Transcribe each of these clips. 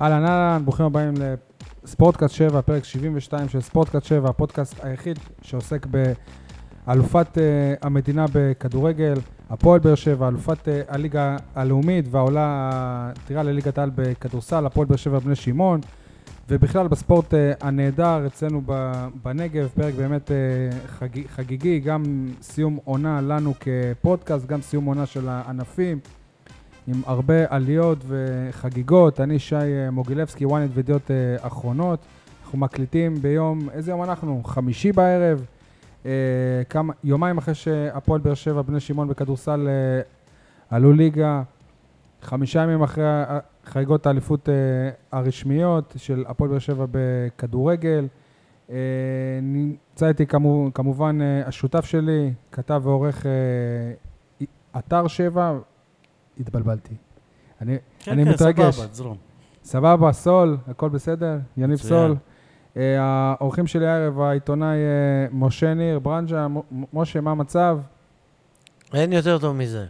אהלן אהלן, ברוכים הבאים לספורטקאסט 7, פרק 72 של ספורטקאסט 7, הפודקאסט היחיד שעוסק באלופת המדינה בכדורגל, הפועל באר שבע, אלופת הליגה הלאומית והעולה טירה לליגת העל בכדורסל, הפועל באר שבע בני שמעון, ובכלל בספורט הנהדר אצלנו בנגב, פרק באמת חגיגי, גם סיום עונה לנו כפודקאסט, גם סיום עונה של הענפים, עם הרבה עליות וחגיגות. אני שי מוגילבסקי, ynet וידיעות אחרונות. אנחנו מקליטים ביום, איזה יום אנחנו? חמישי בערב, יומיים אחרי שהפועל באר שבע בני שמעון בכדורסל עלו ליגה, 5 ימים אחרי חגיגות האליפות הרשמיות של הפועל באר שבע בכדורגל. נמצא איתי כמובן השותף שלי, כתב ועורך אתר 7, התבלבלתי. אני מתרגש. סבבה, זרום. סבבה, סול, הכל בסדר? יניב סול. האורחים שלי הערב, העיתונאי משה ניר, ברנג'ה. משה, מה המצב? אין יותר טוב מזה.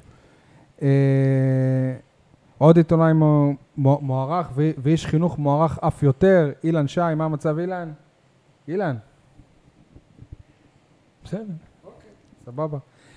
עוד עיתונאי מוערך, ואיש חינוך מוערך אף יותר, אילן שי. מה המצב, אילן? אילן? בסדר. סבבה.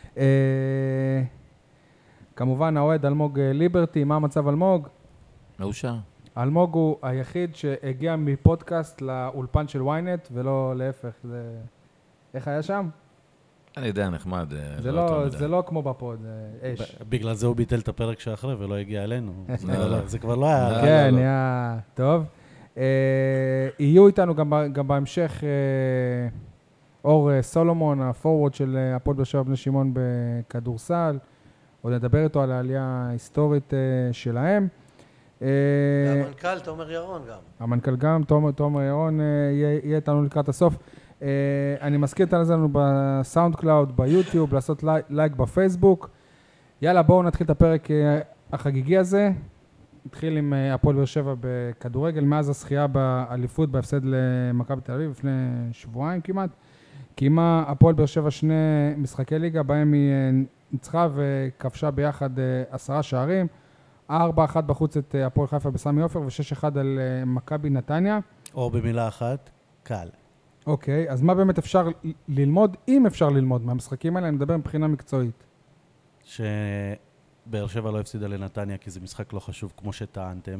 כמובן, האוהד אלמוג ליברטי. מה המצב, אלמוג? מאושר. אלמוג הוא היחיד שהגיע מפודקאסט לאולפן של ynet, ולא להפך. איך היה שם? אני יודע, נחמד. זה לא כמו בפוד, אש. בגלל זה הוא ביטל את הפרק שאחרי ולא הגיע אלינו. זה כבר לא היה... כן, היה טוב. יהיו איתנו גם בהמשך אור סולומון, הפורוורד של הפועל באר שבע בני שמעון בכדורסל. עוד נדבר איתו על העלייה ההיסטורית שלהם. והמנכ"ל תומר ירון גם. המנכ"ל גם, תומר ירון יהיה איתנו לקראת הסוף. אני מזכיר אותנו לנו בסאונד קלאוד, ביוטיוב, לעשות לייק בפייסבוק. יאללה, בואו נתחיל את הפרק החגיגי הזה. נתחיל עם הפועל באר שבע בכדורגל, מאז הזכייה באליפות בהפסד למכבי תל אביב, לפני שבועיים כמעט. קיימה הפועל באר שבע 2 משחקי ליגה, בהם היא ניצחה וכבשה ביחד 10 שערים. 4-1 בחוץ את הפועל חיפה בסמי עופר, ו6-1 על מכבי נתניה. או במילה אחת, קל. אוקיי, אז מה באמת אפשר ללמוד, אם אפשר ללמוד מהמשחקים האלה? אני מדבר מבחינה מקצועית. שבאר שבע לא הפסידה לנתניה, כי זה משחק לא חשוב, כמו שטענתם.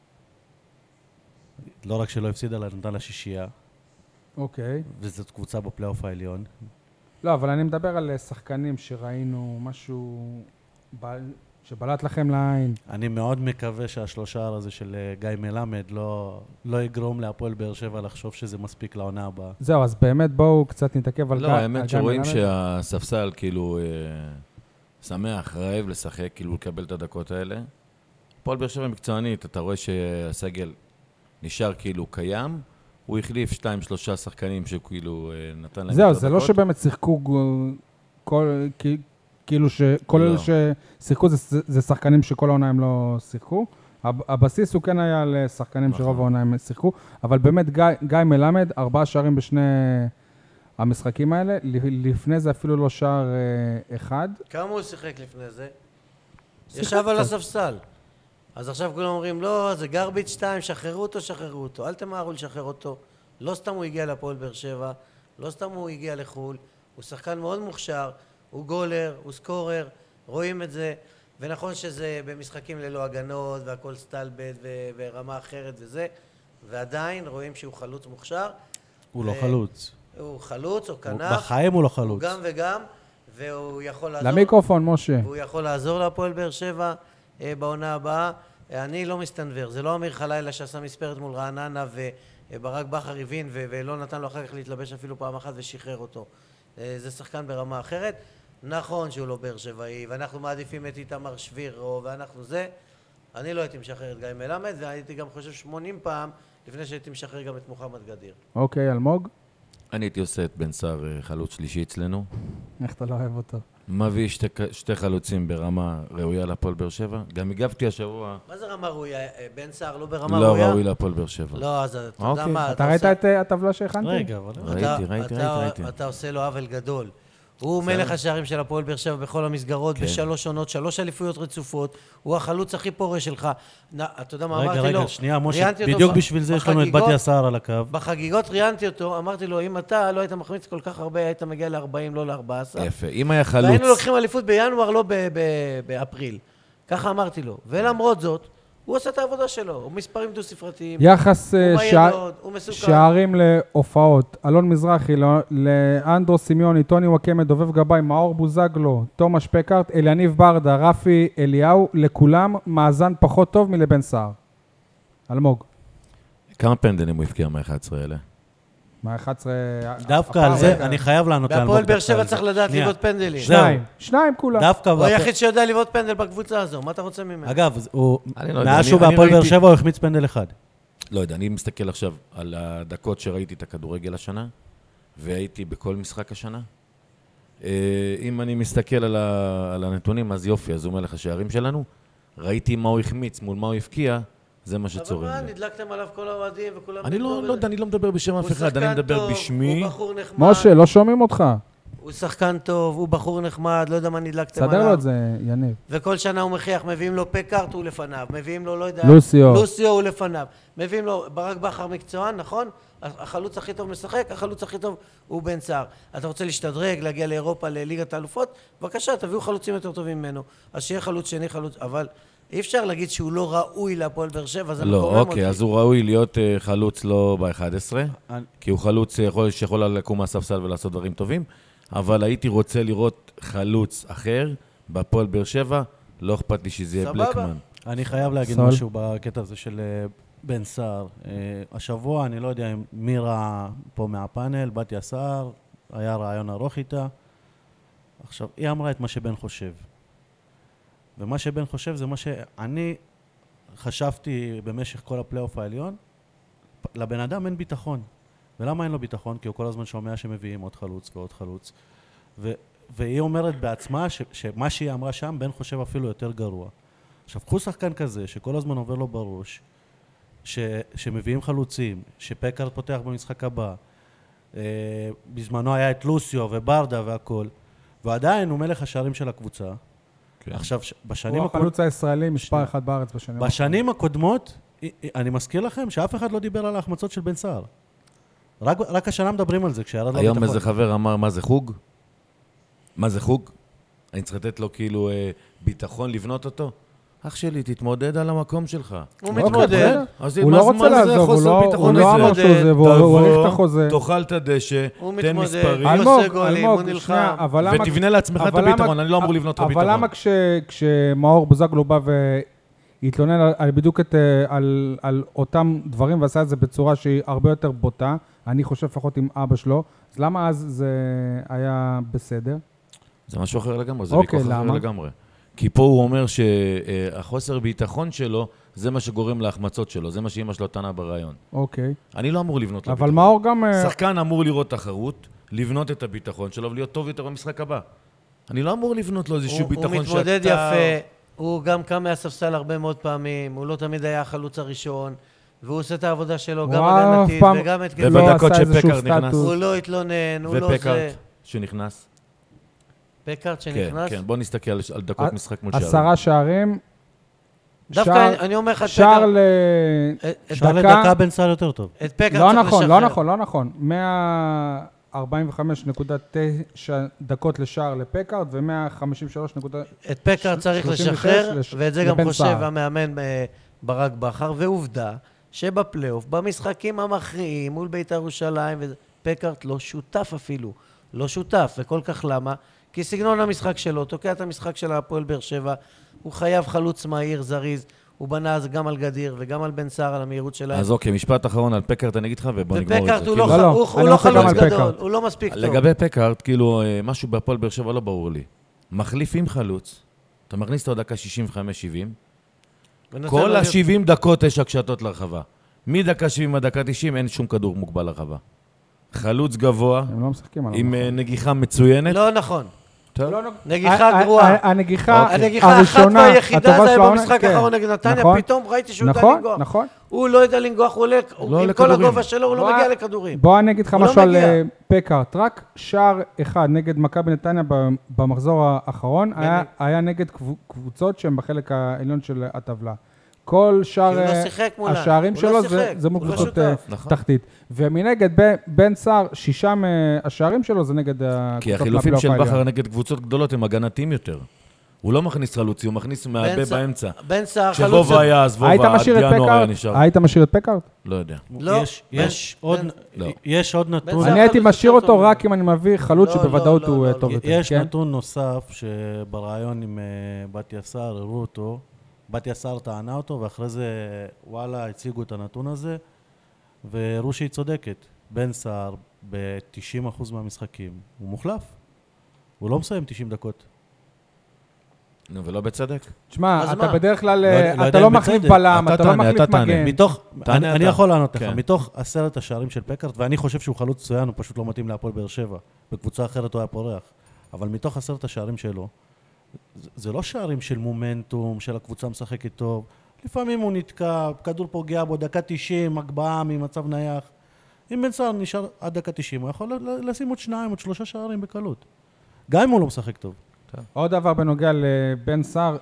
לא רק שלא הפסידה, אלא נתן לה 6. אוקיי. וזאת קבוצה בפלייאוף העליון. לא, אבל אני מדבר על שחקנים שראינו משהו שבלט לכם לעין. אני מאוד מקווה שהשלושה הזה של גיא מלמד לא יגרום להפועל באר שבע לחשוב שזה מספיק לעונה הבאה. זהו, אז באמת בואו קצת נתעכב על גיא מלמד. לא, האמת שרואים שהספסל כאילו שמח, רעב לשחק, כאילו לקבל את הדקות האלה. הפועל באר שבע מקצוענית, אתה רואה שהסגל נשאר כאילו קיים, הוא החליף 2-3 שחקנים שכאילו נתן להם את הדקות. זהו, זה לא שבאמת שיחקו כאילו שכל אלה ששיחקו זה שחקנים שכל העונה הם לא שיחקו. הבסיס הוא כן היה לשחקנים שרוב העונה הם שיחקו, אבל באמת גיא מלמד 4 שערים בשני המשחקים האלה, לפני זה אפילו לא שער אחד. כמה הוא שיחק לפני זה? ישב על הספסל. אז עכשיו כולם אומרים, לא, זה גרביץ' 2, שחררו אותו, אל תמהרו לשחרר אותו. לא סתם הוא הגיע לפועל באר שבע, לא סתם הוא הגיע לחול, הוא שחקן מאוד מוכשר, הוא גולר, הוא סקורר, רואים את זה, ונכון שזה במשחקים ללא הגנות, והכל סטלבט ורמה אחרת וזה, ועדיין רואים שהוא חלוץ מוכשר. הוא לא חלוץ. הוא חלוץ או כנף. בחיים הוא לא חלוץ. הוא גם וגם, והוא יכול לעזור... למיקרופון, משה. והוא יכול לעזור להפועל באר שבע בעונה הבאה. אני לא מסתנבר, זה לא אמיר חלילה שעשה מספרת מול רעננה וברק בכר הבין ולא נתן לו אחר כך להתלבש אפילו פעם אחת ושחרר אותו. זה שחקן ברמה אחרת. נכון שהוא לא באר שבעי, ואנחנו מעדיפים את איתמר שבירו, ואנחנו זה. אני לא הייתי משחרר את גיא מלמד, והייתי גם חושב 80 פעם לפני שהייתי משחרר גם את מוחמד גדיר. אוקיי, אלמוג? אני הייתי עושה את בן סער חלוץ שלישי אצלנו. איך אתה לא אוהב אותו? מביא 2 חלוצים ברמה ראויה לפועל באר שבע. גם הגבתי השבוע. מה זה רמה ראויה? בן סער לא ברמה ראויה? לא ראוי לפועל באר שבע. לא, אז אתה יודע מה... אתה ראית את הטבלה שהכנתי? רגע, אבל... ראיתי. אתה עושה לו עוול גדול. הוא מלך השערים של הפועל באר שבע בכל המסגרות, בשלוש עונות, 3 אליפויות רצופות, הוא החלוץ הכי פורה שלך. אתה יודע מה אמרתי לו? רגע, שנייה, משה, בדיוק בשביל זה יש לנו את בתיה סער על הקו. בחגיגות ראיינתי אותו, אמרתי לו, אם אתה לא היית מחמיץ כל כך הרבה, היית מגיע ל-40, לא ל-14. יפה, אם היה חלוץ... והיינו לוקחים אליפות בינואר, לא באפריל. ככה אמרתי לו. ולמרות זאת, הוא עושה את העבודה שלו, הוא מספרים דו-ספרתיים. יחס הוא מהיר מאוד, הוא מסוכן. שערים להופעות, אלון מזרחי, לאנדרו סמיוני, טוני וואקמה, דובב גבאי, מאור בוזגלו, תומש פקארט, אליניב ברדה, רפי אליהו, לכולם מאזן פחות טוב מלבן סער. אלמוג. כמה פנדלים הוא הפקיע מה-11 האלה? מה-11... דווקא על זה, אני חייב לענות לאלמוג. והפועל באר שבע צריך לדעת לבעוט פנדלים. שניים כולם. דווקא... הוא היחיד שיודע לבעוט פנדל בקבוצה הזו, מה אתה רוצה ממנו? אגב, אני לא יודע, מאז שהוא אני בהפועל באר ראיתי- שבע הוא החמיץ פנדל אחד. לא יודע, אני מסתכל עכשיו על הדקות שראיתי את הכדורגל השנה, והייתי בכל משחק השנה. אם אני מסתכל על הנתונים, אז יופי, אז הוא מלך השערים שלנו. ראיתי מה הוא החמיץ מול מה הוא הפקיע, זה מה שצורם אבל מה, לי. נדלקתם עליו כל האוהדים וכולם... אני לא יודע, אני לא מדבר בשם אף אחד, אני מדבר בשמי. הוא בחור נחמד. משה, לא שומעים אותך. הוא שחקן טוב, הוא בחור נחמד, לא יודע מה נדלקתם עליו. סדר לו את זה, יניב. וכל שנה הוא מחיח, מביאים לו פקארט, הוא לפניו, מביאים לו, לא יודע... לוסיו. לוסיו הוא לפניו. מביאים לו ברק בכר מקצוען, נכון? החלוץ הכי טוב משחק, החלוץ הכי טוב הוא בן סער. אתה רוצה להשתדרג, להגיע לאירופה, לליגת האלופות? בבקשה, תביאו חלוצים יותר טובים ממנו. אז שיהיה חלוץ שני, חלוץ... אבל אי אפשר להגיד שהוא לא ראוי להפועל באר שבע, זה מקומם לא, אותי. אוקיי, אז הוא ראוי להיות חלוץ לא ב-11, כי הוא חלוץ שיכול לקום מהספסל ולעשות דברים טובים, אבל הייתי רוצה לראות חלוץ אחר בהפועל באר שבע, לא אכפת לי שזה יהיה סבבה. בלקמן. אני חייב להגיד סול. משהו בקטע הזה של בן סער. השבוע, אני לא יודע אם מירה פה מהפאנל, בתיה סער, היה רעיון ארוך איתה. עכשיו, היא אמרה את מה שבן חושב. ומה שבן חושב זה מה שאני חשבתי במשך כל הפלייאוף העליון, לבן אדם אין ביטחון. ולמה אין לו ביטחון? כי הוא כל הזמן שומע שמביאים עוד חלוץ ועוד חלוץ. והיא אומרת בעצמה שמה שהיא אמרה שם, בן חושב אפילו יותר גרוע. עכשיו, קחו שחקן כזה, שכל הזמן עובר לו בראש, שמביאים חלוצים, שפקארט פותח במשחק הבא, בזמנו היה את לוסיו וברדה והכל, ועדיין הוא מלך השערים של הקבוצה. כן. עכשיו, הוא החלוץ הישראלי, מספר 1 בארץ בשנים. בשנים הקודמות, אני מזכיר לכם שאף אחד לא דיבר על ההחמצות של בן סער. רק השנה מדברים על זה, כשירד לו ביטחון. היום איזה חבר אמר, מה זה חוג? מה זה חוג? אני צריך לתת לו כאילו ביטחון לבנות אותו? אח שלי, תתמודד על המקום שלך. הוא מתמודד. אז הוא מה לא זה- רוצה מה זה לעזוב, הוא החוסר לא ביטחון הוא לא הזה? אמר שהוא זה, והוא האריך את החוזה. תאכל את הדשא, הוא תן מתמודד. מספרים, הוא אלמוג, עושה גולים, הוא נלחם. שנייה, אבל למה... ותבנה לעצמך את אבל הביטחון, למה- אני לא אמור לבנות לך ביטחון. אבל למה כשמאור בוזגלו בא והתלונן על בדיוק על אותם דברים ועשה את זה בצורה שהיא הרבה יותר בוטה, אני חושב לפחות עם אבא שלו, אז למה אז זה היה בסדר? זה משהו אחר לגמרי, זה אוקיי, ויכוח אחר למה? לגמרי. כי פה הוא אומר שהחוסר ביטחון שלו, זה מה שגורם להחמצות שלו, זה מה שאמא שלו טענה ברעיון. אוקיי. אני לא אמור לבנות לו אבל ביטחון. מאור גם... שחקן אמור לראות תחרות, לבנות את הביטחון שלו ולהיות טוב יותר במשחק הבא. אני לא אמור לבנות לו איזשהו ביטחון הוא מתמודד יפה, הוא גם קם מהספסל הרבה מאוד פעמים, הוא לא תמיד היה החלוץ הראשון, והוא עושה את העבודה שלו, גם הוא אף הגנתית פעם וגם את לא ובדקות עשה איזשהו שפקארט נכנס. סטטוס. הוא לא התלונן, הוא לא זה. ופקארט שנכנס. פקארט כן, שנכנס. כן, בוא נסתכל על דקות משחק מול שערים. 10 שערים, דווקא אני אומר לך, שער אפשר לדקה בן סער יותר טוב. את פקארט לא צריך נכון, לשחרר. לא נכון, לא נכון. 145.9 דקות לשער לפקארט ו-153. את פקארט צריך 36 לשחרר, ואת זה גם לבן חושב סער. המאמן ברק בכר, ועובדה שבפלייאוף, במשחקים המכריעים מול בית"ר ירושלים, פקארט לא שותף אפילו, לא שותף, וכל כך למה? כי סגנון המשחק שלו, תוקע את המשחק של הפועל באר שבע, הוא חייב חלוץ מהיר, זריז, הוא בנה אז גם על גדיר וגם על בן סער, על המהירות שלהם. אז אוקיי, משפט אחרון על פקארט, אני אגיד לך, ובוא נגמור את זה. ופקארט הוא כאילו, לא, לא, הוא אני לא רוצה גם חלוץ על גדול, פקארט. הוא לא מספיק טוב. לגבי פקארט, כאילו, משהו בהפועל באר שבע לא ברור לי. מחליף עם חלוץ, אתה מכניס אותו דקה 65-70, ונותן כל לו להיות- ה-70 דקות יש הקשתות לרחבה. מדקה 70 עד דקה 90 אין שום כדור מוגבל לרחבה. חלוץ גבוה, הם לא משחקים עליו. עם נגיחה מצוינת. לא נכון. טוב. נגיחה גרועה. הנגיחה הנגיחה האחת הראשונה, והיחידה הטובה זה היה של העונה, במשחק כן. האחרון נגד נתניה, נכון. פתאום ראיתי שהוא יודע נכון, לנגוח. נכון. הוא לא יודע לנגוח, הוא לא עם כל לכדורים. הגובה שלו, הוא לא מגיע לכדורים. בוא אני אגיד לך הוא לא משהו על מגיע. פקארט. רק שער אחד נגד מכבי נתניה במחזור האחרון היה נגד קבוצות שהן בחלק העליון של הטבלה. כל שאר כי הוא לא שיחק מולה. השערים הוא לא שלו שיחק, זה הוא מול לא קבוצות שותף. נכון. תחתית. ומנגד בן סער, 6 מהשערים שלו זה נגד כי הקבוצות החילופים של מהפלייאוף בכר העליון. נגד קבוצות גדולות הם הגנתיים יותר. הוא לא מכניס חלוצי, הוא מכניס מהבה באמצע. בן סער חלוץ... כשוובה היה, אז היית וובה, עד משאיר את ינואר היה פקארט? נשאר. היית משאיר את פקארט? לא יודע. לא. יש עוד נתון. זה אני הייתי החלוץ משאיר יותר אותו טוב רק אם אני מביא חלוץ לא, שבוודאות לא, הוא לא, טוב לא. יותר. יש כן? נתון נוסף שבריאיון עם בתיה סער הראו אותו, בתיה סער טענה אותו, ואחרי זה וואלה הציגו את הנתון הזה, והראו שהיא צודקת. בן סער ב-90% מהמשחקים הוא מוחלף. הוא לא מסיים 90 דקות. נו, ולא בצדק. תשמע, אז אתה מה? בדרך כלל, לא יודע אתה אם לא מחליף בצדק. בלם, אתה אתה לא תענה, מחליף אתה תענה. מגן. אני אתה. יכול לענות לך, כן. מתוך 10 השערים של פקארט, ואני חושב שהוא חלוץ מצוין, הוא פשוט לא מתאים להפועל באר שבע. בקבוצה אחרת הוא היה פורח. אבל מתוך 10 השערים שלו, זה לא שערים של מומנטום, של הקבוצה משחקת טוב. לפעמים הוא נתקע, כדור פוגע בו, דקה 90, הגבהה ממצב נייח. אם בן סער נשאר עד דקה 90, הוא יכול לשים עוד 2 או 3 שערים בקלות. גם אם הוא לא משחק טוב. עוד דבר בנוגע לבן סער,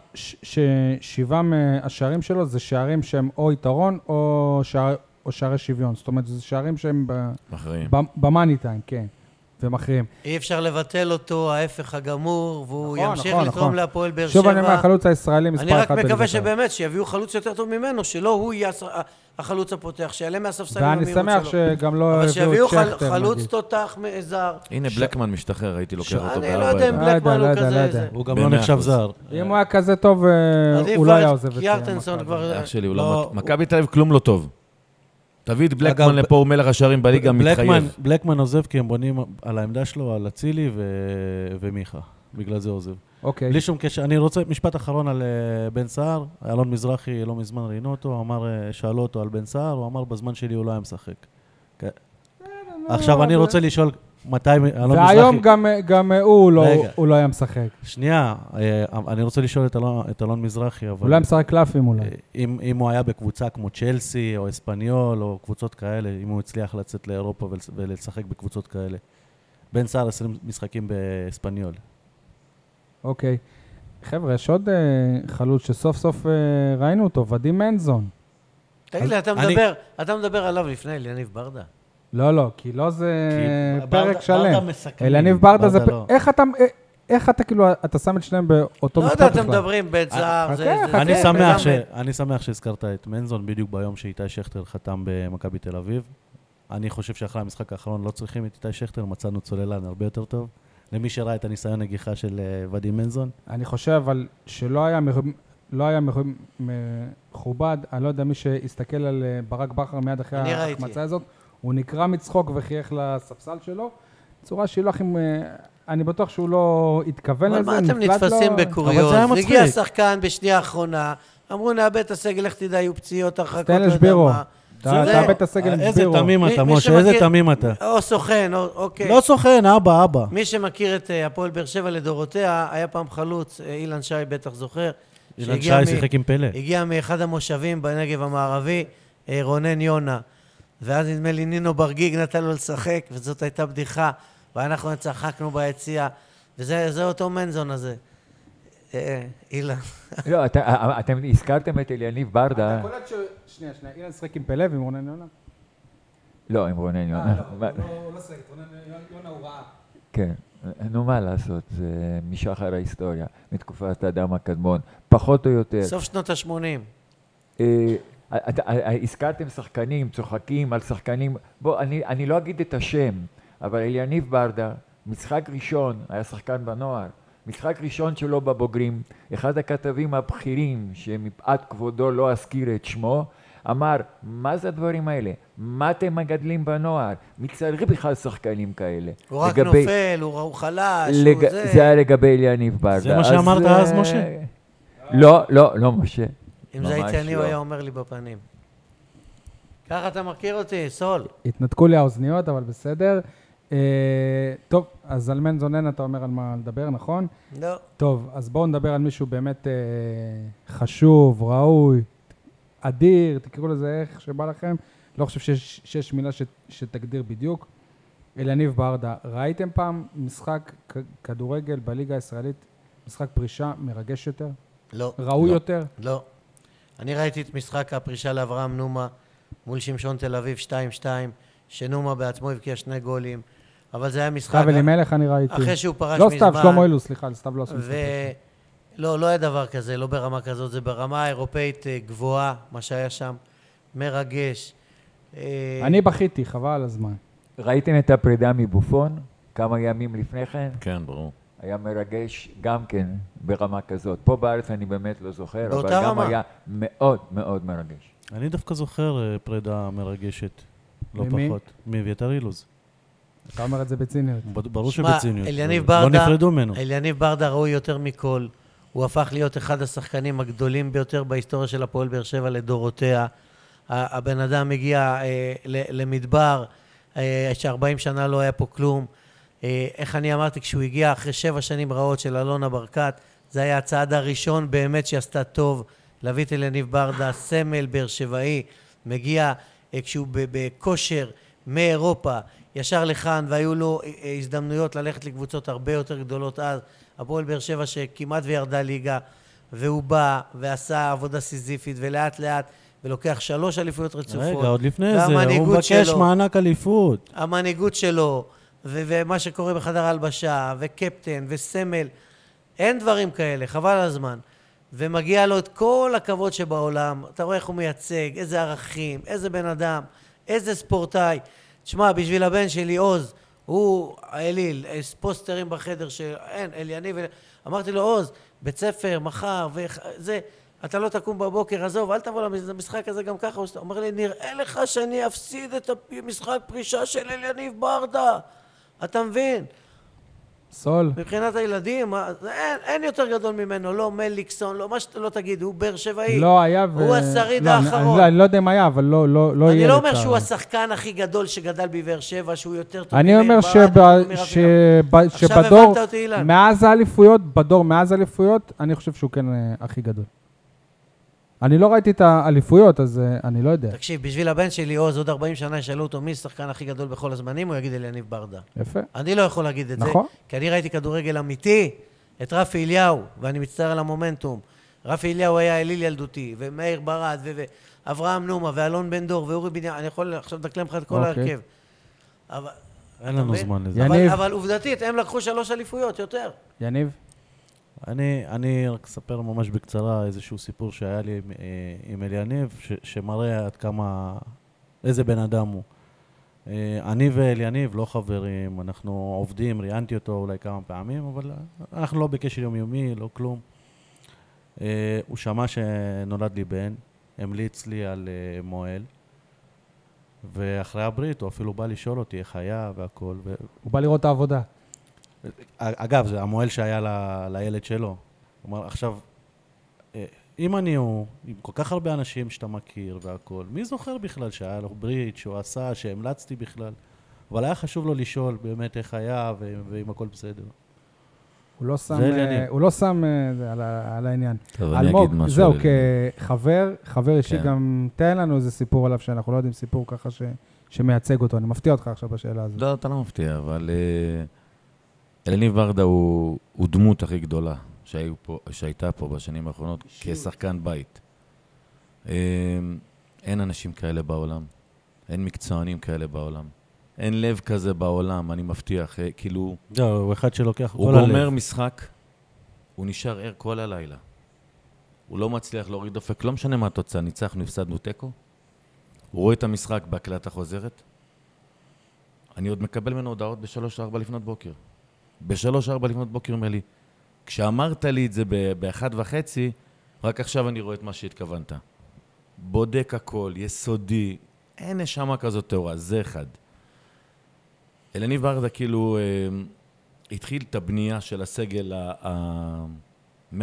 ששבעה מהשערים שלו זה שערים שהם או יתרון או שערי שוויון. זאת אומרת, זה שערים שהם אחראים. במאני טיים, כן, ומכריעים. אי אפשר לבטל אותו, ההפך הגמור, והוא נכון, ימשיך נכון, לתרום נכון. להפועל באר שוב אני אומר, שבע. החלוץ הישראלי מספר אני רק אחד מקווה בליגת שבאמת שיביאו חלוץ יותר טוב ממנו, שלא הוא יהיה החלוץ הפותח, שיעלה מהספסלים ואני המהירות שמח שלו. שגם לא אבל שיביאו הביאו את שכטר, חלוץ נגיד. תותח זר. הנה בלקמן משתחרר, הייתי לוקח אותו אני לא יודע אם לא יודע, בלקמן לא הוא יודע, לא כזה... יודע. זה. הוא גם לא נחשב ב-100%. זר. אם הוא היה כזה טוב, עדיף הוא לא היה כבר עוזב את קיארטנסון מכבי. כבר... אח שלי, הוא לא, לא... מכבי תל אביב כלום לא טוב. תביא את בלקמן אגב, לפה, הוא מלך השערים בליגה, מתחייב. בלקמן עוזב כי הם בונים על העמדה שלו, על אצילי ומיכה. בגלל זה עוזב. אוקיי. בלי שום קשר, אני רוצה משפט אחרון על בן סער. אלון מזרחי לא מזמן ראינו אותו, הוא אמר, שאלו אותו על בן סער, הוא אמר בזמן שלי הוא לא היה משחק. עכשיו אני רוצה לשאול מתי אלון מזרחי... והיום גם הוא רגע. לא היה משחק. שנייה, אני רוצה לשאול את אלון מזרחי, אבל... הוא לא היה משחק קלפים אולי. אם הוא היה בקבוצה כמו צ'לסי או אספניול או קבוצות כאלה, אם הוא הצליח לצאת לאירופה ולשחק בקבוצות כאלה. בן סער 20 משחקים באספניול. אוקיי. חבר'ה, יש עוד חלוץ שסוף סוף ראינו אותו, ודים מנזון. תגיד לי, אתה מדבר עליו לפני אליניב ברדה? לא, כי לא זה כי פרק ברדה שלם. מסכנים. אליניב ברדה זה... ברדה לא. איך אתה כאילו, אתה שם את שניהם באותו לא משפט יודע, בכלל? אתם מדברים בן סער, זה... חכה, אני שמח שהזכרת את מנזון בדיוק ביום שאיתי שכטר חתם במכבי תל אביב. אני חושב שאחרי המשחק האחרון לא צריכים את איתי שכטר, מצאנו צוללן הרבה יותר טוב. למי שראה את הניסיון נגיחה של ודים מנזון. אני חושב אבל שלא היה מכובד, אני לא יודע מי שהסתכל על ברק בכר מיד אחרי ההחמצה הזאת, הוא נקרא מצחוק וחייך לספסל שלו, צורה שהיא לא הכי... אני בטוח שהוא לא התכוון לזה, אבל מה אתם נתפסים בקוריוז? הגיע שחקן בשנייה האחרונה, אמרו נאבד את הסגל, לך תדע, יהיו פציעות, הרחקות, לא יודע מה. תאבד את הסגל עם איזה סבירו. תמים אתה, משה, איזה תמים אתה. או סוכן, אוקיי. לא סוכן, אבא. מי שמכיר את הפועל באר שבע לדורותיה, היה פעם חלוץ, אילן שי בטח זוכר. אילן שי שיחק עם פלא. הגיע מאחד המושבים בנגב המערבי, רונן יונה. ואז נדמה לי נינו ברגיג נתן לו לשחק, וזאת הייתה בדיחה. ואנחנו צחקנו ביציאה, וזה אותו מנזון הזה. אילן. לא, אתם הזכרתם את אליניב ברדה. אתה קולט שנייה, אילן שחק עם פלא ועם רונן יונה? לא, עם רונן יונה. לא שחק, רונן יונה הוא רעה. כן, נו מה לעשות, זה משחר ההיסטוריה, מתקופת האדם הקדמון, פחות או יותר. סוף שנות ה-80. הזכרתם שחקנים, צוחקים על שחקנים, בוא, אני לא אגיד את השם, אבל אליניב ברדה, משחק ראשון, היה שחקן בנוער, משחק ראשון שלו בבוגרים, אחד הכתבים הבכירים, שמפאת כבודו לא אזכיר את שמו, אמר, מה זה הדברים האלה? מה אתם מגדלים בנוער? מי צריך בכלל שחקנים כאלה? הוא רק נופל, הוא חלש, הוא זה. זה היה לגבי אליניב ברדה. זה מה שאמרת אז, משה? לא, משה. אם זה הייתי אני, הוא היה אומר לי בפנים. ככה אתה מכיר אותי, סול. התנתקו לי האוזניות, אבל בסדר. טוב, אז על מן זונן אתה אומר על מה לדבר, נכון? לא. טוב, אז בואו נדבר על מישהו באמת חשוב, ראוי, אדיר, תקראו לזה איך שבא לכם. לא חושב שיש מילה שתגדיר בדיוק. אליניב ברדה, ראיתם פעם משחק כדורגל בליגה הישראלית, משחק פרישה מרגש יותר? לא. ראוי לא. יותר? לא. אני ראיתי את משחק הפרישה לאברהם נומה מול שמשון תל אביב 2-2, שנומה בעצמו הבקיע 2 גולים, אבל זה היה משחק... סתיו אלימלך אני ראיתי. אחרי שהוא פרש לא מזמן. סתיו, שלמה אילוז, סליחה, סתיו לא עשו משחק. לא היה דבר כזה, לא ברמה כזאת, זה ברמה האירופאית גבוהה, מה שהיה שם, מרגש. אני בכיתי, חבל על הזמן. ראיתם את הפרידה מבופון כמה ימים לפני כן? כן, ברור. היה מרגש גם כן ברמה כזאת. פה בארץ אני באמת לא זוכר, אבל באותה גם רמה. היה מאוד מאוד מרגש. אני דווקא זוכר פרידה מרגשת, לא ממי? פחות. מאביתר אילוז. אתה אומר את זה בציניות. ברור שמע, שבציניות. אליניב לא ברדה, נפרדו ממנו. אליניב ברדה ראוי יותר מכל. הוא הפך להיות אחד השחקנים הגדולים ביותר בהיסטוריה של הפועל באר שבע לדורותיה. הבן אדם הגיע למדבר, ש40 שנה לא היה פה כלום. איך אני אמרתי, כשהוא הגיע אחרי 7 שנים רעות של אלונה ברקת, זה היה הצעד הראשון באמת שעשתה טוב, להביא את אליניב ברדה, סמל באר שבעי, מגיע כשהוא בכושר מאירופה, ישר לכאן, והיו לו הזדמנויות ללכת לקבוצות הרבה יותר גדולות אז, הפועל באר שבע שכמעט וירדה ליגה, והוא בא ועשה עבודה סיזיפית, ולאט לאט, ולוקח 3 אליפויות רצופות. רגע, עוד לפני זה, הוא והמנהיגות מבקש שלו, מענק אליפות. המנהיגות שלו, ומה שקורה בחדר הלבשה, וקפטן, וסמל, אין דברים כאלה, חבל על הזמן. ומגיע לו את כל הכבוד שבעולם, אתה רואה איך הוא מייצג, איזה ערכים, איזה בן אדם, איזה ספורטאי. תשמע, בשביל הבן שלי עוז, הוא האליל, פוסטרים בחדר שאין, אליניב, אמרתי לו עוז, בית ספר, מחר, וזה, אתה לא תקום בבוקר, עזוב, אל תבוא למשחק הזה גם ככה, הוא אומר לי, נראה לך שאני אפסיד את המשחק פרישה של אליניב ברדה, אתה מבין? סול. מבחינת הילדים, אין יותר גדול ממנו, לא מליקסון, לא מה שאתה לא תגיד, הוא באר שבעי. לא היה הוא השריד לא, האחרון. אני לא יודע אם היה, אבל לא יהיה. אני לא אומר שהוא השחקן הכי גדול שגדל בבאר שבע, שהוא יותר טוב. אני אומר עכשיו שבדור, הבנת אותי, אילן. מאז האליפויות, מאז האליפויות, אני חושב שהוא כן הכי גדול. אני לא ראיתי את האליפויות, אז אני לא יודע. תקשיב, בשביל הבן שלי עוז, עוד 40 שנה ישאלו אותו מי השחקן הכי גדול בכל הזמנים, הוא יגיד אליניב ברדה. יפה. אני לא יכול להגיד את זה, נכון. כי אני ראיתי כדורגל אמיתי, את רפי אליהו, ואני מצטער על המומנטום. רפי אליהו היה אליל ילדותי, ומאיר ברד, ואברהם נומה, ואלון בן דור, ואורי בניין, אני יכול עכשיו לדקלם לך את כל ההרכב. אין לנו זמן לזה. יניב. אבל עובדתית, הם לקחו 3 אליפויות, יותר. יניב? אני רק אספר ממש בקצרה איזשהו סיפור שהיה לי עם אליניב, שמראה עד כמה, איזה בן אדם הוא. אני ואליניב לא חברים, אנחנו עובדים, ראיינתי אותו אולי כמה פעמים, אבל אנחנו לא בקשר יומיומי, לא כלום. הוא שמע שנולד לי בן, המליץ לי על מועל, ואחרי הברית הוא אפילו בא לשאול אותי איך היה והכל. הוא בא לראות את העבודה. אגב, זה המועל שהיה לילד שלו. כלומר, עכשיו, אם אני הוא, עם כל כך הרבה אנשים שאתה מכיר והכל, מי זוכר בכלל שהיה לו ברית, שהוא עשה, שהמלצתי בכלל? אבל היה חשוב לו לשאול באמת איך היה ואם הכל בסדר. הוא לא שם על העניין. טוב, אני אגיד משהו. זהו, כחבר אישי כן. גם תן לנו איזה סיפור עליו שאנחנו לא יודעים סיפור ככה שמייצג אותו. אני מפתיע אותך עכשיו בשאלה הזאת. לא, אתה לא מפתיע, אבל אליניב ברדה הוא דמות הכי גדולה שהייתה פה בשנים האחרונות כשחקן בית. אין אנשים כאלה בעולם, אין מקצוענים כאלה בעולם, אין לב כזה בעולם, אני מבטיח, כאילו... לא, הוא אחד שלוקח הוא כל הלב. גומר משחק, הוא נשאר ער כל הלילה. הוא לא מצליח להוריד דופק, לא משנה מה התוצאה, ניצחנו, הפסדנו תיקו. הוא רואה את המשחק בהקלטה חוזרת. אני עוד מקבל ממנו הודעות ב-3-4 לפנות בוקר. ב-3-4 לפנות בוקר אומר לי, כשאמרת לי את זה ב-1:30, רק עכשיו אני רואה את מה שהתכוונת. בודק הכל, יסודי, אין נשמה כזאת תאורה, זה אחד. אליניב ברדה כאילו התחיל את הבנייה של הסגל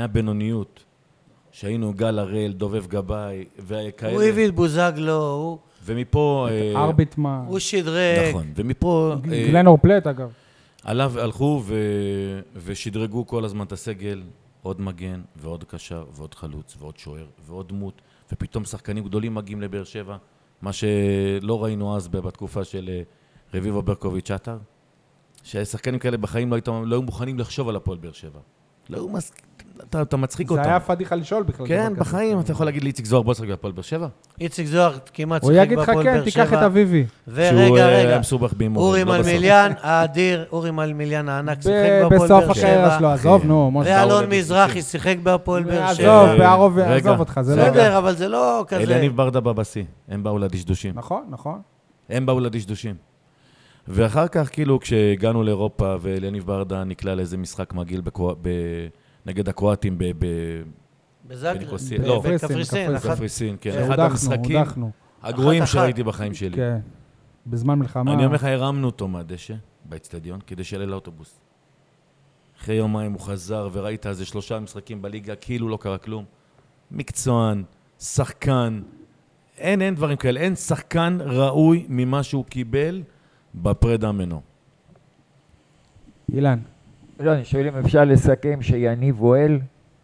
מהבינוניות, שהיינו גל הראל, דובב גבאי וכאלה. הוא הביא את בוזגלו, ומפה... ארביט מה... הוא שדרג. נכון, ומפה... גלנור פלט, אגב. הלכו ושדרגו כל הזמן את הסגל, עוד מגן ועוד קשר ועוד חלוץ ועוד שוער ועוד דמות, ופתאום שחקנים גדולים מגיעים לבאר שבע, מה שלא ראינו אז בתקופה של רביבו ברקוביץ' עטר, ששחקנים כאלה בחיים לא היו מוכנים לחשוב על הפועל באר שבע. לא היו אתה מצחיק אותם. זה היה פדיחה לשאול בכלל. כן, בחיים, אתה יכול להגיד לי איציק זוהר בוא שחק בהפועל באר שבע? איציק זוהר כמעט הוא שחק יגיד לך בהפועל כן, באר תיקח את שבע. אביבי. שהוא היה ורגע, מסובך בהימורים, אורי לא בסוף. מלמיליאן האדיר, אורי מלמיליאן הענק שיחק בהפועל בסוף באר הקריירה שבע. שלו, עזוב, נו, משה. ואלון מזרחי שיחק בהפועל באר שבע. עזוב, בערוב, רגע, עזוב אותך, זה לא... בסדר, אבל זה לא כזה. אליניב ברדה בבשיא, הם באו לדשדושים. נכון, נכון. הם באו לדשדושים. ואחר כך, כאילו, כשהגענו לאירופה ואליניב ברדה נקלע לאיזה משחק מגעיל נגד הקרואטים בניקוסיה. לא, בקפריסין. בקפריסין, כן. אחד המשחקים הודחנו. הגרועים אחת. שראיתי בחיים שלי. כן. בזמן מלחמה. אני אומר לך, הרמנו אותו מהדשא, באצטדיון, כדי שיעלה לאוטובוס. אחרי יומיים הוא חזר, וראית איזה 3 משחקים בליגה, כאילו לא קרה כלום. מקצוען, שחקן, אין דברים כאלה. אין שחקן ראוי ממה שהוא קיבל בפרדה ממנו. אילן. לא, אני שואל אם אפשר לסכם שיניב וואל?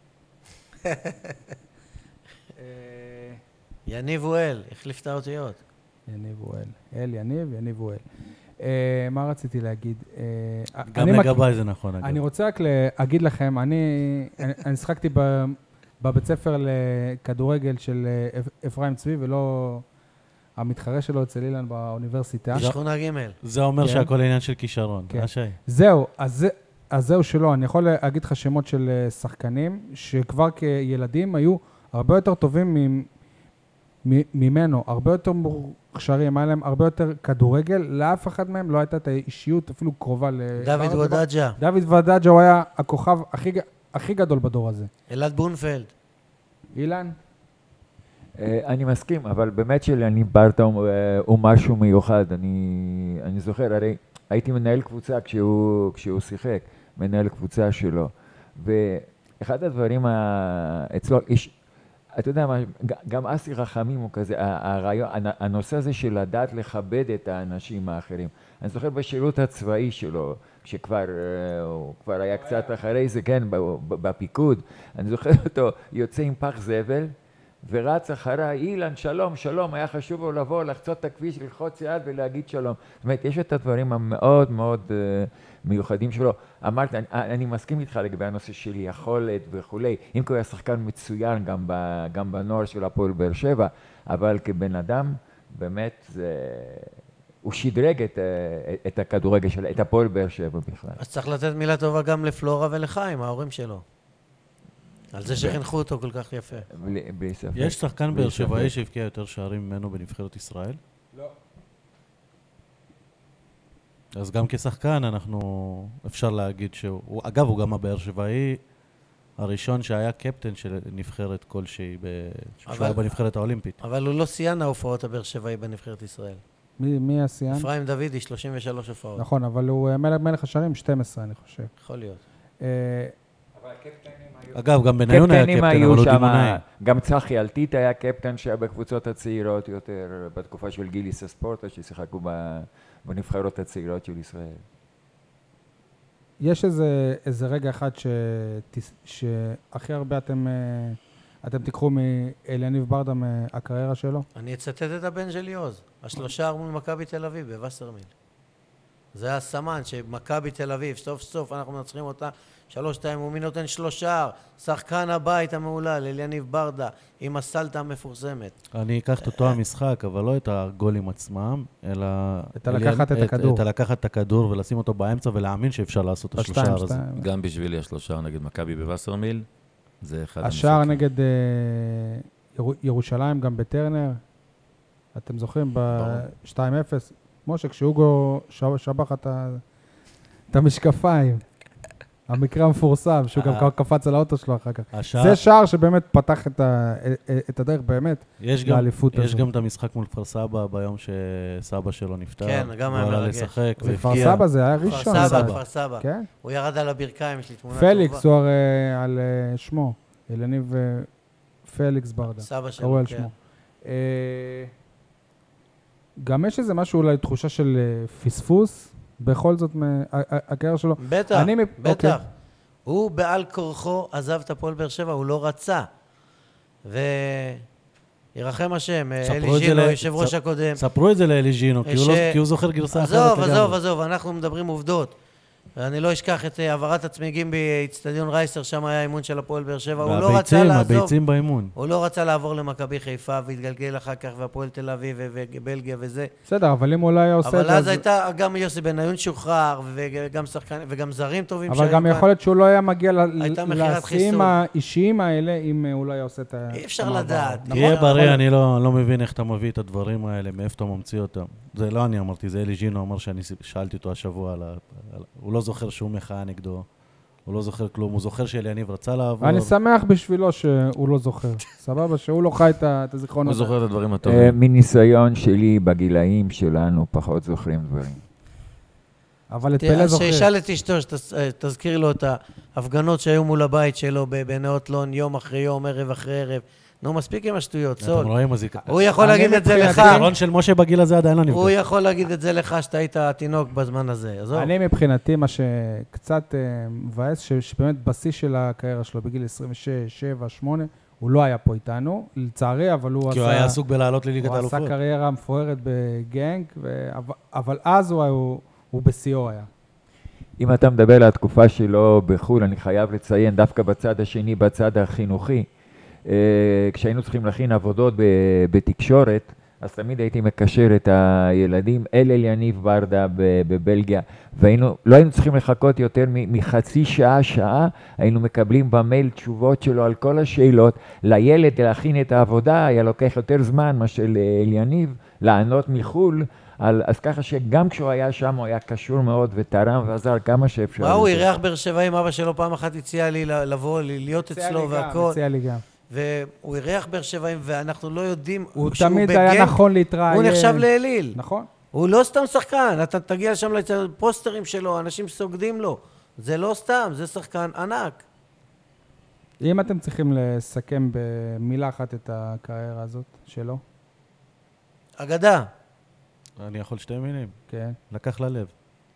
יניב וואל, החליף את האותיות. יניב וואל. יניב, יניב וואל. מה רציתי להגיד? גם לגביי זה נכון, אגב. אני רוצה רק להגיד לכם, אני שחקתי בבית ספר לכדורגל של אפרים צבי, ולא המתחרה שלו אצל אילן באוניברסיטה. שכונה ג'. זה אומר כן. שהכל עניין של כישרון. כן. רשאי. זהו, אז זהו שלא. אני יכול להגיד לך שמות של שחקנים שכבר כילדים היו הרבה יותר טובים ממנו, הרבה יותר מוכשרים, היה להם הרבה יותר כדורגל, לאף אחד מהם לא הייתה את האישיות אפילו קרובה דוד וודג'ה. דוד וודג'ה הוא היה הכוכב הכי גדול בדור הזה. אלעד בונפלד. אילן? אני מסכים, אבל באמת שליניב ברדה הוא משהו מיוחד. אני זוכר, הרי הייתי מנהל קבוצה כשהוא שיחק, מנהל קבוצה שלו. ואחד הדברים אצלו, אתה יודע מה, גם אסי רחמים הוא כזה, הרעיון, הנושא הזה של לדעת לכבד את האנשים האחרים. אני זוכר בשירות הצבאי שלו, הוא כבר היה קצת אחרי זה, כן, בפיקוד. אני זוכר אותו יוצא עם פח זבל, ורץ אחריי, אילן, שלום, שלום, היה חשוב לו לבוא, לחצות את הכביש, ללחוץ יד ולהגיד שלום. זאת אומרת, יש את הדברים המאוד מאוד מיוחדים שלו. אמרת, אני מסכים איתך לגבי הנושא של יכולת וכולי, אם הוא היה שחקן מצוין גם בנוער של הפועל באר שבע, אבל כבן אדם, באמת, הוא שדרג את הכדורגל שלו, את הפועל באר שבע בכלל. אז צריך לתת מילה טובה גם לפלורה ולחיים, ההורים שלו. על זה שחינכו אותו כל כך יפה. בלי ספק. יש שחקן באר שבעי שהבקיע יותר שערים ממנו בנבחרת ישראל? לא. אז גם כשחקן אפשר להגיד שהוא, אגב הוא גם הבאר שבעי הראשון שהיה קפטן של נבחרת כלשהי, שהוא היה בנבחרת האולימפית. אבל הוא לא שיאן ההופעות הבאר שבעי בנבחרת ישראל. מי השיאן? אפרים דוידי, 33 הופעות. נכון, אבל הוא מלך השערים 12, אני חושב. יכול להיות. אגב, גם בניון היה קפטן, אבל הוא דימונאי. גם צחי אלטית היה קפטן שהיה בקבוצות הצעירות יותר, בתקופה של גיליס הספורטה, ששיחקו בנבחרות הצעירות של ישראל. יש איזה רגע אחד שהכי הרבה אתם תיקחו מאליניב ברדה מהקריירה שלו? אני אצטט את הבן שלי עוז, השלושה מול מכבי תל אביב בווסרמיל. זה היה סמן שמכבי תל אביב, סוף סוף אנחנו מנצחים אותה 3-2, ומי נותן 3 שחקן הבית המעולל, אליניב ברדה, עם הסלטה המפורסמת. אני אקח את אותו המשחק, אבל לא את הגולים עצמם, אלא... את לקחת את הכדור. את לקחת את הכדור ולשים אותו באמצע ולהאמין שאפשר לעשות את השלושה הזה. גם בשבילי השלושה נגד מכבי בווסרמיל, זה אחד המשחקים. השער נגד ירושלים גם בטרנר, אתם זוכרים, ב-2-0, משה, כשהוגו שבח את המשקפיים, המקרה המפורסם, שהוא גם קפץ על האוטו שלו אחר כך. זה שער שבאמת פתח את הדרך באמת לאליפות הזו. יש גם את המשחק מול כפר סבא ביום שסבא שלו נפטר. כן, גם היה מרגש. זה כפר סבא, זה היה ראשון. כפר סבא. הוא ירד על הברכיים, יש לי תמונה טובה. פליקס, הוא על שמו, אליניב פליקס ברדה. סבא שלו, כן. גם יש איזה משהו, אולי תחושה של פספוס, בכל זאת, הקריירה שלו. בטח, אוקיי. בטח. הוא בעל כורחו עזב את הפועל באר שבע, הוא לא רצה. וירחם השם, אלי ז'ינו, יושב ראש הקודם. ספרו את זה לאלי ז'ינו, כי הוא זוכר גרסה אחרת. עזוב, אנחנו מדברים עובדות. אני לא אשכח את העברת הצמיגים באצטדיון רייסר, שם היה אימון של הפועל באר שבע, הוא לא רצה לעזוב. הביצים באימון. הוא לא רצה לעבור למכבי חיפה, והתגלגל אחר כך, והפועל תל אביב ובלגיה וזה. בסדר, אבל אם אולי עושה את זה... אבל אז הייתה גם יוסי בניון שוחרר, וגם שחקנים, וגם זרים טובים. אבל גם יכול להיות שהוא לא היה מגיע מכירת לשיאים האישיים האלה, אם הוא לא היה עושה את ה... אי אפשר לדעת. תהיה בריא, אני לא מבין איך אתה מביא את הדברים האלה, מאיפה אתה ממציא אותם. זה לא אני אמרתי, זה אלי ז'ינו אמר שאני שאלתי אותו השבוע, הוא לא זוכר שהוא מחאה נגדו, הוא לא זוכר כלום, הוא זוכר שאליניב רצה לעבור. אני שמח בשבילו שהוא לא זוכר, סבבה, שהוא לא חי את הזיכרון הוא הזה. זוכר את הדברים הטובים. מניסיון שלי בגילאים שלנו פחות זוכרים דברים. אבל את פלא זוכר. שישאל את אשתו, שתזכיר לו את ההפגנות שהיו מול הבית שלו בנאות לון, יום אחרי יום, ערב אחרי ערב. נו, מספיק עם השטויות, סול. אתם רואים הזיכה. הוא יכול להגיד את זה לך. הזיכרון של משה בגיל הזה עדיין לא נבדק. הוא יכול להגיד את זה לך שאתה היית תינוק בזמן הזה. עזוב. אני מבחינתי, מה שקצת מבאס, שבאמת בשיא של הקריירה שלו, בגיל 26, 7, 8, הוא לא היה פה איתנו, לצערי, אבל הוא כי הוא היה עסוק בלעלות לליגת הוא האלופות. עשה קריירה מפוארת בגנק, אבל אז הוא בשיאו היה. אם אתה מדבר על התקופה שלו בחו"ל, אני חייב לציין דווקא בצד השני, בצד החינוכי, כשהיינו צריכים להכין עבודות בתקשורת, אז תמיד הייתי מקשר את הילדים אל אליניב ברדה בבלגיה, ולא היינו צריכים לחכות יותר מחצי שעה, היינו מקבלים במייל תשובות שלו על כל השאלות. לילד להכין את העבודה היה לוקח יותר זמן מה של אליניב לענות מחול, אז ככה שגם כשהוא היה שם הוא היה קשור מאוד ותרם ועזר כמה שאפשר. הוא אירח באר שבע עם אבא שלו, פעם אחת הציע לי לבוא, להיות אצלו והכל. הציע לי גם. והוא אירח באר שבעים, ואנחנו לא יודעים... הוא תמיד היה נכון להתראיין. הוא נחשב לאליל. נכון. הוא לא סתם שחקן, אתה תגיע שם לפוסטרים שלו, אנשים סוגדים לו. זה לא סתם, זה שחקן ענק. אם אתם צריכים לסכם במילה אחת את הקריירה הזאת שלו? אגדה. אני יכול 2 מילים. כן. לקח ללב.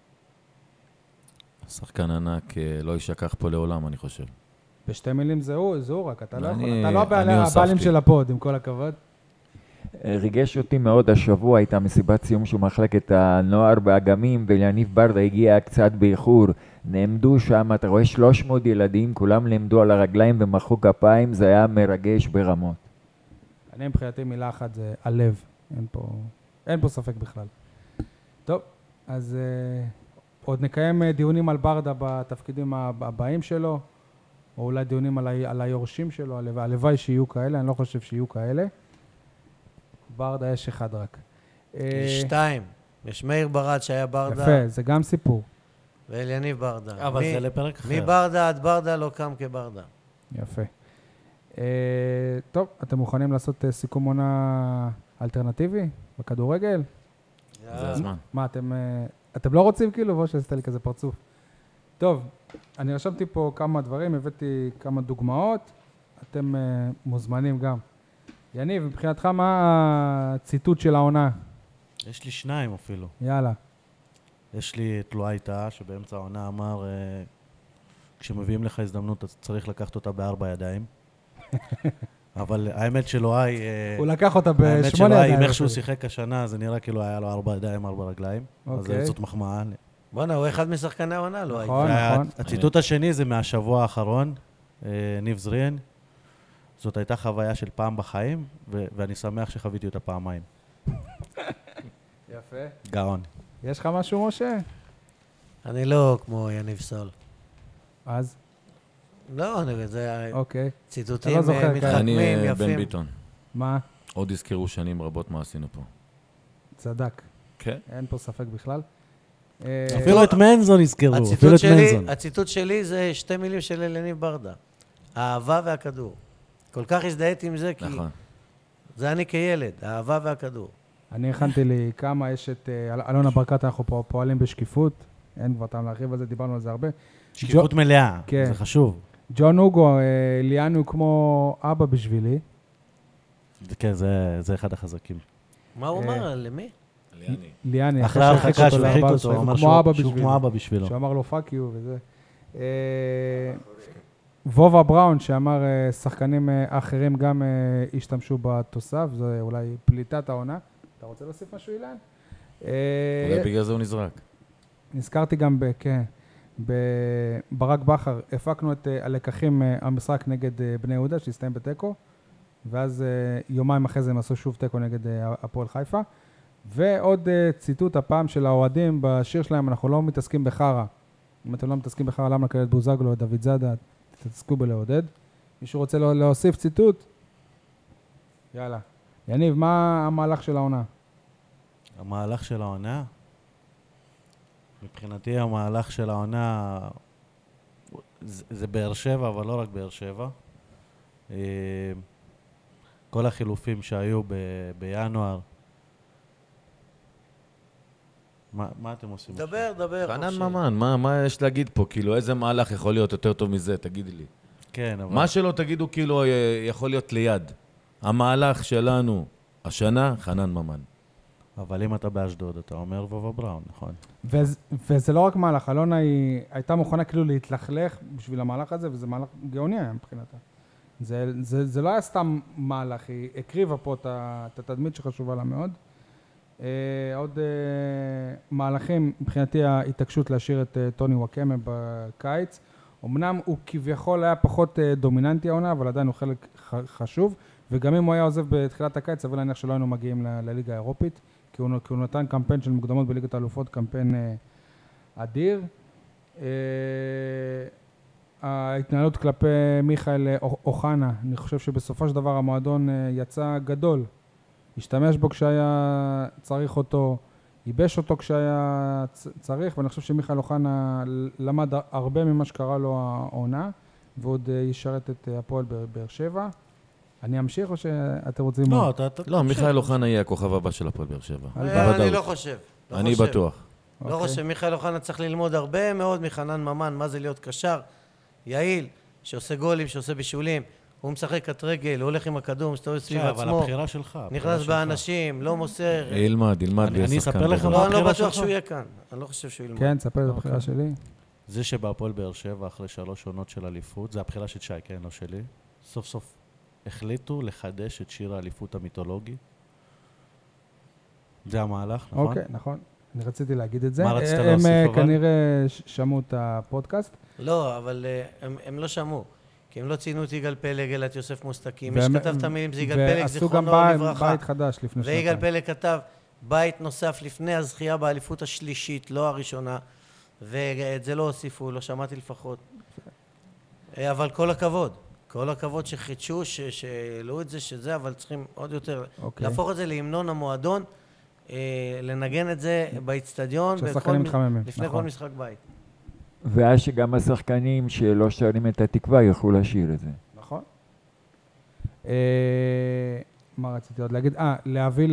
שחקן ענק לא יישכח פה לעולם, אני חושב. ב2 מילים זה הוא רק, אתה לא יכול. אני אתה לא הבעלים של הפוד, עם כל הכבוד. ריגש אותי מאוד, השבוע הייתה מסיבת סיום של מחלקת הנוער באגמים, ואליניב ברדה הגיע קצת באיחור. נעמדו שם, אתה רואה 300 ילדים, כולם נעמדו על הרגליים ומחאו כפיים, זה היה מרגש ברמות. אני מבחינתי מילה אחת זה הלב, אין פה ספק בכלל. טוב, אז עוד נקיים דיונים על ברדה בתפקידים הבאים שלו, או אולי דיונים על היורשים שלו, הלוואי שיהיו כאלה, אני לא חושב שיהיו כאלה. ברדה יש אחד רק. 2. יש מאיר ברד שהיה ברדה. יפה, זה גם סיפור. ואליניב ברדה. אבל זה לפרק אחר. מברדה עד ברדה לא קם כברדה. יפה. טוב, אתם מוכנים לעשות סיכום עונה אלטרנטיבי בכדורגל? זה הזמן. מה, אתם לא רוצים כאילו? בוא שעשית לי כזה פרצוף. טוב, אני רשמתי פה כמה דברים, הבאתי כמה דוגמאות, אתם מוזמנים גם. יניב, מבחינתך מה הציטוט של העונה? יש לי 2 אפילו. יאללה. יש לי את לואי טאה, שבאמצע העונה אמר, כשמביאים לך הזדמנות, אתה צריך לקחת אותה ב4 ידיים. אבל האמת שלואי... הוא לקח אותה ב8 ידיים. האמת שלואי, אם איכשהו שיחק השנה, זה נראה כאילו היה לו 4 ידיים, 4 רגליים. אז זאת מחמאה. בוא'נה, הוא אחד משחקני העונה, לא הייתי. נכון. הציטוט השני זה מהשבוע האחרון, ניב זריאן. זאת הייתה חוויה של פעם בחיים, ואני שמח שחוויתי אותה פעמיים. יפה. גאון. יש לך משהו, משה? אני לא כמו יניב סול. אז? לא, זה אוקיי. ציטוטים מתחכמים, אני יפים. בן ביטון. מה? עוד יזכרו שנים רבות מה עשינו פה. צדק. כן. אין פה ספק בכלל. אפילו את מנזון יזכרו, אפילו את מנזון. הציטוט שלי זה 2 מילים של אליניב ברדה. האהבה והכדור. כל כך הזדהיתי עם זה, כי זה אני כילד, האהבה והכדור. אני הכנתי לי כמה, יש את אלונה ברקת, אנחנו פה פועלים בשקיפות, אין כבר טעם להרחיב על זה, דיברנו על זה הרבה. שקיפות מלאה, זה חשוב. ג'ון אוגו, ליאנו כמו אבא בשבילי. כן, זה אחד החזקים. מה הוא אמר? למי? ליאני. אחרי ההרחקה שהוא הרחיק אותו, שהוא הוא אמר כמו אבא שהוא כמו אבא בשבילו. שאמר לו פאק יו וזה. וובה בראון, שאמר שחקנים אחרים גם השתמשו בתוסף, זה אולי פליטת העונה. אתה רוצה להוסיף משהו, אילן? אולי בגלל זה הוא נזרק. נזכרתי גם בברק בכר, הפקנו את הלקחים המשחק נגד בני יהודה, שהסתיים בתיקו, ואז יומיים אחרי זה הם עשו שוב תיקו נגד הפועל חיפה. ועוד ציטוט הפעם של האוהדים בשיר שלהם, אנחנו לא מתעסקים בחרה. אם אתם לא מתעסקים בחרה, למה לקראת בוזגלו, דוד זאדה, תתעסקו בלעודד. מישהו רוצה להוסיף ציטוט? יאללה. יניב, מה המהלך של העונה? המהלך של העונה? מבחינתי המהלך של העונה זה באר שבע, אבל לא רק באר שבע. כל החילופים שהיו בינואר. מה אתם עושים? דבר. חנן ממן, מה יש להגיד פה? כאילו, איזה מהלך יכול להיות יותר טוב מזה? תגידי לי. כן, אבל... מה שלא תגידו, כאילו, יכול להיות ליד. המהלך שלנו, השנה, חנן ממן. אבל אם אתה באשדוד, אתה אומר וובה בראון, נכון? וזה לא רק מהלך, אלונה היא הייתה מוכנה כאילו להתלכלך בשביל המהלך הזה, וזה מהלך גאוני היה מבחינתה. זה לא היה סתם מהלך, היא הקריבה פה את התדמית שחשובה לה מאוד. עוד מהלכים, מבחינתי ההתעקשות להשאיר את טוני וואקמה בקיץ. אמנם הוא כביכול היה פחות דומיננטי העונה, אבל עדיין הוא חלק חשוב, וגם אם הוא היה עוזב בתחילת הקיץ, אבל להניח שלא היינו מגיעים לליגה האירופית, כי הוא נתן קמפיין של מוקדמות בליגת האלופות, קמפיין אדיר. ההתנהלות כלפי מיכאל אוחנה, אני חושב שבסופו של דבר המועדון יצא גדול. השתמש בו כשהיה צריך אותו, ייבש אותו כשהיה צריך, ואני חושב שמיכאל אוחנה למד הרבה ממה שקרה לו העונה, ועוד ישרת את הפועל באר שבע. אני אמשיך או שאתם רוצים... לא, מיכאל אוחנה יהיה הכוכב הבא של הפועל באר שבע. אני לא חושב. אני בטוח. לא חושב, מיכאל אוחנה צריך ללמוד הרבה מאוד מחנן ממן, מה זה להיות קשר, יעיל, שעושה גולים, שעושה בישולים, הוא משחק קט רגל, הוא הולך עם הכדור, מסתובב סביב עצמו. אבל הבחירה שלך. נכנס באנשים, לא מוסר. ילמד, אני אספר לך לא, אני לא הבחירה בטוח שלך. שהוא יהיה כאן. אני לא חושב שהוא ילמד. כן, תספר את הבחירה שלי. זה שבהפועל באר שבע, אחרי 3 עונות של אליפות, זה הבחירה של שי, כן, לא שלי. סוף סוף החליטו לחדש את שיר האליפות המיתולוגי. זה המהלך, נכון? אוקיי, נכון. אני רציתי להגיד את זה. מה רצית להוסיף, הם אבל? כנראה שמעו את הפודקאסט. לא, אבל הם לא שמעו. כי הם לא ציינו את יגאל פלג, אלא את יוסף מוסטקי. מי שכתב את המילים זה יגאל פלג, זיכרונו לברכה. ועשו גם בית חדש לפני שנתיים. ויגאל פלג כתב בית נוסף לפני הזכייה באליפות השלישית, לא הראשונה, ואת זה לא הוסיפו, לא שמעתי לפחות. אבל כל הכבוד שחידשו, שהעלו את זה, שזה, אבל צריכים עוד יותר להפוך את זה להמנון המועדון, לנגן את זה באצטדיון, לפני כל משחק בית. ואז שגם השחקנים שלא שרים את התקווה יוכלו לשיר את זה. נכון. מה רציתי עוד להגיד? להביא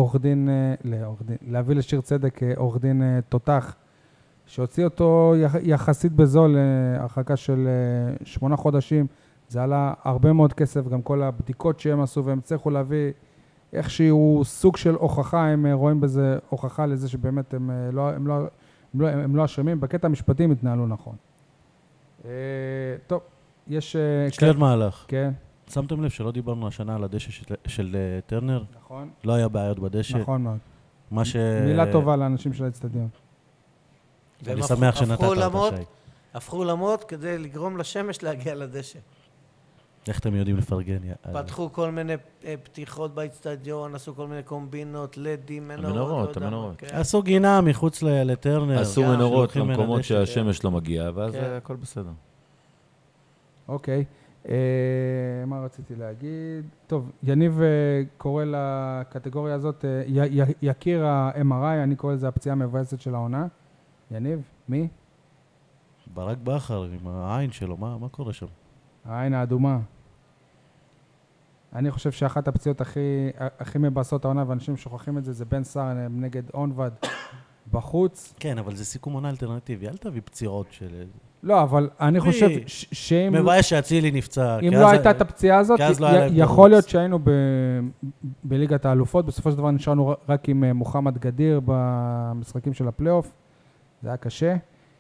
להביא לשיר צדק עורך דין תותח, שהוציא אותו יחסית בזול, הרחקה של 8 חודשים. זה עלה הרבה מאוד כסף, גם כל הבדיקות שהם עשו, והם צריכו להביא איכשהו סוג של הוכחה, הם רואים בזה הוכחה לזה שבאמת הם לא אשמים, בקטע המשפטים התנהלו נכון. טוב, יש לי עוד מהלך. כן. שמתם לב שלא דיברנו השנה על הדשא של טרנר? נכון. לא היה בעיות בדשא. נכון מאוד. מה ש... מילה טובה לאנשים של האצטדיון. אני שמח שנתת אותה, שי. הפכו אולמות כדי לגרום לשמש להגיע לדשא. איך אתם יודעים לפרגן? פתחו כל מיני פתיחות באצטדיון, עשו כל מיני קומבינות, לדים, המנורות. עשו גינה מחוץ לטרנר. עשו מנורות למקומות שהשמש לא מגיעה, ואז הכל בסדר. אוקיי. מה רציתי להגיד? טוב, יניב קורא לקטגוריה הזאת יקיר ה-MRI, אני קורא לזה הפציעה המבאסת של העונה. יניב, מי? ברק בכר עם העין שלו, מה קורה שם? העין האדומה. אני חושב שאחת הפציעות הכי מבאסות העונה, ואנשים שוכחים את זה, זה בן סער נגד אונבד בחוץ. כן, אבל זה סיכום עונה אלטרנטיבי, אל תביא פציעות של... לא, אבל אני חושב שאם מבאס שאצילי נפצע. אם לא הייתה את הפציעה הזאת, כי אז לא היה להם יכול תירוץ. להיות שהיינו בליגת האלופות, בסופו של דבר נשארנו רק עם מוחמד גדיר במשחקים של הפלייאוף, זה היה קשה.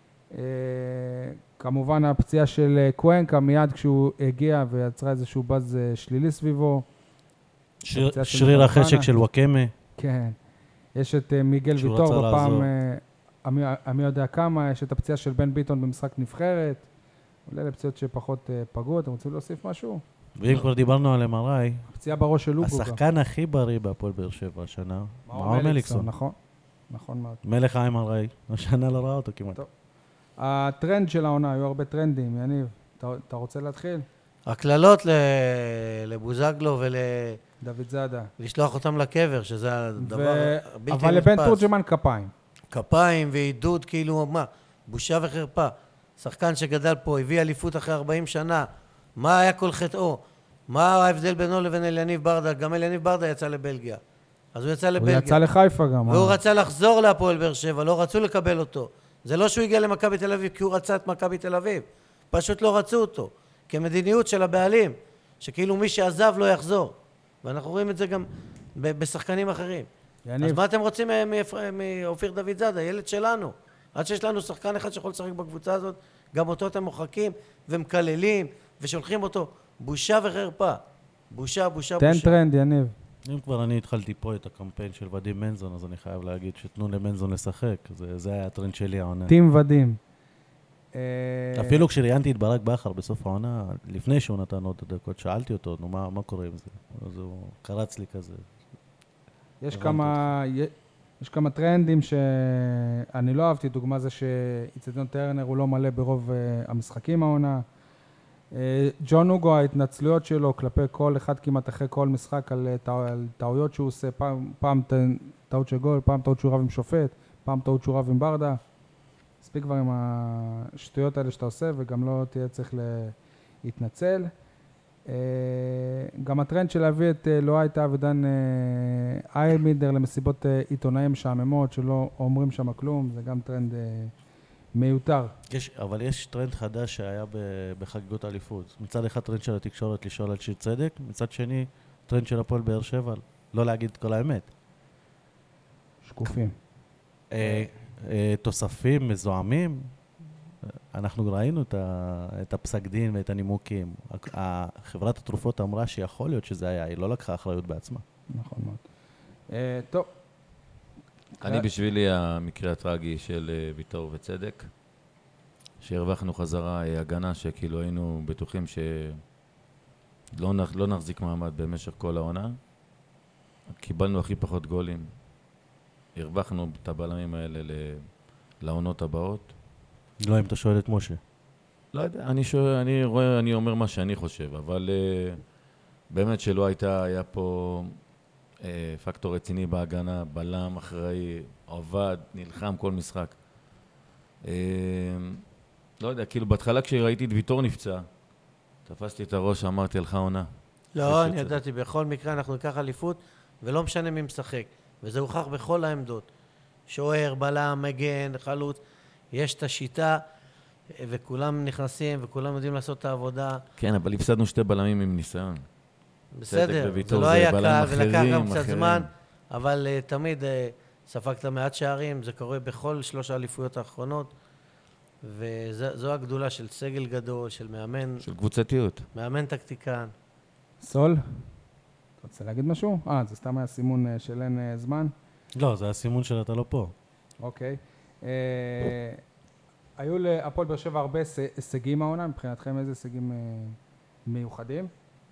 כמובן הפציעה של קוונקה מיד כשהוא הגיע ויצרה איזשהו באז שלילי סביבו. שריר החשק של וואקמה. כן. יש את מיגל שהוא ויטור רצה בפעם, לעזור. מי יודע כמה, יש את הפציעה של בן ביטון במשחק נבחרת. אולי לפציעות שפחות פגעו, אתם רוצים להוסיף משהו? ואם כבר דיברנו על MRI, פציעה בראש של לוגו. השחקן הכי בריא בהפועל באר שבע השנה, מאור מליקסון. נכון, נכון מאוד. מלך ה-MRI, השנה לא ראה אותו כמעט. טוב. הטרנד של העונה, היו הרבה טרנדים, יניב, אתה רוצה להתחיל? הקללות לבוזגלו דוד זאדה. ולשלוח אותם לקבר, שזה הדבר הבלתי נתפס. אבל לבן תורג'מן כפיים. כפיים ועידוד, כאילו, מה? בושה וחרפה. שחקן שגדל פה, הביא אליפות אחרי 40 שנה, מה היה כל חטאו? מה ההבדל בינו לבין אליניב ברדה? גם אליניב ברדה יצא לבלגיה. אז הוא יצא הוא לבלגיה. יצא לחיפה גם. והוא רצה לחזור להפועל באר שבע, לא רצו לקבל אותו. זה לא שהוא הגיע למכבי תל אביב כי הוא רצה את מכבי תל אביב. פשוט לא רצו אותו. כמדיניות של הבעלים, שכאילו מי שעזב לא יחזור. ואנחנו רואים את זה גם בשחקנים אחרים. יניב. אז מה אתם רוצים מאופיר דוד זאדה, ילד שלנו? עד שיש לנו שחקן אחד שיכול לשחק בקבוצה הזאת, גם אותו אתם מוחקים ומקללים ושולחים אותו. בושה וחרפה. בושה, בושה, תן בושה. טרנד, יניב. אם כבר אני התחלתי פה את הקמפיין של ודים מנזון, אז אני חייב להגיד שתנו למנזון לשחק. זה היה הטרנד שלי העונה. טים ודים. אפילו כשראיינתי את ברק בכר בסוף העונה, לפני שהוא נתן עוד דקות, שאלתי אותו, נו, מה קורה עם זה? אז הוא קרץ לי כזה. יש כמה טרנדים שאני לא אהבתי, דוגמה זה שאיצטדיון טרנר הוא לא מלא ברוב המשחקים העונה. ג'ון אוגו, ההתנצלויות שלו כלפי כל אחד כמעט אחרי כל משחק על טעויות שהוא עושה, פעם טעות של גול, פעם טעות שהוא רב עם שופט, פעם טעות שהוא רב עם ברדה. מספיק כבר עם השטויות האלה שאתה עושה וגם לא תהיה צריך להתנצל. גם הטרנד של להביא את לואי טאה ודן איילמידר למסיבות עיתונאים משעממות שלא אומרים שם כלום, זה גם טרנד מיותר. אבל יש טרנד חדש שהיה בחגיגות האליפות. מצד אחד טרנד של התקשורת לשאול על שיר צדק, מצד שני טרנד של הפועל באר שבע, לא להגיד את כל האמת. שקופים. תוספים מזוהמים, אנחנו ראינו את הפסק דין ואת הנימוקים. חברת התרופות אמרה שיכול להיות שזה היה, היא לא לקחה אחריות בעצמה. נכון מאוד. טוב. אני בשבילי המקרה הטרגי של ויטור וצדק, שהרווחנו חזרה הגנה שכאילו היינו בטוחים שלא נחזיק מעמד במשך כל העונה. קיבלנו הכי פחות גולים. הרווחנו את הבלמים האלה לעונות הבאות. לא אם אתה שואל את משה. לא יודע, אני אומר מה שאני חושב, אבל באמת שלא היה פה פקטור רציני בהגנה, בלם, אחראי, עובד, נלחם כל משחק. לא יודע, כאילו בהתחלה כשראיתי את ויטור נפצע, תפסתי את הראש, אמרתי לך עונה. לא, אני ידעתי, בכל מקרה אנחנו ניקח אליפות, ולא משנה מי משחק. וזה הוכח בכל העמדות. שוער, בלם, מגן, חלוץ. יש את השיטה, וכולם נכנסים, וכולם יודעים לעשות את העבודה. כן, אבל הפסדנו שתי בלמים עם ניסיון. בסדר, זה לא היה קל, ולקח גם קצת זמן, אבל תמיד ספגת מעט שערים, זה קורה בכל 3 האליפויות האחרונות, וזו הגדולה של סגל גדול, של מאמן. של קבוצתיות. מאמן טקטיקן. סול, אתה רוצה להגיד משהו? זה סתם היה סימון של אין זמן? לא, זה הסימון של אתה לא פה. אוקיי. היו להפועל באר שבע הרבה הישגים העונה, מבחינתכם איזה הישגים מיוחדים?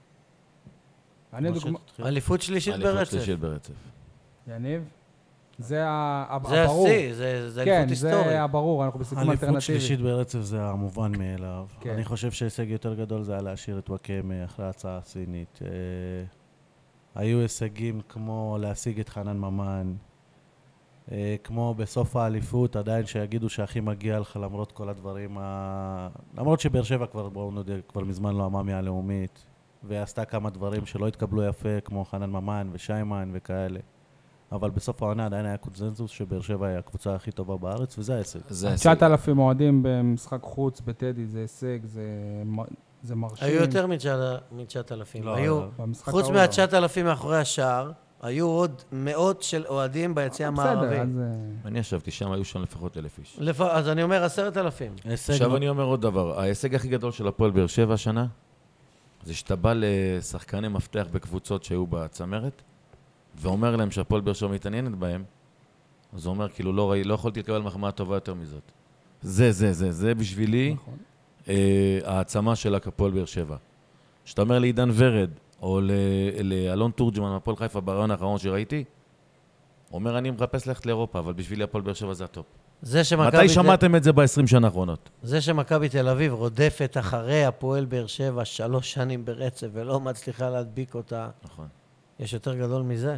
אליפות שלישית ברצף. אליפות שלישית ברצף. יניב? זה הברור. זה השיא, זה אליפות היסטורית. כן, זה הברור, אנחנו בסיכום אלטרנטיבי. אליפות שלישית ברצף זה המובן מאליו. כן. אני חושב שהישג יותר גדול זה היה להשאיר את וואקמה אחרי ההצעה הסינית. היו הישגים כמו להשיג את חנן ממן, כמו בסוף האליפות, עדיין שיגידו שהכי מגיע לך למרות כל הדברים, למרות שבאר שבע כבר, בואו נודה, כבר מזמן לא המאמי הלאומית, ועשתה כמה דברים שלא התקבלו יפה, כמו חנן ממן ושיימן וכאלה. אבל בסוף העונה עדיין היה קונצנזוס שבאר שבע היה הקבוצה הכי טובה בארץ, וזה ההישג. זה ההישג. 9,000 אוהדים במשחק חוץ בטדי, זה הישג, זה מרשים. היו יותר מ-9,000. לא, היו, לא. במשחק חוץ ההוא לא. מה-9,000 מאחורי השער, היו עוד מאות של אוהדים ביציע המערבי. בסדר, אז... אני ישבתי שם, היו שם לפחות 1,000 איש. אז אני אומר 10,000. הישג עכשיו אני אומר עוד דבר, ההישג הכי גדול של הפועל באר שבע השנה, זה שאתה בא לשחקני מפתח בקבוצות שהיו בצמרת, ואומר להם שהפועל באר שבע מתעניינת בהם, אז הוא אומר, כאילו, לא יכולתי לקבל מחמאה טובה יותר מזאת. זה בשבילי העצמה של הפועל באר שבע. שאתה אומר לעידן ורד, או לאלון תורג'מן מהפועל חיפה ברעיון האחרון שראיתי, הוא אומר, אני מחפש ללכת לאירופה, אבל בשבילי הפועל באר שבע זה הטופ. מתי שמעתם את זה ב-20 שנה האחרונות? זה שמכבי תל אביב רודפת אחרי הפועל באר שבע 3 שנים ברצף ולא מצליחה להדביק אותה, נכון. יש יותר גדול מזה.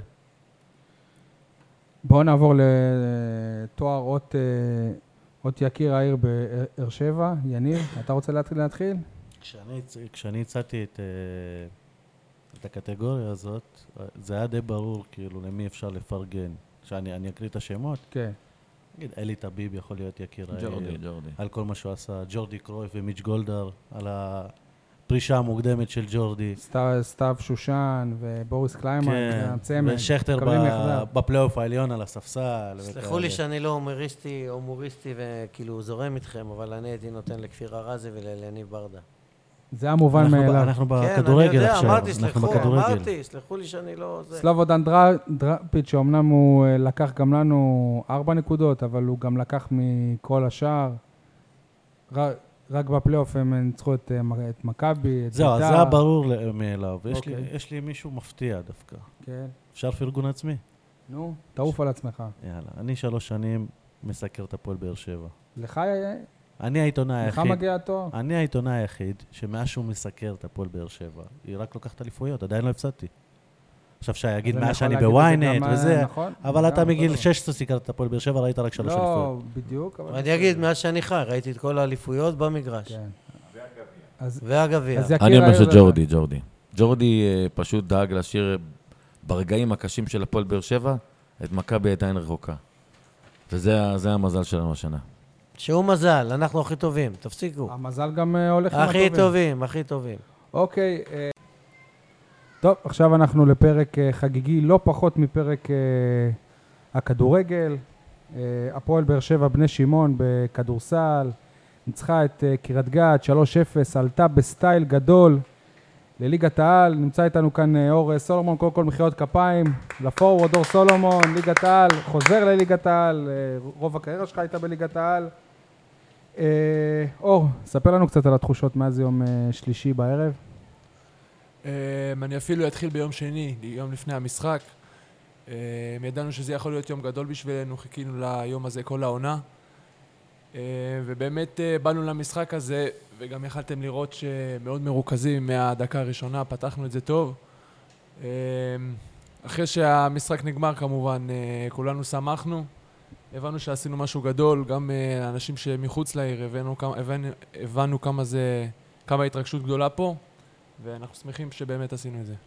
בואו נעבור לתואר אות יקיר העיר באר שבע. יניב, אתה רוצה להתחיל? כשאני הצעתי את הקטגוריה הזאת, זה היה די ברור כאילו למי אפשר לפרגן. שאני אקריא את השמות? כן. נגיד, אלי טביב יכול להיות יקיר העיר. ג'ורדי. על כל מה שהוא עשה. ג'ורדי קרויף ומיץ' גולדהר, על הפרישה המוקדמת של ג'ורדי. סתיו שושן ובוריס קליימן, כן, הצמד. ושכטר בפלייאוף העליון על הספסל. סלחו לי שאני לא הומוריסטי וכאילו זורם איתכם, אבל אני הייתי נותן לכפיר ארזי ולניב ברדה. זה המובן מאליו. אנחנו בכדורגל עכשיו. אמרתי, סלחו לי שאני לא... סלובודן דראפיץ', שאומנם הוא לקח גם לנו 4 נקודות, אבל הוא גם לקח מכל השאר. רק בפלייאוף הם ניצחו את מכבי, את זהו, זה היה ברור מאליו. יש לי מישהו מפתיע דווקא. כן. אפשר פרגון עצמי? נו, תעוף על עצמך. יאללה, אני 3 שנים מסקר את הפועל באר שבע. לך מגיע התואר? אני העיתונאי היחיד שמאז שהוא מסקר את הפועל באר שבע, היא רק לוקחת אליפויות, עדיין לא הפסדתי. עכשיו שיגיד מה שאני בוויינט וזה, אבל אתה מגיל 16 סיקרת את הפועל באר שבע, ראית רק 3 אליפויות. לא, בדיוק. אני אגיד, מאז שאני חי, ראיתי את כל האליפויות במגרש. והגביע. אני אומר ג'ורדי פשוט דאג להשאיר ברגעים הקשים של הפועל באר שבע, את מכבי עדיין רחוקה. וזה המזל שלנו השנה. שהוא מזל, אנחנו הכי טובים, תפסיקו. המזל גם הולך עם הטובים. הכי טובים. אוקיי. טוב, עכשיו אנחנו לפרק חגיגי, לא פחות מפרק הכדורגל. הפועל באר שבע בני שמעון בכדורסל, ניצחה את קריית גת 3-0, עלתה בסטייל גדול לליגת העל. נמצא איתנו כאן אור סולומון, קודם כל מחיאות כפיים לפורוורד. אור סולומון, ליגת העל, חוזר לליגת העל, רוב הקריירה שלך הייתה בליגת העל. אור, ספר לנו קצת על התחושות מאז יום שלישי בערב. אני אפילו אתחיל ביום שני, יום לפני המשחק. ידענו שזה יכול להיות יום גדול בשבילנו, חיכינו ליום הזה כל העונה. ובאמת באנו למשחק הזה, וגם יכלתם לראות שמאוד מרוכזים מהדקה הראשונה, פתחנו את זה טוב. אחרי שהמשחק נגמר כמובן, כולנו שמחנו. הבנו שעשינו משהו גדול, גם אנשים שמחוץ לעיר, הבנו כמה התרגשות גדולה פה, ואנחנו שמחים שבאמת עשינו את זה.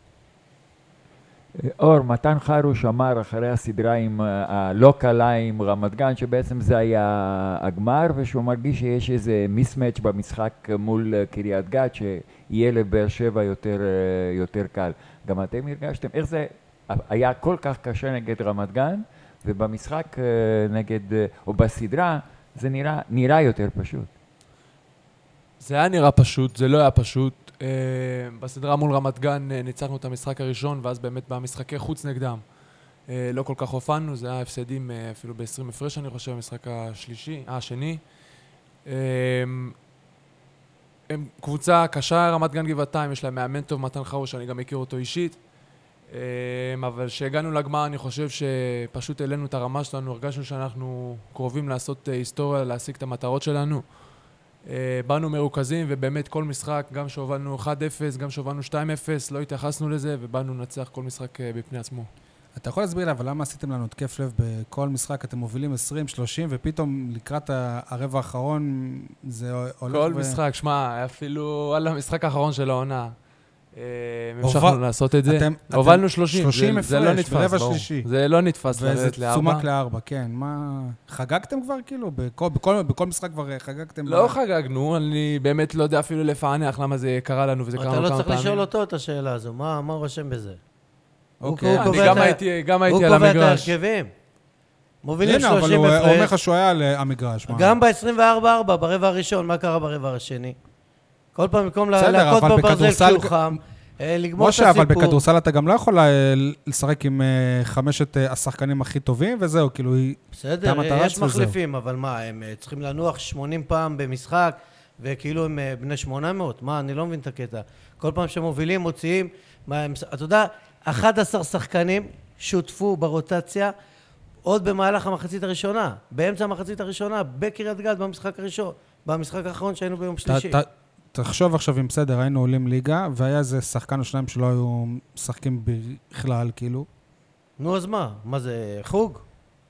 אור, מתן חרוש אמר אחרי הסדרה עם הלא קלה עם רמת גן, שבעצם זה היה הגמר, ושהוא מרגיש שיש איזה מיסמץ' במשחק מול קריית גת, שיהיה לבאר שבע יותר קל. גם אתם הרגשתם, איך זה היה כל כך קשה נגד רמת גן, ובמשחק נגד, או בסדרה, זה נראה יותר פשוט. זה היה נראה פשוט, זה לא היה פשוט. בסדרה מול רמת גן ניצחנו את המשחק הראשון, ואז באמת במשחקי חוץ נגדם לא כל כך הופענו, זה היה הפסדים אפילו ב-20 הפרש, אני חושב, במשחק השני. הם קבוצה קשה, רמת גן גבעתיים, יש להם מאמן טוב, מתן חרוש, אני גם מכיר אותו אישית. אבל כשהגענו לגמר, אני חושב שפשוט העלינו את הרמה שלנו, הרגשנו שאנחנו קרובים לעשות היסטוריה, להשיג את המטרות שלנו. באנו מרוכזים, ובאמת כל משחק, גם שהובלנו 1-0, גם שהובלנו 2-0, לא התייחסנו לזה, ובאנו לנצח כל משחק בפני עצמו. אתה יכול להסביר לי, אבל למה עשיתם לנו התקף לב בכל משחק? אתם מובילים 20-30, ופתאום לקראת הרבע האחרון זה הולך כל משחק, שמע, אפילו על המשחק האחרון של העונה. המשכנו לעשות את זה. הובלנו 30 הפרש, זה לא נתפס, ברבע ברור. שלישי. זה לא נתפס וזה לרדת ל4. צומק ל4, כן. מה... חגגתם כבר כאילו? בכל משחק כבר חגגתם? לא חגגנו, אני באמת לא יודע אפילו לפענח למה זה קרה לנו, וזה קרה לנו כמה פעמים. אתה לא צריך לשאול אותו את השאלה הזו, מה הוא רשם בזה? אוקיי. אני גם הייתי על הוא קובע את המגרש. ההרכבים. מובילים 30 הנה, הפרש. אבל הוא אומר לך שהוא היה על המגרש. גם ב-24-4, ברבע הראשון, מה קרה ברבע השני? כל פעם, במקום להכות בברזל כשהוא חם, לגמור את משה, אבל הסיפור. בכדורסל אתה גם לא יכול לשחק עם 5 השחקנים הכי טובים, וזהו, כאילו... בסדר, יש מחליפים, אבל מה, הם צריכים לנוח 80 פעם במשחק, וכאילו הם בני 800? מה, אני לא מבין את הקטע. כל פעם שמובילים, מוציאים, אתה יודע, 11 שחקנים שותפו ברוטציה, עוד במהלך המחצית הראשונה, באמצע המחצית הראשונה, בקריית גת במשחק הראשון, במשחק האחרון שהיינו ביום שלישי. תחשוב עכשיו אם בסדר, היינו עולים ליגה, והיה איזה שחקן או שניים שלא היו משחקים בכלל, כאילו. נו, אז מה? מה זה, חוג?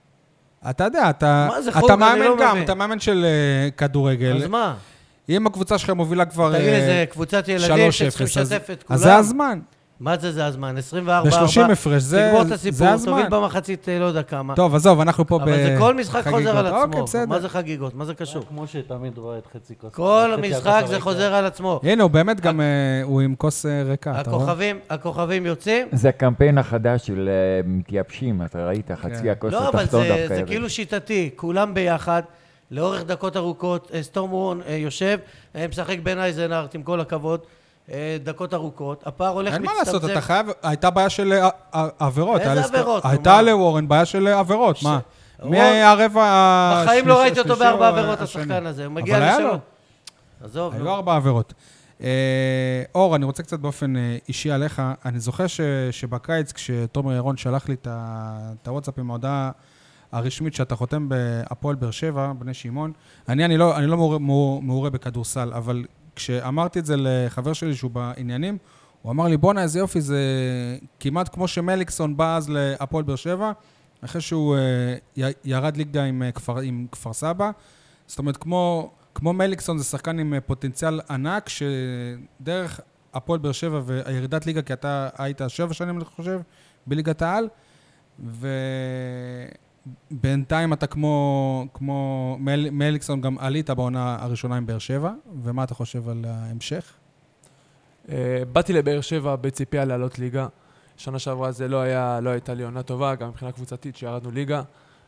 אתה יודע, אתה מאמן גם, אתה מאמן של כדורגל. אז מה? אם הקבוצה שלך מובילה כבר 3-0, תגיד, זה קבוצת ילדים שצריכים לשתף את כולם. אז זה הזמן. מה זה הזמן? 24-4. ב-30 הפרש, זה הזמן. תגמור את הסיפור, תוביל במחצית, לא יודע כמה. טוב, עזוב, אנחנו פה בחגיגות. אבל זה כל משחק חוזר על עצמו. אוקיי, בסדר. מה זה חגיגות? מה זה קשור? כמו שתמיד רואה את חצי כוס. כל משחק זה חוזר על עצמו. הנה, הוא באמת גם, הוא עם כוס ריקה, אתה רואה? הכוכבים יוצאים. זה הקמפיין החדש של מתייבשים, אתה ראית, חצי הכוס לא, התחתון אבל דווקא. זה כאילו שיטתי, כולם ביחד, לאורך דקות ארוכות, סטורם וורן יושב, משחק בן אייזנארט עם כל הכבוד, דקות ארוכות, הפער הולך מצטמצם. אין מה לעשות, אתה חייב, הייתה בעיה של עבירות. איזה עבירות? הייתה לוורן בעיה של עבירות, מה? מהרבע השלישי. בחיים לא ראיתי אותו ב4 עבירות, השחקן הזה, הוא מגיע לשם. עזוב, היו 4 עבירות. אור, אני רוצה קצת באופן אישי עליך. אני זוכר שבקיץ, כשתומר ירון שלח לי את הוואטסאפ עם ההודעה הרשמית שאתה חותם בהפועל באר שבע, בני שמעון, אני לא מעורה בכדורסל, אבל כשאמרתי את זה לחבר שלי שהוא בעניינים, הוא אמר לי, בונה, איזה יופי, זה כמעט כמו שמליקסון בא אז להפועל באר שבע, אחרי שהוא ירד ליגה עם כפר סבא. זאת אומרת, כמו מליקסון זה שחקן עם פוטנציאל ענק, שדרך הפועל באר שבע והירידת ליגה, כי אתה היית 7 שנים, אני חושב, בליגת העל, ובינתיים אתה כמו מליקסון גם עלית בעונה הראשונה עם באר שבע, ומה אתה חושב על ההמשך? באתי לבאר שבע בציפייה לעלות ליגה. שנה שעברה זה לא הייתה לי עונה טובה, גם מבחינה קבוצתית שירדנו ליגה.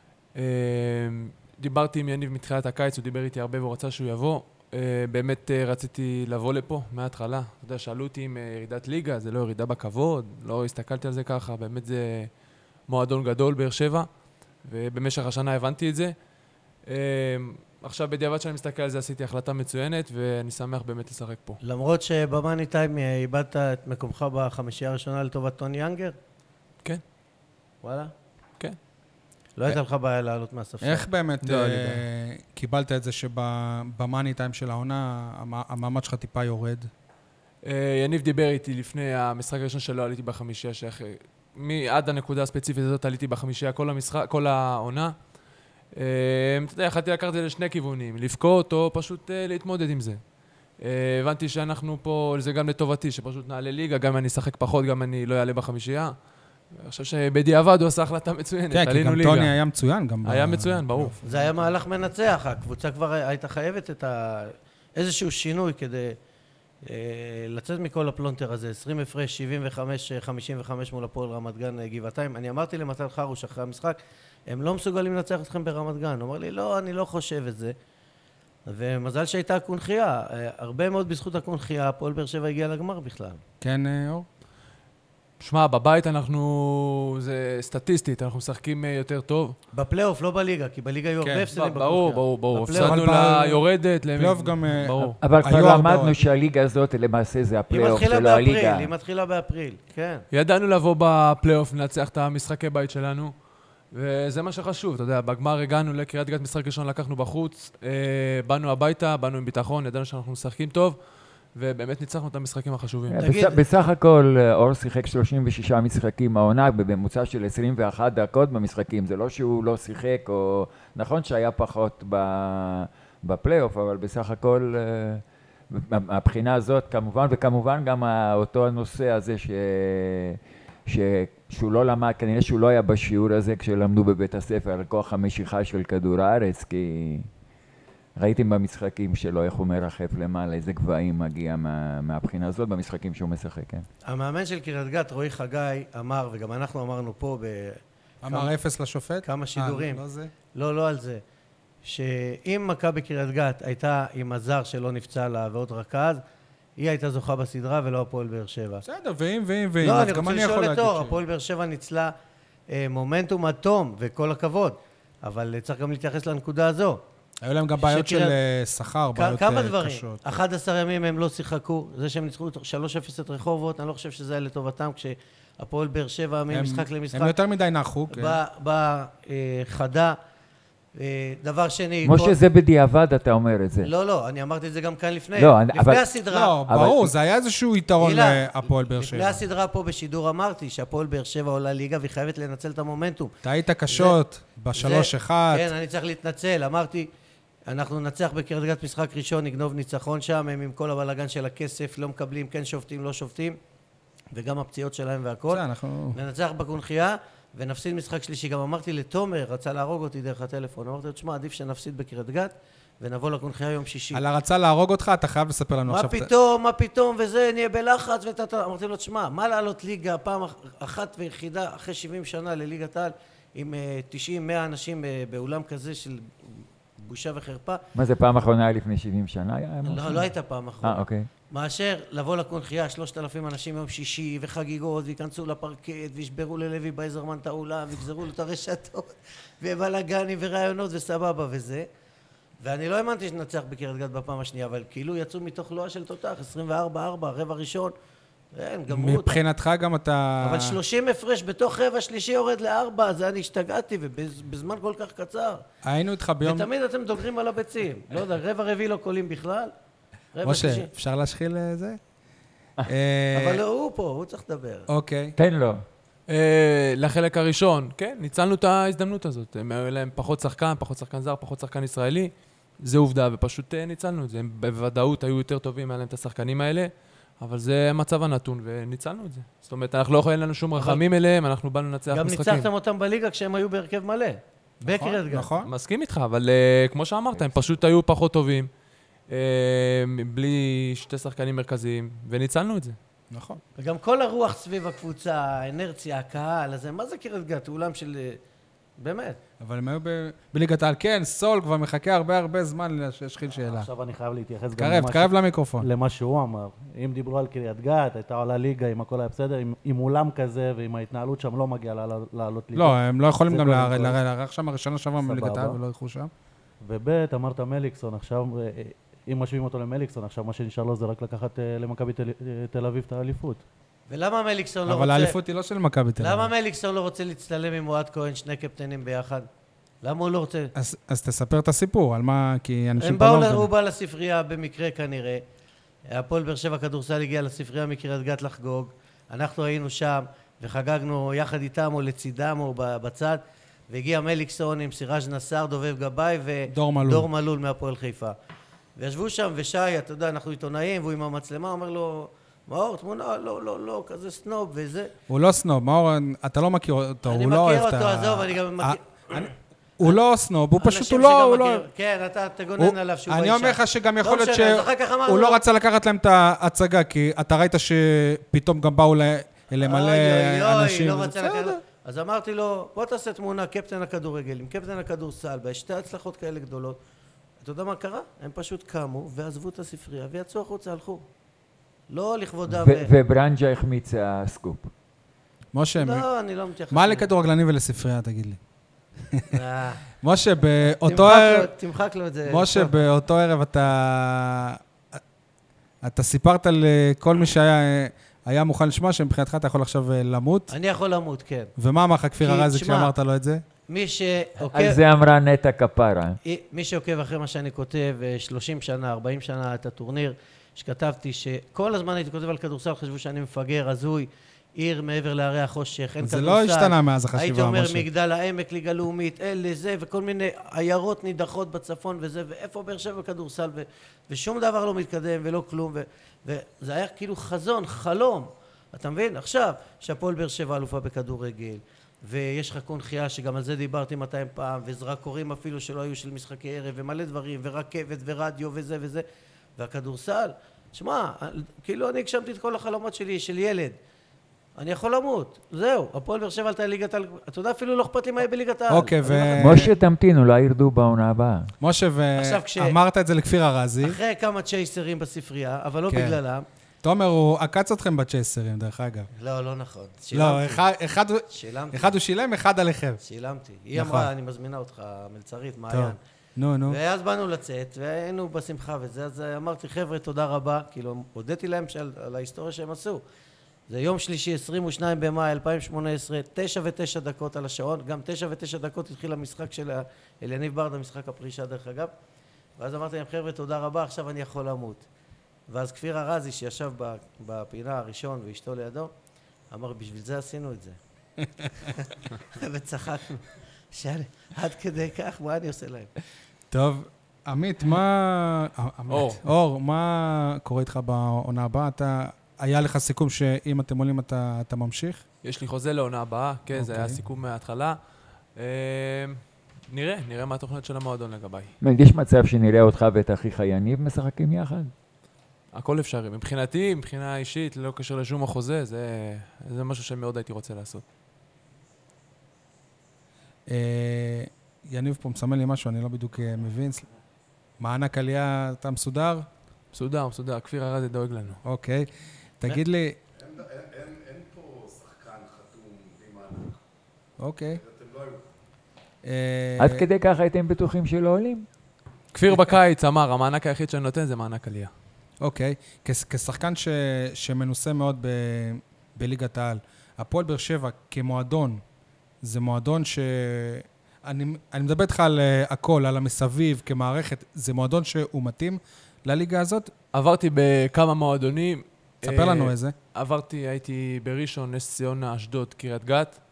דיברתי עם יניב מתחילת הקיץ, הוא דיבר איתי הרבה והוא רצה שהוא יבוא. באמת רציתי לבוא לפה מההתחלה. אתה יודע, שאלו אותי עם ירידת ליגה, זה לא ירידה בכבוד, לא הסתכלתי על זה ככה, באמת זה מועדון גדול באר שבע, ובמשך השנה הבנתי את זה. עכשיו בדיעבד שאני מסתכל על זה עשיתי החלטה מצוינת, ואני שמח באמת לשחק פה. למרות שבמאני טיים איבדת את מקומך בחמישייה הראשונה לטובת טוני יאנגר? כן. וואלה? כן. לא הייתה לך בעיה לעלות מהספסל. איך באמת קיבלת את זה שבמאני טיים של העונה המעמד שלך טיפה יורד? יניב דיבר איתי לפני המשחק הראשון שלא עליתי בחמישייה, עד הנקודה הספציפית הזאת עליתי בחמישייה כל העונה. אתה יודע, יכלתי לקחת את זה לשני כיוונים, לבכות או פשוט להתמודד עם זה. הבנתי שאנחנו פה, זה גם לטובתי, שפשוט נעלה ליגה, גם אם אני אשחק פחות, גם אני לא אעלה בחמישייה. אני חושב שבדיעבד הוא עשה החלטה מצוינת, כן, כי גם טוני היה מצוין. היה מצוין, ברור. זה היה מהלך מנצח, הקבוצה כבר הייתה חייבת את איזשהו שינוי כדי לצאת מכל הפלונטר הזה, 20 הפרש, 75-55 מול הפועל רמת גן גבעתיים. אני אמרתי למתן חרוש אחרי המשחק, הם לא מסוגלים לנצח אתכם ברמת גן. הוא אומר לי, לא, אני לא חושב את זה. ומזל שהייתה הקונחייה. הרבה מאוד בזכות הקונחייה, הפועל באר שבע הגיע לגמר בכלל. כן, אור? שמע, בבית זה סטטיסטית, אנחנו משחקים יותר טוב. בפלייאוף, לא בליגה, כי בליגה היו הרבה הפסדים בקונחייה. ברור. הפסדנו ליורדת. בפלייאוף גם... אבל כבר למדנו שהליגה הזאת למעשה זה הפלייאוף שלו הליגה. היא מתחילה באפריל, כן. ידענו לבוא בפלייאוף, לנצח את המשחקי בית שלנו. וזה מה שחשוב, אתה יודע, בגמר הגענו לקריית גת, משחק ראשון לקחנו בחוץ, באנו הביתה, באנו עם ביטחון, ידענו שאנחנו משחקים טוב, ובאמת ניצחנו את המשחקים החשובים. בסך הכל אור שיחק 36 משחקים העונה, בממוצע של 21 דקות במשחקים, זה לא שהוא לא שיחק, או נכון שהיה פחות בפלייאוף, אבל בסך הכל מהבחינה הזאת כמובן, וכמובן גם אותו הנושא הזה שהוא לא למד, כנראה שהוא לא היה בשיעור הזה כשלמדו בבית הספר על כוח המשיכה של כדור הארץ, כי ראיתם במשחקים שלו איך הוא מרחף למעלה, איזה גבהים מגיע מהבחינה הזאת במשחקים שהוא משחק, כן. המאמן של קריית גת, רועי חגי, אמר, וגם אנחנו אמרנו פה אמר 0 לשופט? כמה שידורים. לא זה? לא על זה. שאם מכבי קריית גת הייתה עם הזר שלא נפצע לה ועוד רכז, היא הייתה זוכה בסדרה ולא הפועל באר שבע. בסדר, ואם, לא, אז אני גם רוצה אני יכול לשאול להגיד את אור, הפועל באר שבע ניצלה מומנטום אטום, וכל הכבוד, אבל צריך גם להתייחס לנקודה הזו. היו להם גם בעיות של שכר, בעיות קשות. כמה דברים, 11 ימים הם לא שיחקו, זה שהם ניצחו 3-0 את רחובות, אני לא חושב שזה היה לטובתם, כשהפועל באר שבע ממשחק למשחק. הם יותר מדי נחו, כן. בחדה, דבר שני... משה, זה בדיעבד אתה אומר את זה. לא, אני אמרתי את זה גם כאן לפני. לא, לפני הסדרה. לא, ברור, זה היה איזשהו יתרון להפועל באר שבע. לפני הסדרה פה בשידור אמרתי שהפועל באר שבע עולה ליגה והיא חייבת לנצל את המומנטום. טעית קשות ב-3-1. כן, אני צריך להתנצל. אמרתי, אנחנו נצח בקריית גת משחק ראשון, נגנוב ניצחון שם, הם עם כל הבלגן של הכסף, לא מקבלים, כן שופטים, לא שופטים, וגם הפציעות שלהם והכל. ננצח בקונחייה. ונפסיד משחק שלישי. גם אמרתי לתומר, רצה להרוג אותי דרך הטלפון. אמרתי לו, תשמע, עדיף שנפסיד בקריית גת, ונבוא לקונחייה יום שישי. על הרצה להרוג אותך, אתה חייב לספר לנו עכשיו. מה פתאום, וזה, נהיה בלחץ, אמרתי לו, תשמע, מה לעלות ליגה פעם אחת ויחידה, אחרי 70 שנה לליגת העל, עם 90-100 אנשים באולם כזה של בושה וחרפה. מה זה, פעם אחרונה היה לפני 70 שנה? לא הייתה פעם אחרונה. אוקיי. מאשר לבוא לקונחייה 3,000 אנשים יום שישי וחגיגות ויכנסו לפרקט וישברו ללוי בייזרמן את האולם ויגזרו לו את הרשתות ובלגנים ורעיונות וסבבה וזה, ואני לא האמנתי שנצח בקריית גת בפעם השנייה, אבל כאילו יצאו מתוך לואה של תותח 24-4, רבע ראשון, אין, גמרו אותה. מבחינתך גם אתה... אבל 30 הפרש בתוך רבע שלישי יורד ל4, זה אני השתגעתי ובזמן כל כך קצר. היינו איתך ביום... ותמיד אתם דוגרים על הביצים, לא יודע, רבע רביעי לא קולים בכלל. משה, אפשר להשחיל זה? אבל הוא פה, הוא צריך לדבר. אוקיי. תן לו. לחלק הראשון, כן, ניצלנו את ההזדמנות הזאת. הם היו להם פחות שחקן זר, פחות שחקן ישראלי. זה עובדה, ופשוט ניצלנו את זה. הם בוודאות היו יותר טובים, היה להם את השחקנים האלה, אבל זה המצב הנתון, וניצלנו את זה. זאת אומרת, אנחנו לא יכולים לנו שום רחמים אליהם, אנחנו באנו לנצח משחקים. גם ניצחתם אותם בליגה כשהם היו בהרכב מלא. בקריית גת. נכון. מסכים איתך, אבל כמו שאמרת, הם פשוט היו פחות טובים. בלי שתי שחקנים מרכזיים, וניצלנו את זה. נכון. וגם כל הרוח סביב הקבוצה, האנרציה, הקהל, אז מה זה קריית גת? אולם של... באמת. אבל הם היו בליגת העל. כן, סול כבר מחכה הרבה זמן להשחיל שאלה. עכשיו אני חייב להתייחס גם קרב למיקרופון. למה שהוא אמר. אם דיברו על קריית גת, הייתה עולה ליגה, אם הכל היה בסדר, עם אולם כזה ועם ההתנהלות שם לא מגיע לעלות ליגה. לא, הם לא יכולים גם לארח שם הראשונה שעברה מליגת העל ולא ילכו שם. וב' אמרת מליקסון, עכשיו... אם משווים אותו למליקסון, עכשיו מה שנשאר לו זה רק לקחת למכבי תל אביב את האליפות. ולמה מליקסון לא רוצה... אבל האליפות היא לא של מכבי תל אביב. למה מליקסון לא רוצה להצטלם עם אוהד כהן, שני קפטנים ביחד? למה הוא לא רוצה? אז תספר את הסיפור, על מה, כי אנשים... הוא בא לספרייה במקרה כנראה. הפועל באר שבע כדורסל הגיע לספרייה מקריית גת לחגוג. אנחנו היינו שם וחגגנו יחד איתם או לצידם או בצד. והגיע מליקסון עם סיראז' נסאר, דובב גבאי ודור מלול מהפועל חיפה. וישבו שם, ושי, אתה יודע, אנחנו עיתונאים, והוא עם המצלמה, אומר לו, מאור, תמונה, לא, כזה סנוב וזה. הוא לא סנוב, מאור, אתה לא מכיר אותו, הוא לא אוהב את ה... אני מכיר אותו, עזוב, אני גם מכיר... הוא לא סנוב, הוא פשוט, הוא לא... כן, אתה תגונן עליו שהוא באישה. אני אומר לך שגם יכול להיות שהוא לא רצה לקחת להם את ההצגה, כי אתה ראית שפתאום גם באו למלא אנשים. לא רצה לקחת... אז אמרתי לו, בוא תעשה תמונה, קפטן הכדורגל, עם קפטן הכדורסל, בשתי הצלחות כאלה גדולות. אתה יודע מה קרה? הם פשוט קמו ועזבו את הספרייה ויצאו החוצה, הלכו. לא לכבודם... וברנג'ה החמיץ הסקופ. משה, לא, אני לא מתייחס... מה לכדורגלנים ולספרייה, תגיד לי? משה, באותו ערב... תמחק לו את זה. משה, באותו ערב אתה סיפרת לכל מי שהיה מוכן לשמוע שמבחינתך אתה יכול עכשיו למות. אני יכול למות, כן. ומה אמר לך כפיר ארזי כשאמרת לו את זה? מי שעוקב... על זה אמרה נטע כפרה. מי שעוקב אחרי מה שאני כותב, 30 שנה, 40 שנה את הטורניר, שכתבתי שכל הזמן הייתי כותב על כדורסל, חשבו שאני מפגר, הזוי, עיר מעבר להרי החושך, אין זה כדורסל. לא השתנה מאז החשיבה, הייתי אומר משה. מגדל העמק, ליגה לאומית, אלה זה, וכל מיני עיירות נידחות בצפון וזה, ואיפה באר שבע בכדורסל, ושום דבר לא מתקדם ולא כלום, וזה היה כאילו חזון, חלום. אתה מבין? עכשיו, שהפועל באר שבע אלופה בכדורגל, ויש לך קונחייה שגם על זה דיברתי 200 פעם, וזרקורים אפילו שלא היו של משחקי ערב, ומלא דברים, ורכבת ורדיו וזה וזה, והכדורסל, שמע, כאילו אני הגשמתי את כל החלומות שלי, של ילד. אני יכול למות, זהו, הפועל באר שבע עלתה ליגת העל, אתה יודע אפילו לא אכפת לי מה יהיה בליגת העל. אוקיי, משה תמתין, אולי ירדו בעונה הבאה. משה, ואמרת את זה לכפיר ארזי. אחרי כמה צ'ייסרים בספרייה, אבל לא כן. בגללם. תומר, הוא עקץ אתכם בצ'ייסרים, דרך אגב. לא, לא נכון. לא, שילמתי. אחד הוא שילם, אחד עליכם. שילמתי. היא נכון. אמרה, אני מזמינה אותך, מלצרית, מעיין. נו. ואז באנו לצאת, והיינו בשמחה וזה, אז אמרתי, חבר'ה, תודה רבה, כאילו, הודיתי להם על ההיסטוריה שהם עשו. זה יום שלישי, 22 במאי 2018, 9:09 על השעון, גם 9:09 התחיל המשחק של אליניב ברדה, משחק הפרישה דרך אגב, ואז אמרתי להם, חבר'ה, תודה רבה, עכשיו אני יכול למות. ואז כפיר ארזי, שישב בפינה הראשון ואשתו לידו, אמר, בשביל זה עשינו את זה. וצחקנו. שאלה, עד כדי כך, מה אני עושה להם? טוב, עמית, אור, מה קורה איתך בעונה הבאה? היה לך סיכום שאם אתם עולים אתה ממשיך? יש לי חוזה לעונה הבאה, כן, זה היה אוקיי. סיכום מההתחלה. נראה מה התוכנית של המועדון לגביי. יש מצב שנראה אותך ואת אחיך יניב משחקים יחד? הכל אפשרי. מבחינתי, מבחינה אישית, ללא קשר לשום החוזה, זה משהו שמאוד הייתי רוצה לעשות. יניב פה מסמל לי משהו, אני לא בדיוק מבין. מענק עלייה, אתה מסודר? מסודר. כפיר ארזי דואג לנו. אוקיי. תגיד לי... אין פה שחקן חתום בלי מענק. אוקיי. אתם לא היו. עד כדי כך הייתם בטוחים שלא עולים? כפיר בקיץ אמר, המענק היחיד שאני נותן זה מענק עלייה. אוקיי. כשחקן שמנוסה מאוד בליגת העל, הפועל באר שבע כמועדון, זה מועדון אני מדבר איתך על הכל, על המסביב, כמערכת, זה מועדון שהוא מתאים לליגה הזאת? עברתי בכמה מועדונים. תספר לנו איזה. הייתי בראשון, נס ציונה, אשדוד, קריית גת.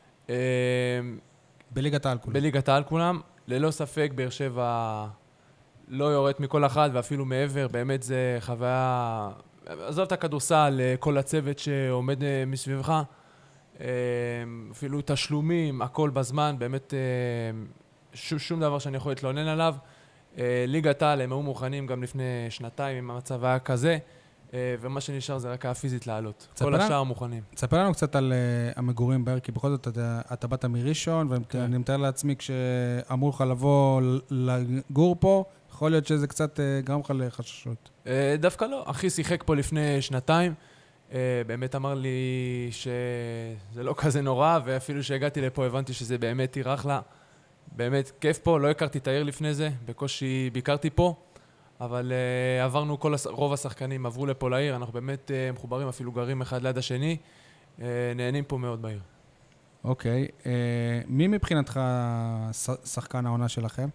בליגת העל כולם. בליגת העל כולם. ללא ספק, באר שבע לא יורד מכל אחד, ואפילו מעבר, באמת זה חוויה... עזוב את הכדורסל, כל הצוות שעומד מסביבך, אפילו תשלומים, הכל בזמן, באמת שום דבר שאני יכול להתלונן עליו. ליגת העל, הם היו מוכנים גם לפני שנתיים, אם המצב היה כזה, ומה שנשאר זה רק הפיזית לעלות. כל השאר מוכנים. תספר לנו קצת על המגורים בעיר, כי בכל זאת אתה באת מראשון, ואני מתאר לעצמי כשאמרו לך לבוא לגור פה, יכול להיות שזה קצת גרם לך לחששות. דווקא לא. אחי שיחק פה לפני שנתיים, באמת אמר לי שזה לא כזה נורא, ואפילו שהגעתי לפה הבנתי שזה באמת עיר אחלה. באמת כיף פה, לא הכרתי את העיר לפני זה, בקושי ביקרתי פה, אבל עברנו, רוב השחקנים עברו לפה לעיר, אנחנו באמת מחוברים, אפילו גרים אחד ליד השני, נהנים פה מאוד בעיר. אוקיי, מי מבחינתך שחקן העונה שלכם?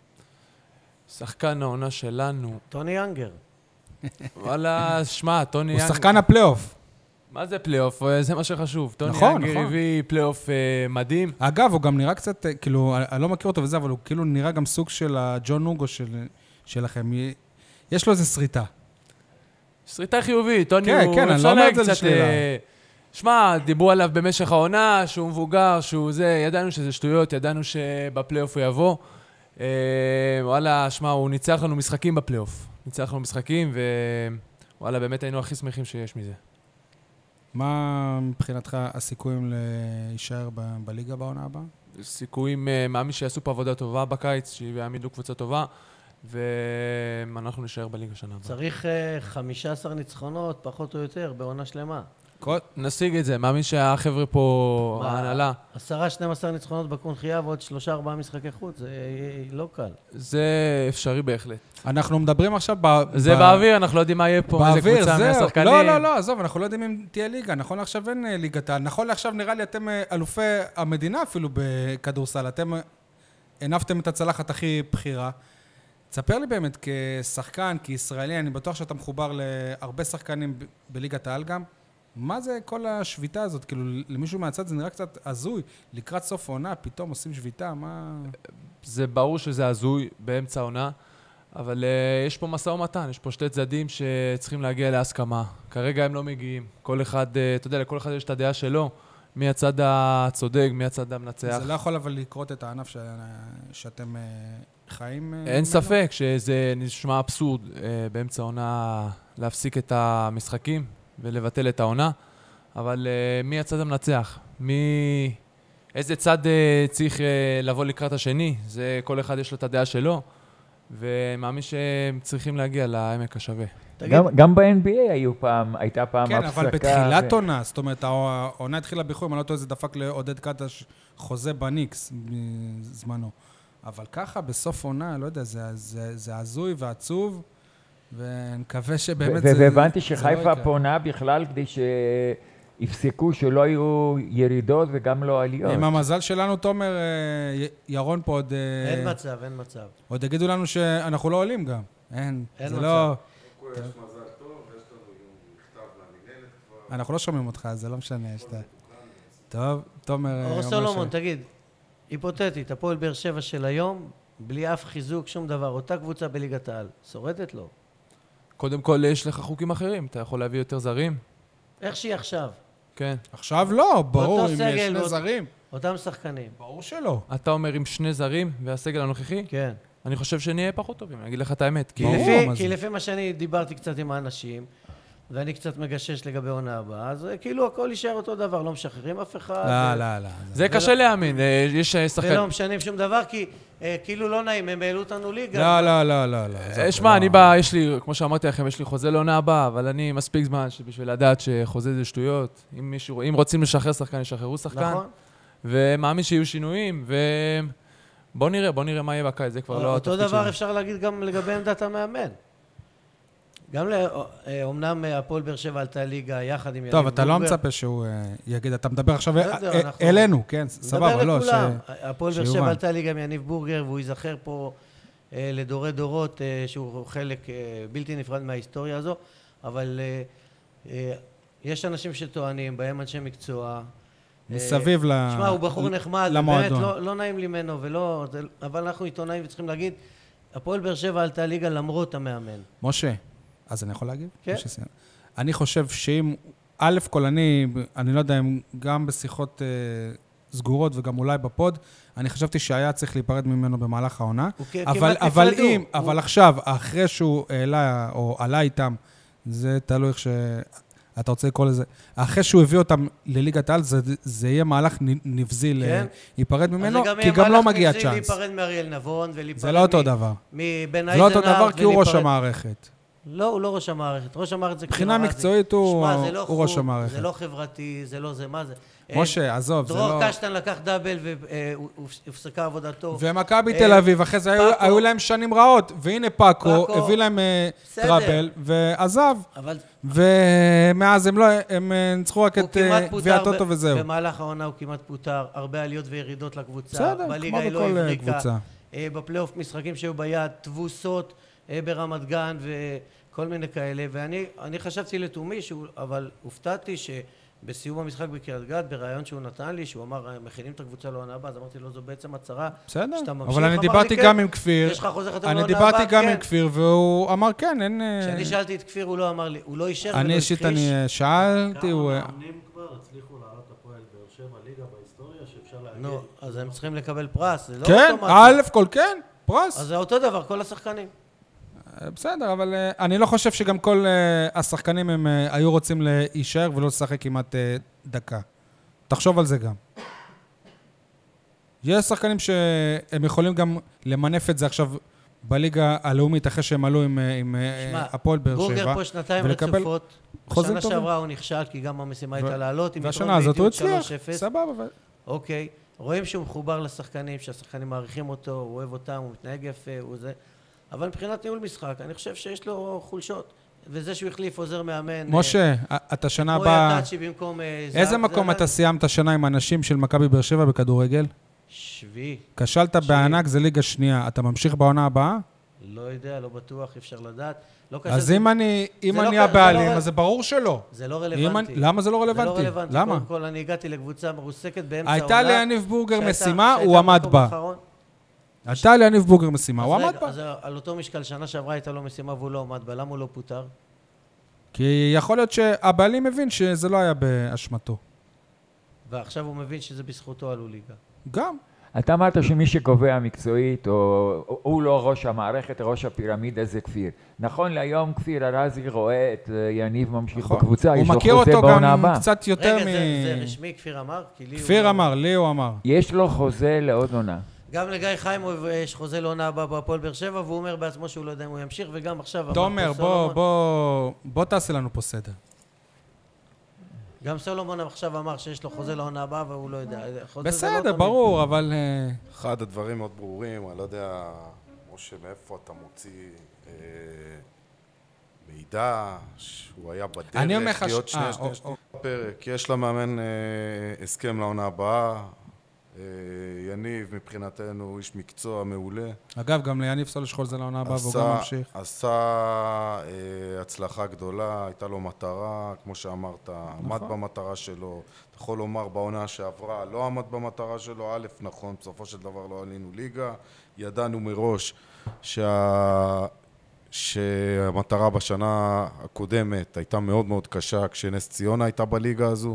שחקן העונה שלנו... טוני יאנגר. וואלה, שמע, טוני יאנגר... הוא שחקן הפלייאוף. מה זה פלייאוף? זה מה שחשוב. טוני נכון, יאנגר הביא פלייאוף מדהים. אגב, הוא גם נראה קצת, כאילו, אני לא מכיר אותו וזה, אבל הוא כאילו נראה גם סוג של הג'ון נוגו שלכם. יש לו איזה שריטה. שריטה חיובית, טוני כן, הוא... כן, אני לא אומר את זה לשלילה. שמע, דיברו עליו במשך העונה, שהוא מבוגר, שהוא זה, ידענו שזה שטויות, ידענו שבפלייאוף הוא יבוא. וואלה, שמע, הוא ניצח לנו משחקים בפלייאוף. ניצח לנו משחקים, ווואלה, באמת היינו הכי שמחים שיש מזה. מה מבחינתך הסיכויים להישאר בליגה בעונה הבאה? סיכויים, מאמין שיעשו פה עבודה טובה בקיץ, שיעמידו קבוצה טובה, ואנחנו נשאר בליגה שנה הבאה. צריך 15 ניצחונות, פחות או יותר, בעונה שלמה. נשיג את זה, מאמין שהחבר'ה פה, ההנהלה. 10-12 ניצחונות בקונחייה ועוד 3-4 משחקי חוץ, זה לא קל. זה אפשרי בהחלט. אנחנו מדברים עכשיו זה באוויר, אנחנו לא יודעים מה יהיה פה, איזה קבוצה מהשחקנים. לא, עזוב, אנחנו לא יודעים אם תהיה ליגה. נכון לעכשיו אין ליגתה. נכון לעכשיו נראה לי אתם אלופי המדינה אפילו בכדורסל. אתם הנפתם את הצלחת הכי בחירה. תספר לי באמת כשחקן, כישראלי, אני בטוח שאתה מחובר להרבה שחקנים בליגת העל גם. מה זה כל השביתה הזאת? כאילו, למישהו מהצד זה נראה קצת הזוי. לקראת סוף העונה, פתאום עושים שביתה, מה... זה ברור שזה הזוי באמצע העונה, אבל יש פה משא ומתן, יש פה שתי צדדים שצריכים להגיע להסכמה. כרגע הם לא מגיעים. כל אחד, אתה יודע, לכל אחד יש את הדעה שלו, מי הצד הצודק, מי הצד המנצח. זה לא יכול אבל לקרות את הענף שאתם חיים... אין ספק שזה נשמע אבסורד באמצע העונה להפסיק את המשחקים ולבטל את העונה, אבל מי הצד המנצח? איזה צד צריך לבוא לקראת השני? זה כל אחד יש לו את הדעה שלו, ומאמין שהם צריכים להגיע לעמק השווה. גם ב-NBA הייתה פעם כן, הפסקה. אבל בתחילת עונה, זאת אומרת, העונה התחילה באיחור, אם אני לא טועה, זה דפק לעודד קטש חוזה בניקס בזמנו. אבל ככה, בסוף עונה, לא יודע, זה הזוי ועצוב, ונקווה שבאמת זה... והבנתי שחיפה פונה בכלל כדי שיפסקו שלא היו ירידות וגם לא עליות. עם המזל שלנו, תומר, ירון פה עוד... אין מצב, אין מצב. עוד יגידו לנו שאנחנו לא עולים גם. אין, אין זה מצב. לא... יש מזל טוב, יש לנו מכתב מהמנהלת כבר. אנחנו לא שומעים אותך, זה לא משנה. טוב, תומר... אור סולומון, תגיד, היפותטית, הפועל באר שבע של היום, בלי אף חיזוק, שום דבר, אותה קבוצה בליגת העל, שורדת לו? קודם כל יש לך חוקים אחרים, אתה יכול להביא יותר זרים. איך שהיא עכשיו, כן. עכשיו לא, ברור, באותו אם סגל, יש שני באותו- זרים. אותם שחקנים. ברור שלא. אתה אומר עם שני זרים והסגל הנוכחי? כן. אני חושב שנהיה פחות טובים, אני אגיד לך את האמת. כי ברור, מה כי זה? לפי מה שאני דיברתי קצת עם האנשים, ואני קצת מגשש לגבי עונה הבאה, אז כאילו הכל יישאר אותו דבר, לא משחררים אף אחד. לא. זה קשה להאמין, יש שחקן... ולא משנים שום דבר, כי כאילו לא נעים, הם העלו אותנו ליגה. לא. שמע, יש לי, כמו שאמרתי לכם, יש לי חוזה לעונה הבאה, אבל אני מספיק זמן בשביל לדעת שחוזה זה שטויות. אם רוצים לשחרר שחקן, ישחררו שחקן. נכון. ומאמין שיהיו שינויים, בוא נראה מה יהיה בקיץ, זה כבר לא אותו התפקיד דבר שלנו. אפשר להגיד גם לגבי עמדת המאמן. גם אומנם הפועל באר שבע עלתה ליגה יחד עם יניב טוב, אתה לא בורגר. מצפה שהוא יגיד, אתה מדבר עכשיו בסדר, אנחנו- אלינו, כן, סבבה, לא, מדבר לכולם. הפועל באר שבע שיובן. עלתה ליגה עם יניב בורגר, והוא ייזכר פה לדורי דורות, שהוא חלק בלתי נפרד מההיסטוריה הזו, אבל יש אנשים שטוענים, בהם אנשי מקצוע. מסביב שמע, הוא בחור נחמד, באמת למועדון. לא נעים לי ממנו, אבל אנחנו עיתונאים וצריכים להגיד, הפועל באר שבע עלתה ליגה למרות המאמן. משה, אז אני יכול להגיב? כן. אני חושב שאם, א' כל אני לא יודע אם גם בשיחות סגורות וגם אולי בפוד, אני חשבתי שהיה צריך להיפרד ממנו במהלך העונה. אבל עכשיו, אחרי שהוא העלה או עלה איתם, זה תלוי איך אתה רוצה לקרוא לזה, אחרי שהוא הביא אותם לליגת העל, זה יהיה מהלך נבזי להיפרד ממנו, כי גם לא מגיע צ'אנס. להיפרד מאריאל נבון ולהיפרד זה לא אותו דבר. מבן זה לא אותו אייזנארט. דבר כי הוא ראש המערכת. לא, הוא לא ראש המערכת. ראש המערכת זה מבחינה מקצועית הוא ראש המערכת. זה לא חברתי, זה לא זה, מה זה? משה, עזוב, זה לא... דרור קשטן לקח דאבל והופסקה עבודתו. ומכבי תל אביב, אחרי זה היו להם שנים רעות, והנה פאקו הביא להם טראבל ועזב. ומאז הם ניצחו רק את גביע הטוטו וזהו. במהלך העונה הוא כמעט פוטר, הרבה עליות וירידות לקבוצה. בסדר, בליגה כמו היא לא בכל הבריקה. קבוצה. בפלייאוף משחקים שהיו ביד, תבוסות ברמת גן וכל מיני כאלה. ואני חשבתי לתומי, אבל הופתעתי שבסיום המשחק בקריית גת, ברעיון שהוא נתן לי, שהוא אמר, מכינים את הקבוצה לעונה הבאה, אז אמרתי לו, זו בעצם הצהרה. בסדר, שאתה ממשיך, אבל אני אמר דיברתי לי, כן. גם עם כפיר. יש לך חוזה חתום אני לעונה הבאה? דיברתי גם כן. עם כפיר, והוא אמר כן, אין... כשאני שאלתי את כפיר, הוא לא אמר לי, הוא לא אישר ולא אני הכחיש. אישית, אני שאלתי, הוא... כמה מאמנים כבר הצליחו לעלות הפועל באר שבע ליגה בהיסטוריה שאפשר להגיד? נו, אז הם צריכים לקבל פרס, זה לא כן, אוטומטי. א' כל כן, פרס. אז זה אותו דבר, כל השחקנים. בסדר, אבל אני לא חושב שגם כל השחקנים הם היו רוצים להישאר ולא לשחק כמעט דקה. תחשוב על זה גם. יש שחקנים שהם יכולים גם למנף את זה עכשיו בליגה הלאומית, אחרי שהם עלו עם הפועל באר שבע. בורגר פה שנתיים ולקבל רצופות. חוזים בשנה טובים. שעברה הוא נכשל, כי גם המשימה הייתה לעלות. עם והשנה יתרון הזאת הוא באיטיות הצליח, 3-0. סבבה. אוקיי, רואים שהוא מחובר לשחקנים, שהשחקנים מעריכים אותו, הוא אוהב אותם, הוא מתנהג יפה, הוא זה. אבל מבחינת ניהול משחק, אני חושב שיש לו חולשות. וזה שהוא החליף עוזר מאמן... משה, אתה שנה כמו הבאה... ידעצ'י במקום... איזה מקום אתה סיימת שנה עם אנשים של מכבי באר שבע בכדורגל? שביעי. כשלת בענק, זה ליגה שנייה. אתה ממשיך בעונה הבאה? לא יודע, לא בטוח, אפשר לדעת. לא אז קשה, אם אני לא הבעלים, ר- אז זה ברור שלא. זה לא אם רלוונטי. למה זה לא זה לא רלוונטי? רלוונטי. למה? קודם כל, אני הגעתי לקבוצה מרוסקת באמצע הייתה ליניב בורגר שהייתה- משימה, שהייתה הוא עמד במקום בה. האחרון. הייתה ליניב בורגר משימה, אז הוא רגע, עמד בה. אז על אותו משקל, שנה שעברה הייתה לו משימה והוא לא עמד בה, למה הוא לא פוטר? כי יכול להיות שהבעלים מבין שזה לא היה באשמתו. ועכשיו הוא מבין שזה בזכותו עלו ליגה. גם. אתה אמרת שמי שקובע מקצועית, הוא לא ראש המערכת, ראש הפירמידה זה כפיר. נכון להיום כפיר ארזי רואה את יניב ממשיך נכון. בקבוצה, הוא יש לו מכיר חוזה אותו בעונה גם הבאה. קצת יותר רגע, מ... זה רשמי, כפיר אמר? כי לי הוא כפיר לא- אמר, לי הוא אמר. יש לו חוזה לעוד עונה. גם לגיא חיימוב יש חוזה לעונה הבאה בהפועל באר שבע, והוא אומר בעצמו שהוא לא יודע אם הוא ימשיך, וגם עכשיו אמר תומר, פה סולומון. בוא תעשה לנו פה סדר. גם סולומון עכשיו אמר שיש לו חוזה לעונה הבאה והוא לא יודע. חוזה זה לא בסדר, תמיד. ברור, אבל... אחד הדברים מאוד ברורים, אני לא יודע, משה, מאיפה אתה מוציא מידע שהוא היה בדרך אני אומר לך להיות שנייה או. פרק. יש למאמן הסכם לעונה הבאה. יניב מבחינתנו הוא איש מקצוע מעולה. אגב, גם ליניב סולשכול זה לעונה הבאה, והוא גם ממשיך. עשה הצלחה גדולה, הייתה לו מטרה, כמו שאמרת, עמד במטרה שלו. אתה יכול לומר בעונה שעברה, לא עמד במטרה שלו, א', נכון, בסופו של דבר לא עלינו ליגה. ידענו מראש שהמטרה בשנה הקודמת הייתה מאוד מאוד קשה, כשנס ציונה הייתה בליגה הזו.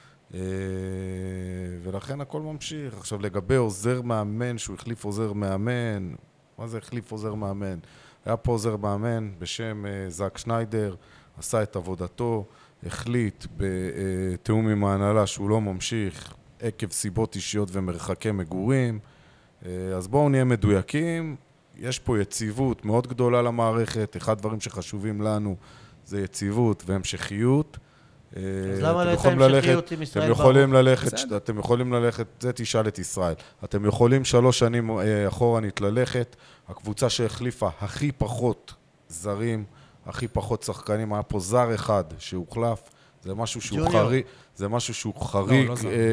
ולכן הכל ממשיך. עכשיו לגבי עוזר מאמן, שהוא החליף עוזר מאמן, מה זה החליף עוזר מאמן? היה פה עוזר מאמן בשם זק שניידר, עשה את עבודתו, החליט בתיאום עם ההנהלה שהוא לא ממשיך עקב סיבות אישיות ומרחקי מגורים. אז בואו נהיה מדויקים, יש פה יציבות מאוד גדולה למערכת, אחד הדברים שחשובים לנו זה יציבות והמשכיות. אז למה לא הייתה המשכיות עם ישראל אתם יכולים ללכת, זה תשאל את ישראל, אתם יכולים 3 שנים אחורנית ללכת, הקבוצה שהחליפה הכי פחות זרים, הכי פחות שחקנים, היה פה זר אחד שהוחלף, זה משהו שהוא חריג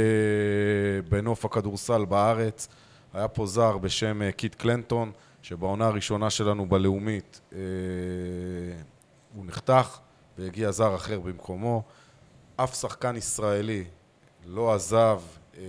בנוף הכדורסל בארץ. היה פה זר בשם קיט קלנטון, שבעונה הראשונה שלנו בלאומית הוא נחתך והגיע זר אחר במקומו. אף שחקן ישראלי לא עזב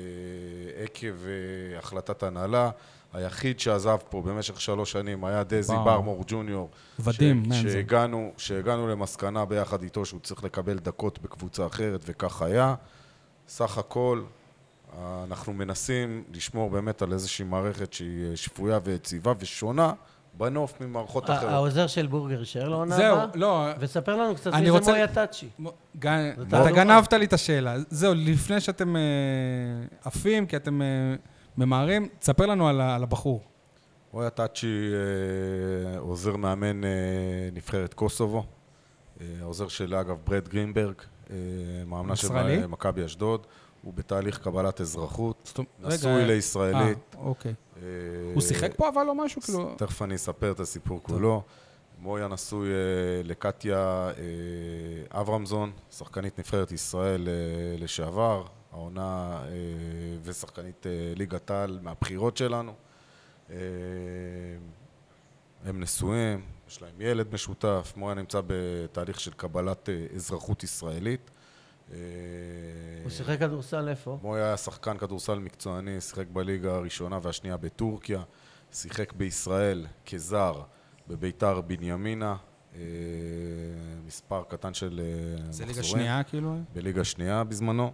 עקב החלטת הנהלה. היחיד שעזב פה במשך 3 שנים היה דזי ברמור ג'וניור. ודים, שהגענו למסקנה ביחד איתו שהוא צריך לקבל דקות בקבוצה אחרת, וכך היה. סך הכל אנחנו מנסים לשמור באמת על איזושהי מערכת שהיא שפויה ויציבה ושונה בנוף ממערכות אחרות. העוזר של בורגר יישאר לעונה זהו, הבאה? לא. וספר לנו קצת מי זה מויה טאצ'י. אתה גנבת לי את השאלה. זהו, לפני שאתם עפים, כי אתם ממהרים, תספר לנו על הבחור. מויה טאצ'י עוזר מאמן נבחרת קוסובו. העוזר שלה, אגב, ברד גרינברג, מאמנה של מכבי אשדוד. הוא בתהליך קבלת אזרחות, נשוי לישראלית. אוקיי. הוא שיחק פה אבל או משהו? תכף אני אספר את הסיפור כולו. מויה נשוי לקטיה אברמזון, שחקנית נבחרת ישראל לשעבר, העונה ושחקנית ליגת העל מהבחירות שלנו. הם נשואים, יש להם ילד משותף. מויה נמצא בתהליך של קבלת אזרחות ישראלית. הוא שיחק כדורסל איפה? מויה היה שחקן כדורסל מקצועני, שיחק בליגה הראשונה והשנייה בטורקיה, שיחק בישראל כזר בביתר בנימינה, מספר קטן של מחזורים. זה ליגה שנייה כאילו? בליגה שנייה בזמנו.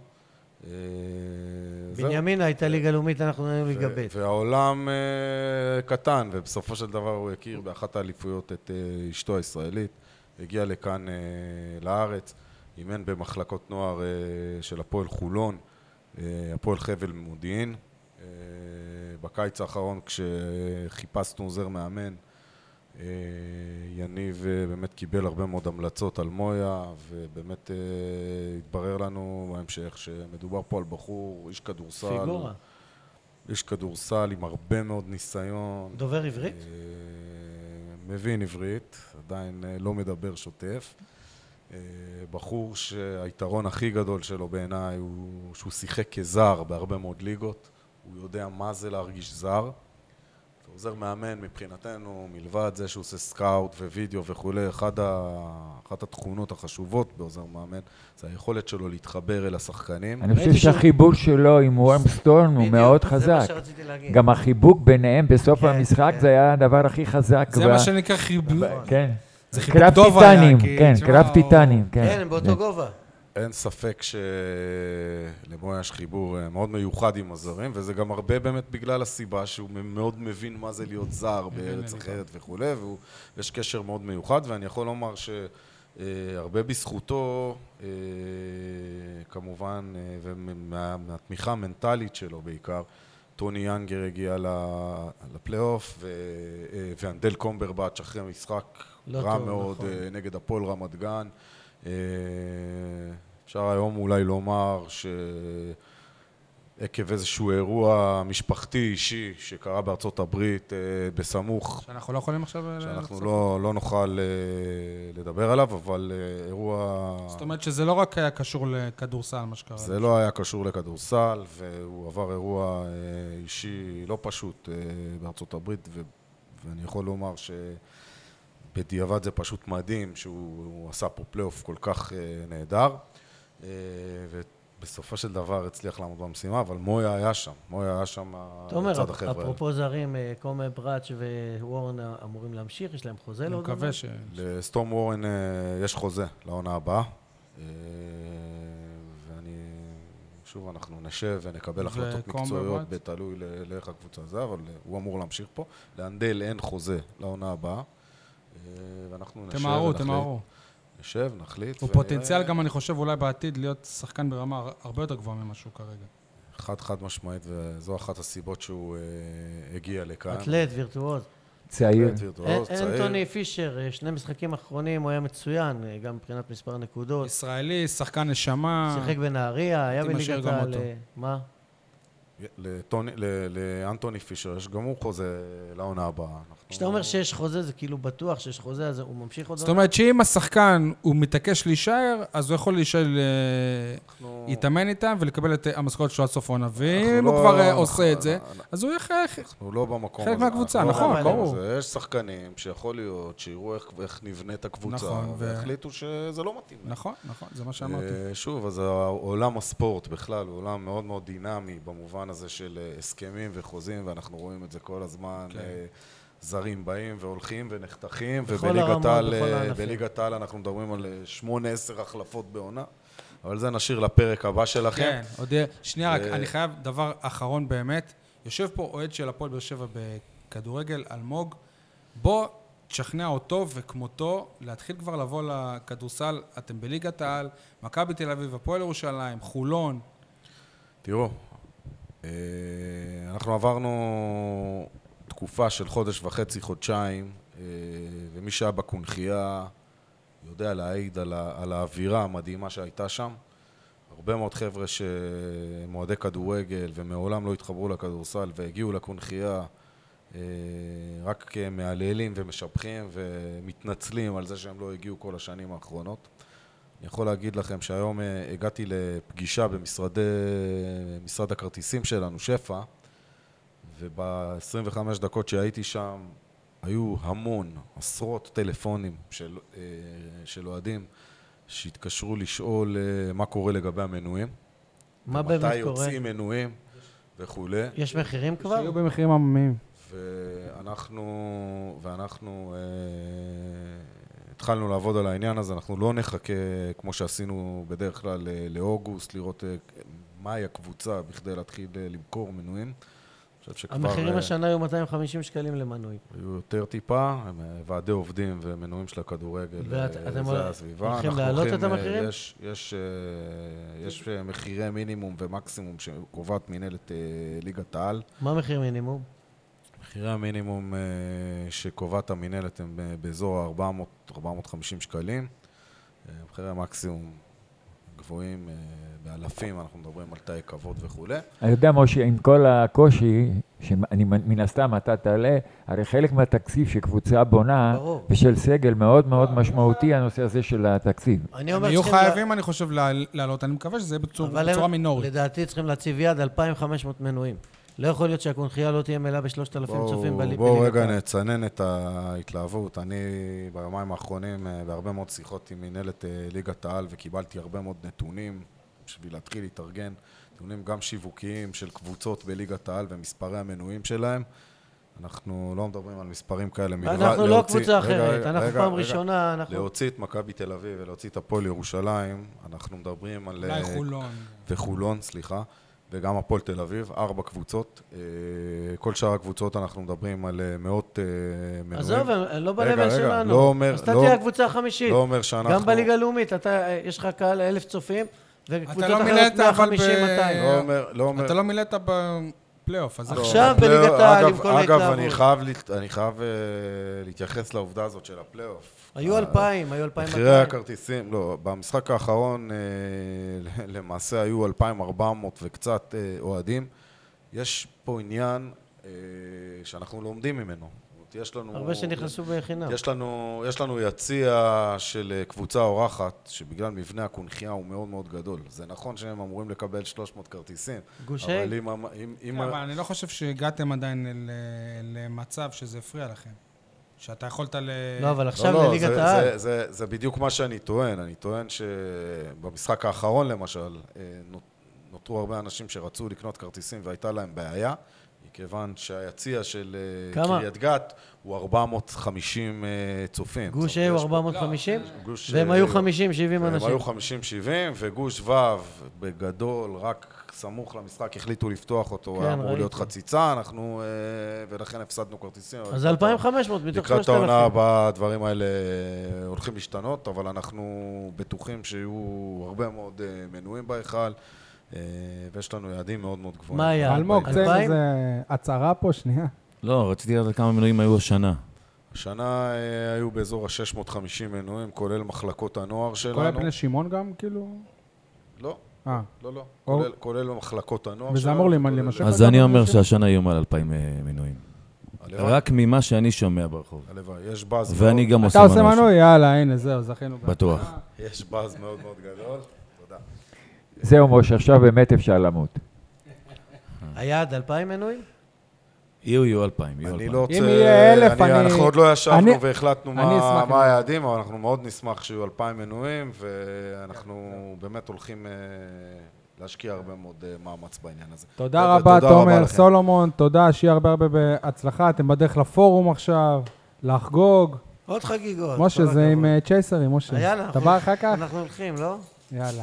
בנימינה הייתה ליגה לאומית, אנחנו היינו ליגה ב'. והעולם קטן, ובסופו של דבר הוא הכיר באחת האליפויות את אשתו הישראלית, הגיע לכאן לארץ. אימן במחלקות נוער של הפועל חולון, הפועל חבל מודיעין. בקיץ האחרון כשחיפשנו עוזר מאמן, יניב באמת קיבל הרבה מאוד המלצות על מויה, ובאמת התברר לנו בהמשך שמדובר פה על בחור, איש כדורסל. פיגורה. איש כדורסל עם הרבה מאוד ניסיון. דובר עברית? מבין עברית, עדיין לא מדבר שוטף. בחור שהיתרון הכי גדול שלו בעיניי הוא שהוא שיחק כזר בהרבה מאוד ליגות. הוא יודע מה זה להרגיש זר. עוזר מאמן מבחינתנו, מלבד זה שהוא עושה סקאוט ווידאו וכולי, אחת התכונות החשובות בעוזר מאמן, זה היכולת שלו להתחבר אל השחקנים. אני חושב שהחיבור שלו עם וורמסטורן הוא מאוד זה חזק. מה שרציתי להגיד. גם החיבוק ביניהם בסוף כן, המשחק כן. זה היה הדבר הכי חזק. זה מה שנקרא חיבור. כן. זה חיבוק קרב טוב היה, טיטנים, כי, כן, תשמע, קרב הוא- טיטנים, כן. כן, הם באותו גובה. אין ספק שלמויה יש חיבור מאוד מיוחד עם הזרים, וזה גם הרבה באמת בגלל הסיבה שהוא מאוד מבין מה זה להיות זר בארץ אחרת וכו', ויש קשר מאוד מיוחד, ואני יכול לומר שהרבה בזכותו, כמובן, ומהתמיכה המנטלית שלו בעיקר, טוני יאנגר הגיע לפלייאוף, ואנדל קומברבץ' אחרי משחק לא רע טוב, מאוד נכון. נגד הפועל רמת גן. אפשר היום אולי לומר שעקב איזשהו אירוע משפחתי אישי שקרה בארצות הברית בסמוך, שאנחנו לא יכולים עכשיו... שאנחנו לא נוכל לדבר עליו, אבל אירוע... זאת אומרת שזה לא רק היה קשור לכדורסל, מה שקרה. זה לא היה קשור לכדורסל, והוא עבר אירוע אישי לא פשוט בארצות הברית, ואני יכול לומר בדיעבד זה פשוט מדהים שהוא עשה פה פלייאוף כל כך נהדר, ובסופו של דבר הצליח לעמוד במשימה, אבל מויה היה שם תומר, לצד החבר'ה. אפרופו זרים, קומה בראץ' ווורן אמורים להמשיך, יש להם חוזה אני לעוד מקווה זמן? ש... לסטורם וורן יש חוזה לעונה הבאה, שוב, אנחנו נשב ונקבל החלטות מקצועיות בתלוי לאיך הקבוצה הזה, אבל הוא אמור להמשיך פה. לאנדל אין חוזה לעונה הבאה, ואנחנו נשב ונחליט. תמהרו. נשב, נחליט. הוא פוטנציאל גם, אני חושב, אולי בעתיד להיות שחקן ברמה הרבה יותר גבוהה ממה שהוא כרגע. חד משמעית, וזו אחת הסיבות שהוא הגיע לכאן. אתלט, וירטואוז. צעיר. אנטוני פישר, 2 משחקים אחרונים, הוא היה מצוין, גם מבחינת מספר נקודות. ישראלי, שחקן נשמה. שיחק בנהריה, היה הייתי משאיר בליגת גם העל... אותו. מה? לאנטוני פישר יש גם הוא חוזה לעונה הבאה. כשאתה אומר שיש חוזה, זה כאילו בטוח שיש חוזה, אז הוא ממשיך עוד... זאת אומרת שאם השחקן הוא מתעקש להישאר, אז הוא יכול להישאר, להתאמן איתם ולקבל את המשכורת שלו עד סוף העונה. ואם הוא כבר עושה את זה, אז הוא יהיה אנחנו לא במקום הזה. חלק מהקבוצה, אנחנו לא נכון, במקום ברור. הזה. יש שחקנים שיכול להיות, שיראו איך נבנית הקבוצה, נכון, והחליטו שזה לא מתאים. נכון, זה מה שאמרתי. שוב, אז עולם הספורט בכלל הוא עולם מאוד מאוד דינמי במובן הזה של הסכמים וחוזים, ואנחנו רואים את זה כל הזמן. זרים באים והולכים ונחתכים, ובליגת העל אנחנו מדברים על 8-10 החלפות בעונה, אבל זה נשאיר לפרק הבא שלכם. כן, עוד שנייה רק, אני חייב דבר אחרון באמת. יושב פה אוהד של הפועל באר שבע בכדורגל, אלמוג, בוא תשכנע אותו וכמותו להתחיל כבר לבוא לכדורסל. אתם בליגת העל, מכבי תל אביב, הפועל ירושלים, חולון. תראו, אנחנו עברנו תקופה של חודש וחצי, חודשיים, ומי שהיה בקונחייה יודע להעיד על האווירה המדהימה שהייתה שם. הרבה מאוד חבר'ה שמועדי כדורגל ומעולם לא התחברו לכדורסל והגיעו לקונחייה רק מהללים ומשבחים ומתנצלים על זה שהם לא הגיעו כל השנים האחרונות. אני יכול להגיד לכם שהיום הגעתי לפגישה במשרד הכרטיסים שלנו, שפע, וב-25 דקות שהייתי שם היו המון, עשרות טלפונים של אוהדים שהתקשרו לשאול מה קורה לגבי המנויים. מה באמת קורה? מתי יוצאים מנויים וכו'. יש מחירים כבר? שיהיו במחירים עממיים. ואנחנו התחלנו לעבוד על העניין הזה, אנחנו לא נחכה כמו שעשינו בדרך כלל לאוגוסט, לראות מהי הקבוצה בכדי להתחיל למכור מנויים. המחירים השנה היו 250 שקלים למנוי. היו יותר טיפה, ועדי עובדים ומנויים של הכדורגל, ואתם זה הסביבה. הולכים להעלות את המחירים? יש מחירי מינימום ומקסימום שקובעת מנהלת ליגת העל. מה מחיר מינימום? מחירי המינימום שקובעת המנהלת הם באזור 400-450 שקלים. מחירי המקסימום גבוהים באלפים, אנחנו מדברים על תאי כבוד וכו'. אני יודע, משה, עם כל הקושי, שאני מן הסתם אתה תעלה, הרי חלק מהתקציב שקבוצה בונה, ברור. ושל סגל מאוד מאוד משמעותי, הנושא הזה של התקציב. הם יהיו חייבים, אני חושב, לעלות. אני מקווה שזה יהיה בצורה מינורית. לדעתי צריכים להציב יד 2,500 מנויים. לא יכול להיות שהקונחייה לא תהיה מלאה ב3,000 צופים בליגת בואו העל. רגע נצנן את ההתלהבות. אני ביומיים האחרונים בהרבה מאוד שיחות עם מנהלת ליגת העל, וקיבלתי הרבה מאוד נתונים בשביל להתחיל להתארגן, נתונים גם שיווקיים של קבוצות בליגת העל ומספרי המנויים שלהם. אנחנו לא מדברים על מספרים כאלה. אנחנו לא קבוצה אחרת, אנחנו פעם ראשונה. להוציא את מכבי תל אביב ולהוציא את הפועל ירושלים, אנחנו מדברים על... אולי חולון. וחולון, סליחה. וגם הפועל תל אביב, 4 קבוצות. כל שאר הקבוצות אנחנו מדברים על מאות מנויים. עזוב, לא בלבל שלנו. לא אומר... אז אתה תהיה הקבוצה החמישית. לא אומר שאנחנו... גם בליגה הלאומית, יש לך קהל 1,000 צופים, וקבוצות לא אחרות מילאת, 150-200. לא אומר... אתה לא מילאת בפלייאוף, אז... עכשיו בליגת העל עם כל אגב, ההתלהבות. אני חייב להתייחס לעובדה הזאת של הפלייאוף. היו 2,000, היו 2,200. מחירי הכרטיסים, לא, במשחק האחרון למעשה היו 2,400 וקצת אוהדים. יש פה עניין שאנחנו לומדים ממנו. יש לנו... הרבה שנכנסו בחינם. יש לנו יציע של קבוצה אורחת, שבגלל מבנה הקונחייה הוא מאוד מאוד גדול. זה נכון שהם אמורים לקבל 300 כרטיסים. גושי? אבל אבל אני לא חושב שהגעתם עדיין למצב שזה הפריע לכם. שאתה יכולת לא, אבל עכשיו לליגת העל. זה בדיוק מה שאני טוען. אני טוען שבמשחק האחרון למשל, נותרו הרבה אנשים שרצו לקנות כרטיסים והייתה להם בעיה, מכיוון שהיציע של קריית גת הוא 450 צופים. גוש A הוא 450? והם היו 50-70 אנשים. הם היו 50-70, וגוש ו' בגדול, רק סמוך למשחק החליטו לפתוח אותו, היה אמור להיות חציצה, אנחנו, ולכן הפסדנו כרטיסים. אז 2,500 מתוך 3,000. לקראת העונה הבאה הדברים האלה הולכים להשתנות, אבל אנחנו בטוחים שיהיו הרבה מאוד מנויים בהיכל. ויש לנו יעדים מאוד מאוד גבוהים. מה היה? אלמוג, זה הצהרה פה, שנייה. לא, רציתי לדעת כמה מנויים היו השנה. השנה היו באזור ה-650 מנויים, כולל מחלקות הנוער שלנו. כולל בני שמעון גם, כאילו? לא, לא. כולל מחלקות הנוער שלנו. וזה אמור להימשך? אז אני אומר שהשנה יהיו מעל 2,000 מנויים. רק ממה שאני שומע ברחוב. הלוואי, יש באז מאוד... ואני גם אתה עושה מנוי? יאללה, הנה, זהו, זכינו. בטוח. יש באז מאוד מאוד גדול. תודה. זהו משה, עכשיו באמת אפשר למות. היעד 2,000 מנויים? יהיו 2,000, יהיו 2,000. אני לא רוצה... אם יהיה 1,000, אנחנו עוד לא ישבנו והחלטנו אשמח. מה היעדים, אבל אנחנו מאוד נשמח שיהיו 2,000 מנויים, ואנחנו באמת הולכים להשקיע הרבה מאוד מאמץ בעניין הזה. תודה רבה, תומר, סולומון, תודה, שיהיה הרבה בהצלחה. אתם בדרך לפורום עכשיו, לחגוג. עוד חגיגות. משה, זה עם צ'ייסרים, משה. יאללה. אתה בא אחר כך? אנחנו הולכים, לא? יאללה.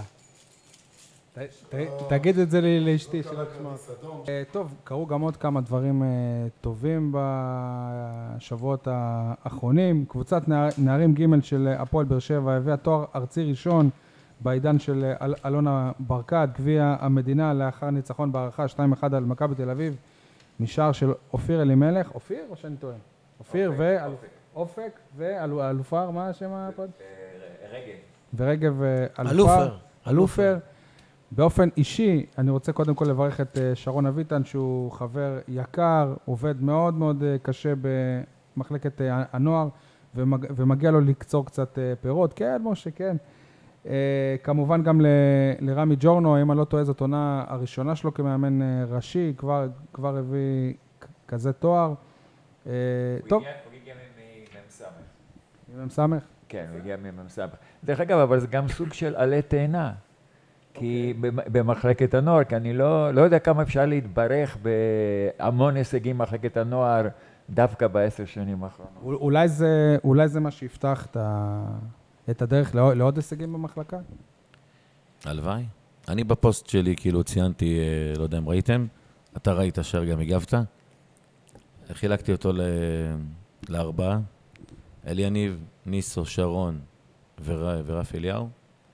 תגיד את זה לאשתי שלא תשמע. טוב, קרו גם עוד כמה דברים טובים בשבועות האחרונים. קבוצת נערים ג' של הפועל באר שבע הביאה תואר ארצי ראשון בעידן של אלונה ברקת, גביע המדינה לאחר ניצחון בהערכה 2-1 על מכבי תל אביב, משער של אופיר אלימלך. אופיר או שאני טועה? אופיר ואופק ואלופר, מה השם הפועל? ורגב אלופר. באופן אישי, אני רוצה קודם כל לברך את שרון אביטן, שהוא חבר יקר, עובד מאוד מאוד קשה במחלקת הנוער, ומגיע לו לקצור קצת פירות. כן, משה, כן. כמובן גם לרמי ג'ורנו, אם אני לא טועה, זאת עונה הראשונה שלו כמאמן ראשי, כבר הביא כזה תואר. הוא הגיע ממ"ס. כן, הוא הגיע ממ"ס. דרך אגב, אבל זה גם סוג של עלי תאנה. כי במחלקת הנוער, כי אני לא יודע כמה אפשר להתברך בהמון הישגים במחלקת הנוער, דווקא ב10 שנים האחרונות. אולי זה מה שיפתח את הדרך לעוד הישגים במחלקה? הלוואי. אני בפוסט שלי כאילו ציינתי, לא יודע אם ראיתם, אתה ראית שגם הגבת. חילקתי אותו ל4, אליניב, ניסו, שרון ורף אליהו.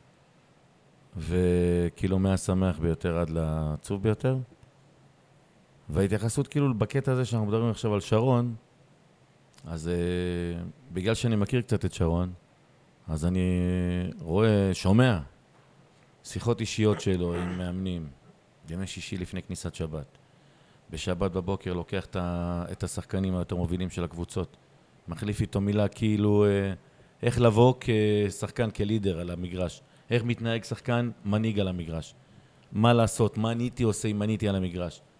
וכאילו מהשמח ביותר עד לעצוב ביותר. וההתייחסות כאילו בקטע הזה שאנחנו מדברים עכשיו על שרון, אז בגלל שאני מכיר קצת את שרון, אז אני רואה, שומע שיחות אישיות שלו עם מאמנים, ימי שישי לפני כניסת שבת. בשבת בבוקר לוקח את השחקנים היותר מובילים של הקבוצות, מחליף איתו מילה כאילו איך לבוא כשחקן, כלידר על המגרש. איך מתנהג שחקן מנהיג על המגרש. מה לעשות, מה אני הייתי עושה אם אני הייתי על המגרש.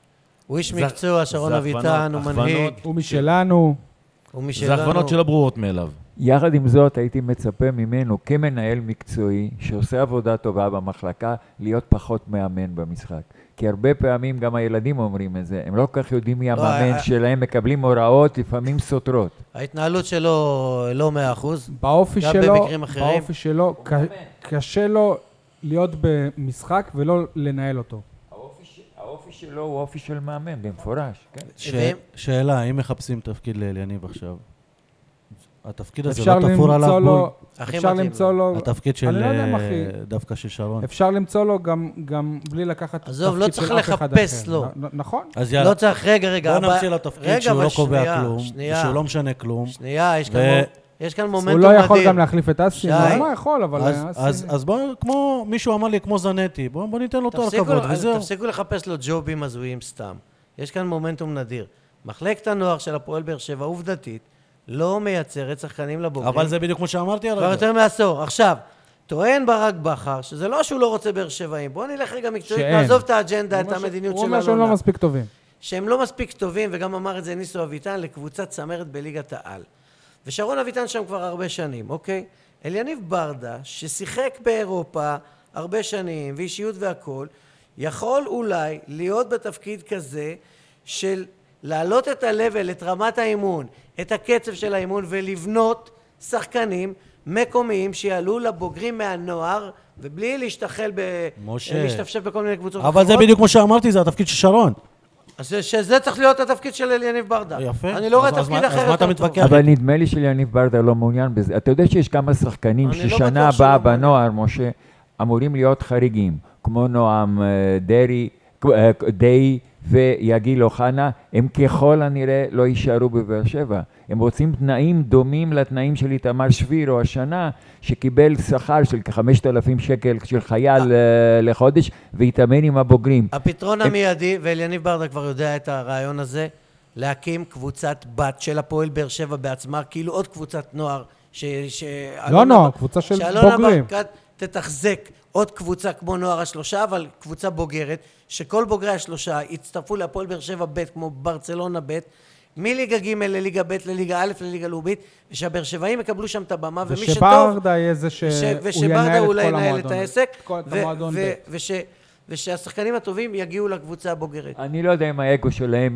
הוא איש מקצוע, שרון אביטן, הוא מנהיג. הוא משלנו. זה הכוונות שלא ברורות מאליו. יחד עם זאת, הייתי מצפה ממנו כמנהל מקצועי, שעושה עבודה טובה במחלקה, להיות פחות מאמן במשחק. כי הרבה פעמים גם הילדים אומרים את זה, הם לא כל כך יודעים מי המאמן שלהם, מקבלים הוראות, לפעמים סותרות. ההתנהלות שלו לא 100%. באופי גם שלו, במקרים אחרים. באופי שלו, קשה לו להיות במשחק ולא לנהל אותו. האופי שלו הוא אופי של מאמן, במפורש, כן. שאלה, אם מחפשים תפקיד לאליניב עכשיו, התפקיד הזה אפשר לא תפור עליו למצוא בול? לו, אפשר למצוא לו, התפקיד אני של לא יודע, אחי. דווקא של שרון. אפשר למצוא לו גם בלי לקחת עזוב, לא תפקיד צריך של אף אחד לחפש אחר. לו. נכון. אז יאללה, לא צריך, רגע. בוא נמציא לו תפקיד שהוא לא קובע כלום, שנייה. ושהוא לא משנה כלום. שנייה, יש כאן מומנטום הוא מדהים. לא יכול גם להחליף את אסי, שי. הוא לא יכול, אבל אז בוא, כמו מישהו אמר לי, כמו זנתי, בוא ניתן לו תואר כבוד, וזהו. תפסיקו לחפש לו ג'ובים הזויים סתם. יש כאן מומנטום נדיר. מחלקת הנוער של הפועל באר שבע, עובדתית, לא מייצרת שחקנים לבוגרים. אבל זה בדיוק כמו שאמרתי כבר הרגע. יותר מעשור. עכשיו, טוען ברק בכר, שזה לא שהוא לא רוצה באר שבעים. בואו נלך רגע מקצועית, נעזוב את האג'נדה, את המדיניות הוא של אומר שהם לא מספיק טובים. שהם לא מספיק טובים, וגם אמר את זה ניסו אביטן, לקבוצת צמרת בליגת העל. ושרון אביטן שם כבר הרבה שנים, אוקיי? אליניב ברדה, ששיחק באירופה הרבה שנים, ואישיות והכל, יכול אולי להיות בתפקיד כזה של להעלות את הלבל, את רמת האימון, את הקצב של האימון, ולבנות שחקנים מקומיים שיעלו לבוגרים מהנוער, ובלי להשתחל להשתפשף בכל מיני קבוצות אבל זה בדיוק כמו שאמרתי, זה התפקיד של שרון. אז שזה צריך להיות התפקיד של אליניב ברדה. יפה. אני לא רואה אז תפקיד מה אחר אתה יותר טוב. מתווכח? אבל נדמה לי שאליניב ברדה לא מעוניין בזה. אתה יודע שיש כמה שחקנים אני לא ששנה בטוח שהוא הבאה לא מעוניין. בנוער, משה, אמורים להיות חריגים, כמו נועם די ויגיל אוחנה, הם ככל הנראה לא יישארו בבאר שבע. הם רוצים תנאים דומים לתנאים של איתמר שבירו השנה, שקיבל שכר של כ5,000 שקל של חייל לחודש, והתאמן עם הבוגרים. הפתרון המיידי, ואליניב ברדה כבר יודע את הרעיון הזה, להקים קבוצת בת של הפועל באר שבע בעצמה, כאילו עוד קבוצת נוער, לא נוער, קבוצה של שאלונה בוגרים. ברקת תתחזק עוד קבוצה כמו נוער השלושה, אבל קבוצה בוגרת, שכל בוגרי השלושה יצטרפו להפועל באר שבע ב' כמו ברצלונה ב', מליגה ג' לליגה ב', לליגה א', לליגה לאומית, ושהבאר שבעים יקבלו שם את הבמה, ומי שטוב, ושברדה יהיה זה שהוא ושברדה ינהל את אולי כל ינהל את המועדון. העסק, את המועדון ב'. ושהשחקנים הטובים יגיעו לקבוצה הבוגרת. אני לא יודע אם האגו שלהם,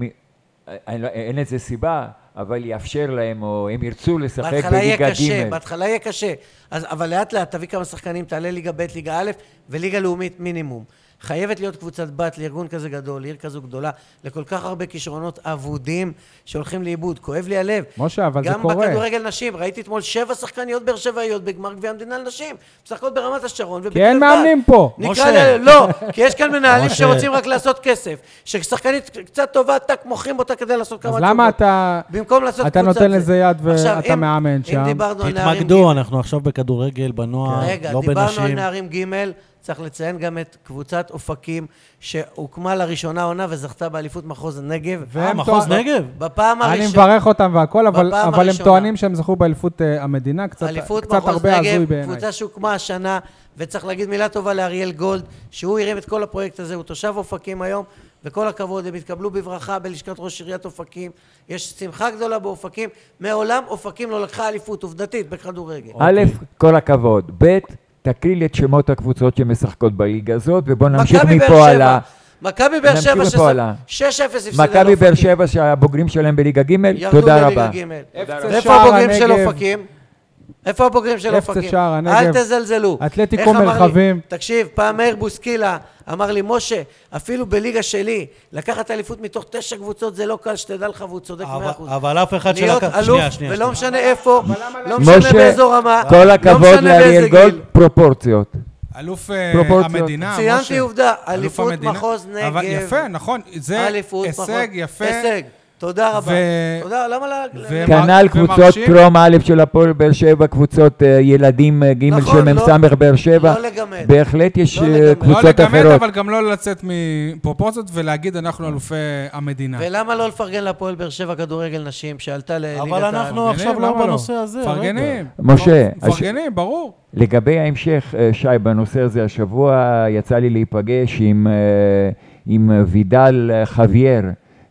אין איזה סיבה, אבל יאפשר להם, או הם ירצו לשחק בליגה ג'. בהתחלה יהיה קשה, אבל לאט לאט תביא כמה שחקנים, תעלה ליגה ב', ליגה א', וליגה לאומית מינימום. חייבת להיות קבוצת בת לארגון כזה גדול, לעיר כזו גדולה, לכל כך הרבה כישרונות אבודים שהולכים לאיבוד. כואב לי הלב. משה, אבל זה גם קורה. בכדורגל נשים, ראיתי אתמול 7 שחקניות באר שבעיות בגמר גביע המדינה לנשים, משחקות ברמת השרון. כי אין מאמנים פה. לא, כי יש כאן מנהלים שרוצים רק לעשות כסף. ששחקנית קצת טובה, טק מוכרים אותה כדי לעשות כמה אז תשובות. למה אתה במקום לעשות אתה קבוצת נותן זה. לזה יד עכשיו, ואתה מאמן אם שם? דיברנו על נערים תתמקדו, אנחנו עכשיו בכדורגל, בנוער, רגע, לא דיברנו על בנשים. נערים ג', צריך לציין גם את קבוצת אופקים שהוקמה לראשונה עונה וזכתה באליפות מחוז הנגב. מחוז נגב? בפעם אני הראשונה. מברך אותם והכל, אבל בפעם הם הראשונה. טוענים שהם זכו באליפות המדינה, קצת אליפות קצת מחוז הרבה הזוי נגב, בעיניי. קבוצה שהוקמה השנה, וצריך להגיד מילה טובה לאריאל גולד, שהוא הרים את כל הפרויקט הזה, הוא תושב אופקים היום, וכל הכבוד, הם התקבלו בברכה בלשכת ראש עיריית אופקים, יש שמחה גדולה באופקים, מעולם אופקים לא לקחה אליפות עובדתית בכדורגל. א', כל הכבוד, ב', תקריא לי את שמות הקבוצות שמשחקות בליגה הזאת, ובוא נמשיך מפה הלאה. מכבי באר שבע, נמשיך מפה הלאה. 6-0 הפסידה מכבי באר שבע שהבוגרים שלהם בליגה ג', ירדו תודה רבה. בליגה ג'. אפס ואיפה שער הבוגרים של הנגב. אופקים? איפה הבוגרים של אפס אופקים? שער הנגב. אל תזלזלו. אתלטיקו איך אמר לי- מרחבים. תקשיב, פעם מאיר בוסקילה אמר לי, משה, אפילו בליגה שלי, לקחת אליפות מתוך 9 קבוצות זה לא קל, שתדע לך, והוא צודק 100%. אבל אף אחד להיות שלקח... אלוף, שנייה. ולא משנה איפה, לא משנה משה, באיזו רמה, כל לא הכבוד משנה באיזה לאריאל גיל. גולד, פרופורציות. אלוף פרופורציות. המדינה, משה. ציינתי עובדה, אלוף אליפות המדינה. מחוז נגב. אבל יפה, נכון, זה אליפות מחוז- הישג יפה. הישג. תודה רבה. תודה, למה ו- כנ"ל קבוצות ומרשים. טרום א' של הפועל באר שבע, קבוצות ילדים ג' נכון, של מ"ס באר שבע. לא לגמד. בהחלט יש לא לגמד. לא קבוצות לגמד, אחרות. אבל גם לא לצאת מפרופורציות ולהגיד אנחנו אלופי המדינה. ולמה לא לפרגן להפועל באר שבע כדורגל נשים שעלתה לליגת העל? אבל אנחנו עכשיו לא למה לא? בנושא הזה. רגע. מפרגנים. משה, מפרגנים, ברור. לגבי ההמשך, שי, בנושא הזה, השבוע יצא לי להיפגש עם וידל חווייר,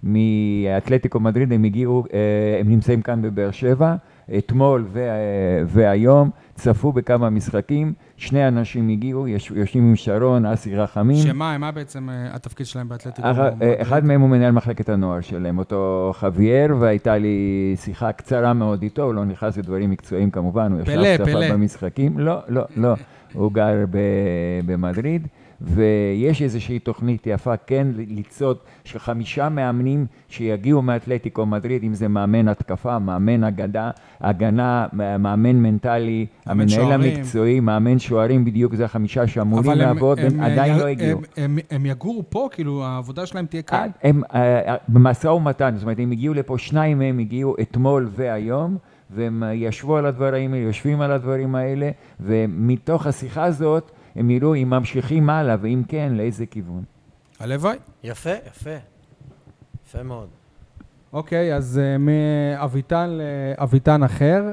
מאתלטיקו מדריד, הם הגיעו, הם נמצאים כאן בבאר שבע, אתמול והיום, צפו בכמה משחקים, 2 אנשים הגיעו, יושבים עם שרון, אסי רחמים. שמה, מה בעצם התפקיד שלהם באתלטיקו מדריד? אחד מהם הוא מנהל מחלקת הנוער שלהם, אותו חווייר, והייתה לי שיחה קצרה מאוד איתו, הוא לא נכנס לדברים מקצועיים כמובן, הוא ישב צפה במשחקים. לא, הוא גר במדריד. ויש איזושהי תוכנית יפה, כן, ליצוד של 5 מאמנים שיגיעו מאתלטיקו מדריד, אם זה מאמן התקפה, מאמן הגנה, מאמן מנטלי, המנהל המקצועי, מאמן שוערים, בדיוק זה 5 שאמורים לעבוד, הם עדיין לא הגיעו. הם יגורו פה, כאילו העבודה שלהם תהיה כאן? הם במשא ומתן, זאת אומרת, הם הגיעו לפה, 2 מהם הגיעו אתמול והיום, והם ישבו על הדברים האלה, יושבים על הדברים האלה, ומתוך השיחה הזאת, הם יראו אם ממשיכים הלאה, ואם כן, לאיזה כיוון. הלוואי. יפה, יפה. יפה מאוד. אוקיי, אז מאביטן לאביטן אחר,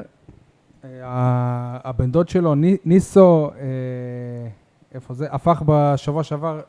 הבן דוד שלו, ניסו, איפה זה? הפך בשבוע שעבר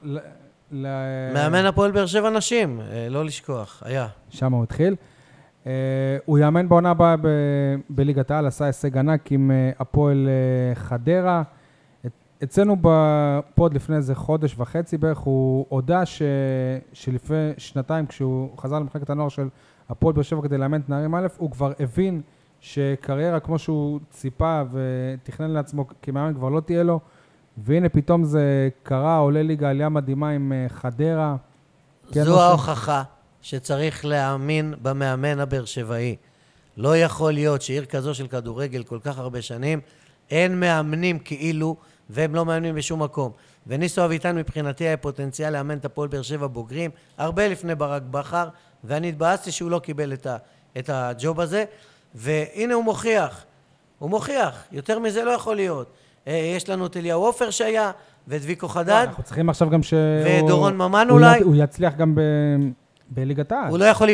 מאמן הפועל באר שבע נשים, לא לשכוח, היה. שם הוא התחיל. הוא יאמן בעונה הבאה בליגת העל, עשה הישג ענק עם הפועל חדרה. אצלנו בפוד לפני איזה חודש וחצי בערך, הוא הודע שלפני 2 כשהוא חזר למחלקת הנוער של הפועל באר שבע כדי לאמן את נערים א', הוא כבר הבין שקריירה כמו שהוא ציפה ותכנן לעצמו כמאמן כבר לא תהיה לו, והנה פתאום זה קרה, עולה ליגה עלייה מדהימה עם חדרה. זו ההוכחה שצריך להאמין במאמן הבאר שבעי. לא יכול להיות שעיר כזו של כדורגל כל כך הרבה שנים, אין מאמנים כאילו, והם לא מאמנים בשום מקום. וניסו אביטן מבחינתי היה פוטנציאל לאמן את הפועל באר שבע בוגרים, הרבה לפני ברק בכר, ואני התבאסתי שהוא לא קיבל את הג'וב הזה, והנה הוא מוכיח, יותר מזה לא יכול להיות. יש לנו את אליהו עופר שהיה, ודביקו חדד. אנחנו צריכים עכשיו גם ודורון ממן אולי. הוא יצליח גם בליגת העל. הוא לא יכול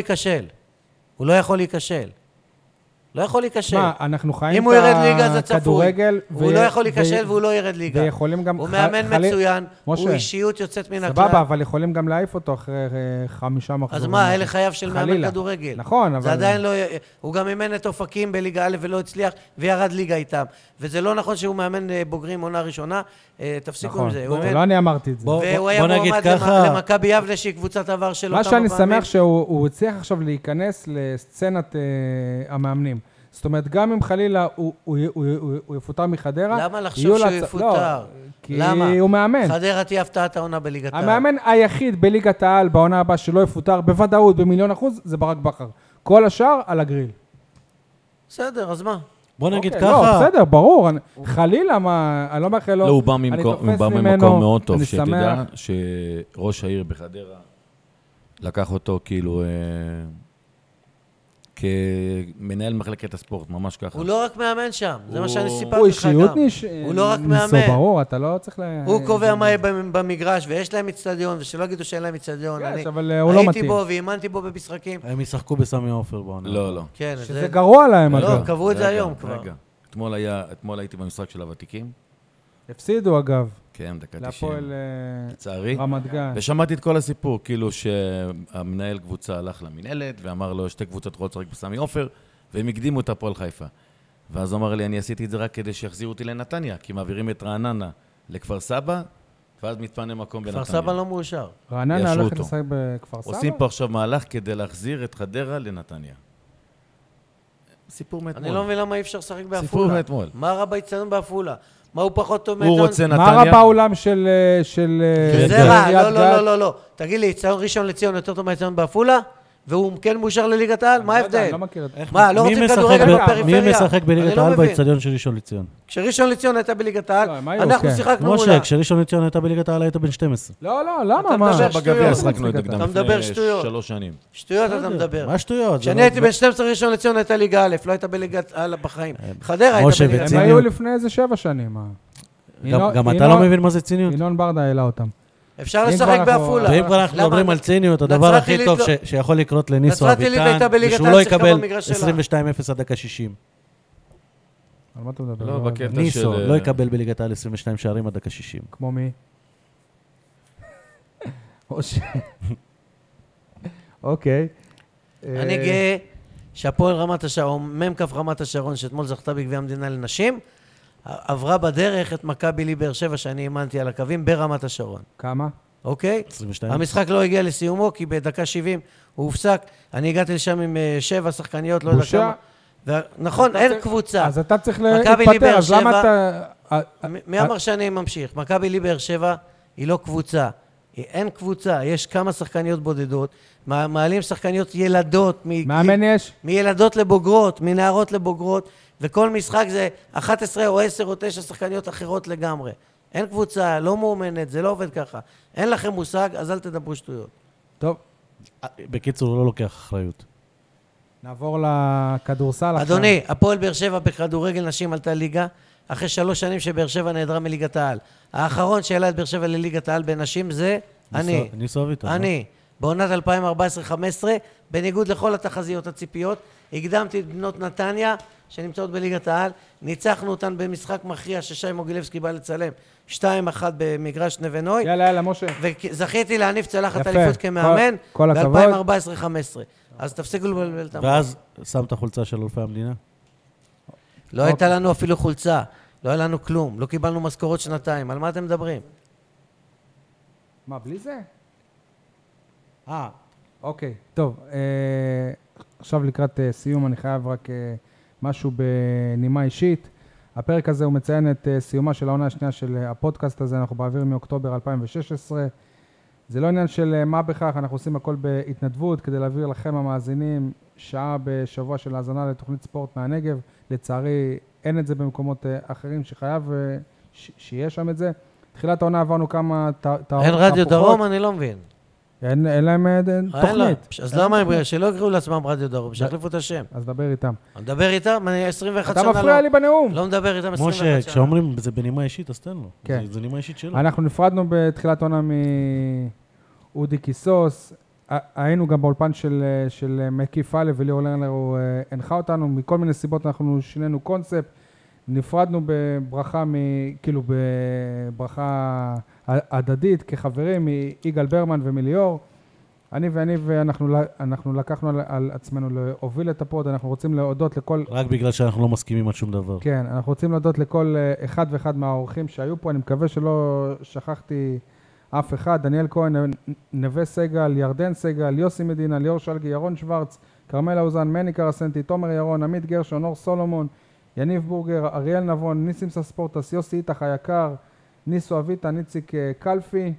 להיכשל. לא יכול להיכשל. מה, אנחנו חיים אם הוא ירד ליגה זה צפוי. כדורגל. הוא לא יכול להיכשל והוא לא ירד ליגה. ויכולים גם... הוא מאמן מצוין, הוא אישיות יוצאת מן הכלל. סבבה, אבל יכולים גם להעיף אותו אחרי 5 מחזורים. אז מה, אלה חייו של מאמן כדורגל. נכון, אבל... זה עדיין לא... הוא גם אימן את אופקים בליגה א' ולא הצליח, וירד ליגה איתם. וזה לא נכון שהוא מאמן בוגרים עונה ראשונה, תפסיקו עם זה. לא אני אמרתי את זה. והוא היה מועמד למכבי יבנה שהיא קבוצת עבר שלו. מה שאני שמח שהוא הצליח עכשיו להיכנס לסצנת המאמנים. זאת אומרת, גם אם חלילה הוא יפוטר מחדרה... למה לחשוב שהוא יפוטר? כי הוא מאמן. חדרה תהיה הפתעת העונה בליגת העל. המאמן היחיד בליגת העל בעונה הבאה שלא יפוטר בוודאות ב1,000,000% זה ברק בכר. כל השאר על הגריל. בסדר, אז מה? בוא נגיד ככה. לא, בסדר, ברור. חלילה, מה, אני לא מאחל לו... לא, הוא בא ממקום מאוד טוב, שתדע שראש העיר בחדרה לקח אותו כאילו... כמנהל מחלקת הספורט, ממש ככה. הוא לא רק מאמן שם, זה מה שאני סיפרתי לך גם. הוא אישיות הוא לא רק מאמן. ברור, אתה לא צריך הוא קובע מה יהיה במגרש, ויש להם מצטדיון, ושלא יגידו שאין להם מצטדיון. אבל הוא לא מתאים. הייתי בו ואימנתי בו במשחקים. הם ישחקו בסמי עופר בעונה. לא. כן, שזה גרוע להם. לא, קבעו את זה היום כבר. רגע, אתמול הייתי במשחק של הוותיקים. הפסידו אגב. כן, דקה 90. להפועל רמת גן. ושמעתי את כל הסיפור, כאילו שהמנהל קבוצה הלך למנהלת, ואמר לו, 2 קבוצות יכולות לשחק בסמי עופר, והם הקדימו את הפועל חיפה. ואז הוא אמר לי, אני עשיתי את זה רק כדי שיחזירו אותי לנתניה, כי מעבירים את רעננה לכפר סבא, ואז מתפנה מקום בנתניה. כפר סבא לא מאושר. רעננה הולכת לשחק בכפר סבא? עושים פה עכשיו מהלך כדי להחזיר את חדרה לנתניה. סיפור מאתמול. אני לא מבין למה אי אפשר לשחק בעפולה. סיפור מאתמול. מה רע בהצטדיון בעפולה? מה הוא פחות טוב הוא רוצה נתניה. מה רע בעולם של... זה רע, לא. תגיד לי, הצטדיון ראשון לציון יותר טוב מהצטדיון בעפולה? והוא כן מאושר לליגת העל? מה ההבדל? אני לא מכיר את זה. מה, לא רוצים כדורגל בפריפריה? מי משחק בליגת העל באצטדיון של ראשון לציון? כשראשון לציון הייתה בליגת העל, אנחנו שיחקנו מולה. משה, כשראשון לציון הייתה בליגת העל היית בן 12. לא, למה? מה? בגביע שחקנו את אתה נגדם מדבר לפני שטויות. 3 שנים. שטויות אתה מדבר. מה שטויות? כשאני הייתי בן 12 ראשון לציון הייתה ליגה א', לא הייתה בליגת העל בחיים. חדרה הייתה בליגת הם היו לפני איזה 7 שנים. גם אתה לא מבין מה זה ציניות? ינון ברדה העלה אותם. אפשר לשחק בעפולה. ואם כבר אנחנו מדברים על ציניות, הדבר הכי טוב שיכול לקרות לניסו אביטן, זה שהוא לא יקבל 22-0 עד דקה 60. על מה אתה מדבר? לא, בקטע של... ניסו לא יקבל בליגת העל 22 שערים עד דקה 60. כמו מי? אוקיי. אני גאה שהפועל רמת השרון, מ"כ רמת השרון, שאתמול זכתה בגביע המדינה לנשים, עברה בדרך את מכבי לי באר שבע, שאני אימנתי על הקווים, ברמת השרון. כמה? אוקיי? 22. המשחק לא הגיע לסיומו, כי בדקה 70 הוא הופסק. אני הגעתי לשם עם 7 שחקניות, לא יודע בושה. כמה. נכון, אין קבוצה. אז אתה צריך מכבי לי להתפטר, באר אז למה שבע- אתה... מי אמר שאני ממשיך? מכבי לי באר שבע היא לא קבוצה. אין קבוצה, יש כמה שחקניות בודדות, מעלים שחקניות ילדות, מאמן יש? מילדות לבוגרות, מנערות לבוגרות, וכל משחק זה 11 או 10 או 9 שחקניות אחרות לגמרי. אין קבוצה, לא מאומנת, זה לא עובד ככה. אין לכם מושג, אז אל תדברו שטויות. טוב, בקיצור, הוא לא לוקח אחריות. נעבור לכדורסל עכשיו. אדוני, הפועל באר שבע בכדורגל נשים עלתה ליגה, אחרי 3 שנים שבאר שבע נעדרה מליגת העל. האחרון שהעלה את באר שבע לליגת העל בנשים זה אני. ניסו אביטן. אני. בעונת 2014-2015, בניגוד לכל התחזיות הציפיות, הקדמתי את בנות נתניה, שנמצאות בליגת העל, ניצחנו אותן במשחק מכריע ששי מוגילבסקי בא לצלם, 2-1 במגרש נווה נוי, יאללה, משה. וזכיתי להניף צלחת יפה. אליפות כמאמן כל הכבוד. ב-2014-2015. אז תפסיקו לבלבל את המוח. ואז שם את החולצה של אלופי המדינה. לא הייתה לנו אפילו חולצה, לא היה לנו כלום, לא קיבלנו משכורות 2, על מה אתם מדברים? מה, בלי זה? אה, אוקיי, טוב. עכשיו לקראת סיום, אני חייב רק משהו בנימה אישית. הפרק הזה הוא מציין את סיומה של העונה השנייה של הפודקאסט הזה, אנחנו באוויר מאוקטובר 2016. זה לא עניין של מה בכך, אנחנו עושים הכל בהתנדבות כדי להעביר לכם המאזינים שעה בשבוע של האזנה לתוכנית ספורט מהנגב. לצערי אין את זה במקומות אחרים שחייב שיהיה שם את זה. תחילת העונה עברנו כמה תהפוכות. אין רדיו דרום? אני לא מבין. אין להם תוכנית. אז למה הם שלא יקראו לעצמם רדיו דרום, שיחליפו את השם. אז דבר איתם. אני מדבר איתם, אני 21 אתה שנה לא... מפריע לי בנאום. לא מדבר איתם 21 שנה. משה, כשאומרים זה בנימה אישית, אז תן לו. כן. זה נימה אישית שלו. אנחנו נפרדנו בתחילת עונה מאודי קיסוס, היינו גם באולפן של מקיף א' וליאור לרנר, הוא הנחה אותנו, מכל מיני סיבות אנחנו שינינו קונספט, נפרדנו בברכה, כאילו בברכה הדדית כחברים מיגאל ברמן ומליאור. אני ואנחנו לקחנו על עצמנו להוביל את הפוד, אנחנו רוצים להודות לכל... רק בגלל שאנחנו לא מסכימים על שום דבר. כן, אנחנו רוצים להודות לכל אחד ואחד מהאורחים שהיו פה, אני מקווה שלא שכחתי אף אחד, דניאל כהן, נווה סגל, ירדן סגל, יוסי מדינה, ליאור שלגי, ירון שוורץ, כרמל אוזן, מני קרסנטי, תומר ירון, עמית גרשון, אור סולומון, יניב בורגר, אריאל נבון, ניסים סספורטס, יוסי איתך היקר, ניסו אביטה, ניציק קלפי.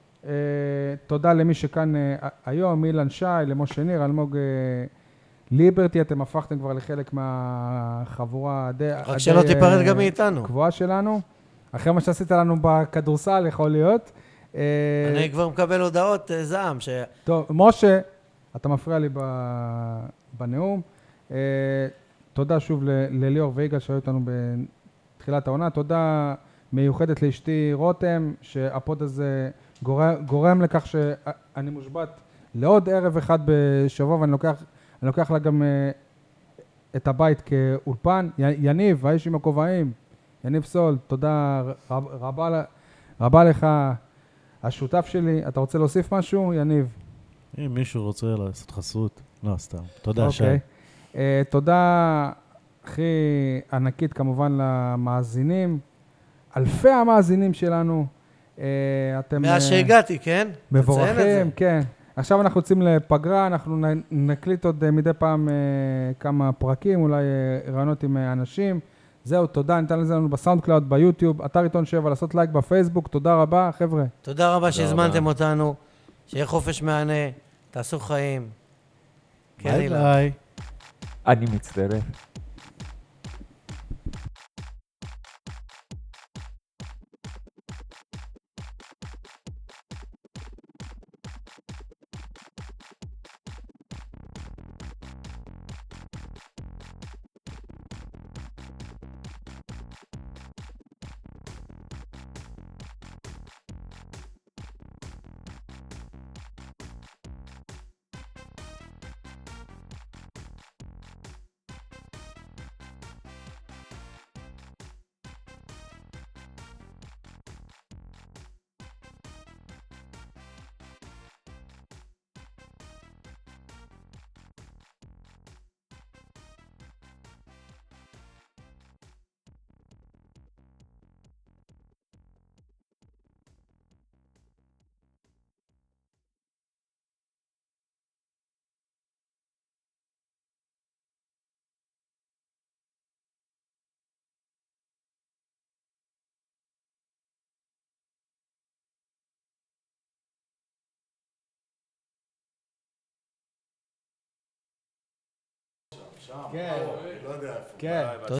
תודה למי שכאן היום, אילן שי, למשה ניר, אלמוג ליברטי, אתם הפכתם כבר לחלק מהחבורה רק שלא תיפרד גם מאיתנו. קבועה שלנו. אחרי מה שעשית לנו בכדורסל יכול להיות. אני כבר מקבל הודעות זעם. טוב, משה, אתה מפריע לי בנאום. תודה שוב לליאור ויגאל שהיו איתנו בתחילת העונה. תודה מיוחדת לאשתי רותם, שהפוד הזה גורם לכך שאני מושבת לעוד ערב אחד בשבוע, ואני לוקח לה גם את הבית כאולפן. יניב, האיש עם הכובעים, יניב סול, תודה רבה לך, השותף שלי. אתה רוצה להוסיף משהו, יניב? אם מישהו רוצה לעשות חסות, לא, סתם. תודה, שי. תודה הכי ענקית כמובן למאזינים, אלפי המאזינים שלנו. אתם מאז שהגעתי, כן? מבורכים, כן. עכשיו אנחנו יוצאים לפגרה, אנחנו נקליט עוד מדי פעם כמה פרקים, אולי רעיונות עם אנשים. זהו, תודה, ניתן לזה לנו בסאונד קלאוד, ביוטיוב, אתר עיתון 7, לעשות לייק בפייסבוק. תודה רבה, חבר'ה. תודה רבה שהזמנתם אותנו, שיהיה חופש מענה, תעשו חיים. ביי ביי. אני מצטרף. כן. כן.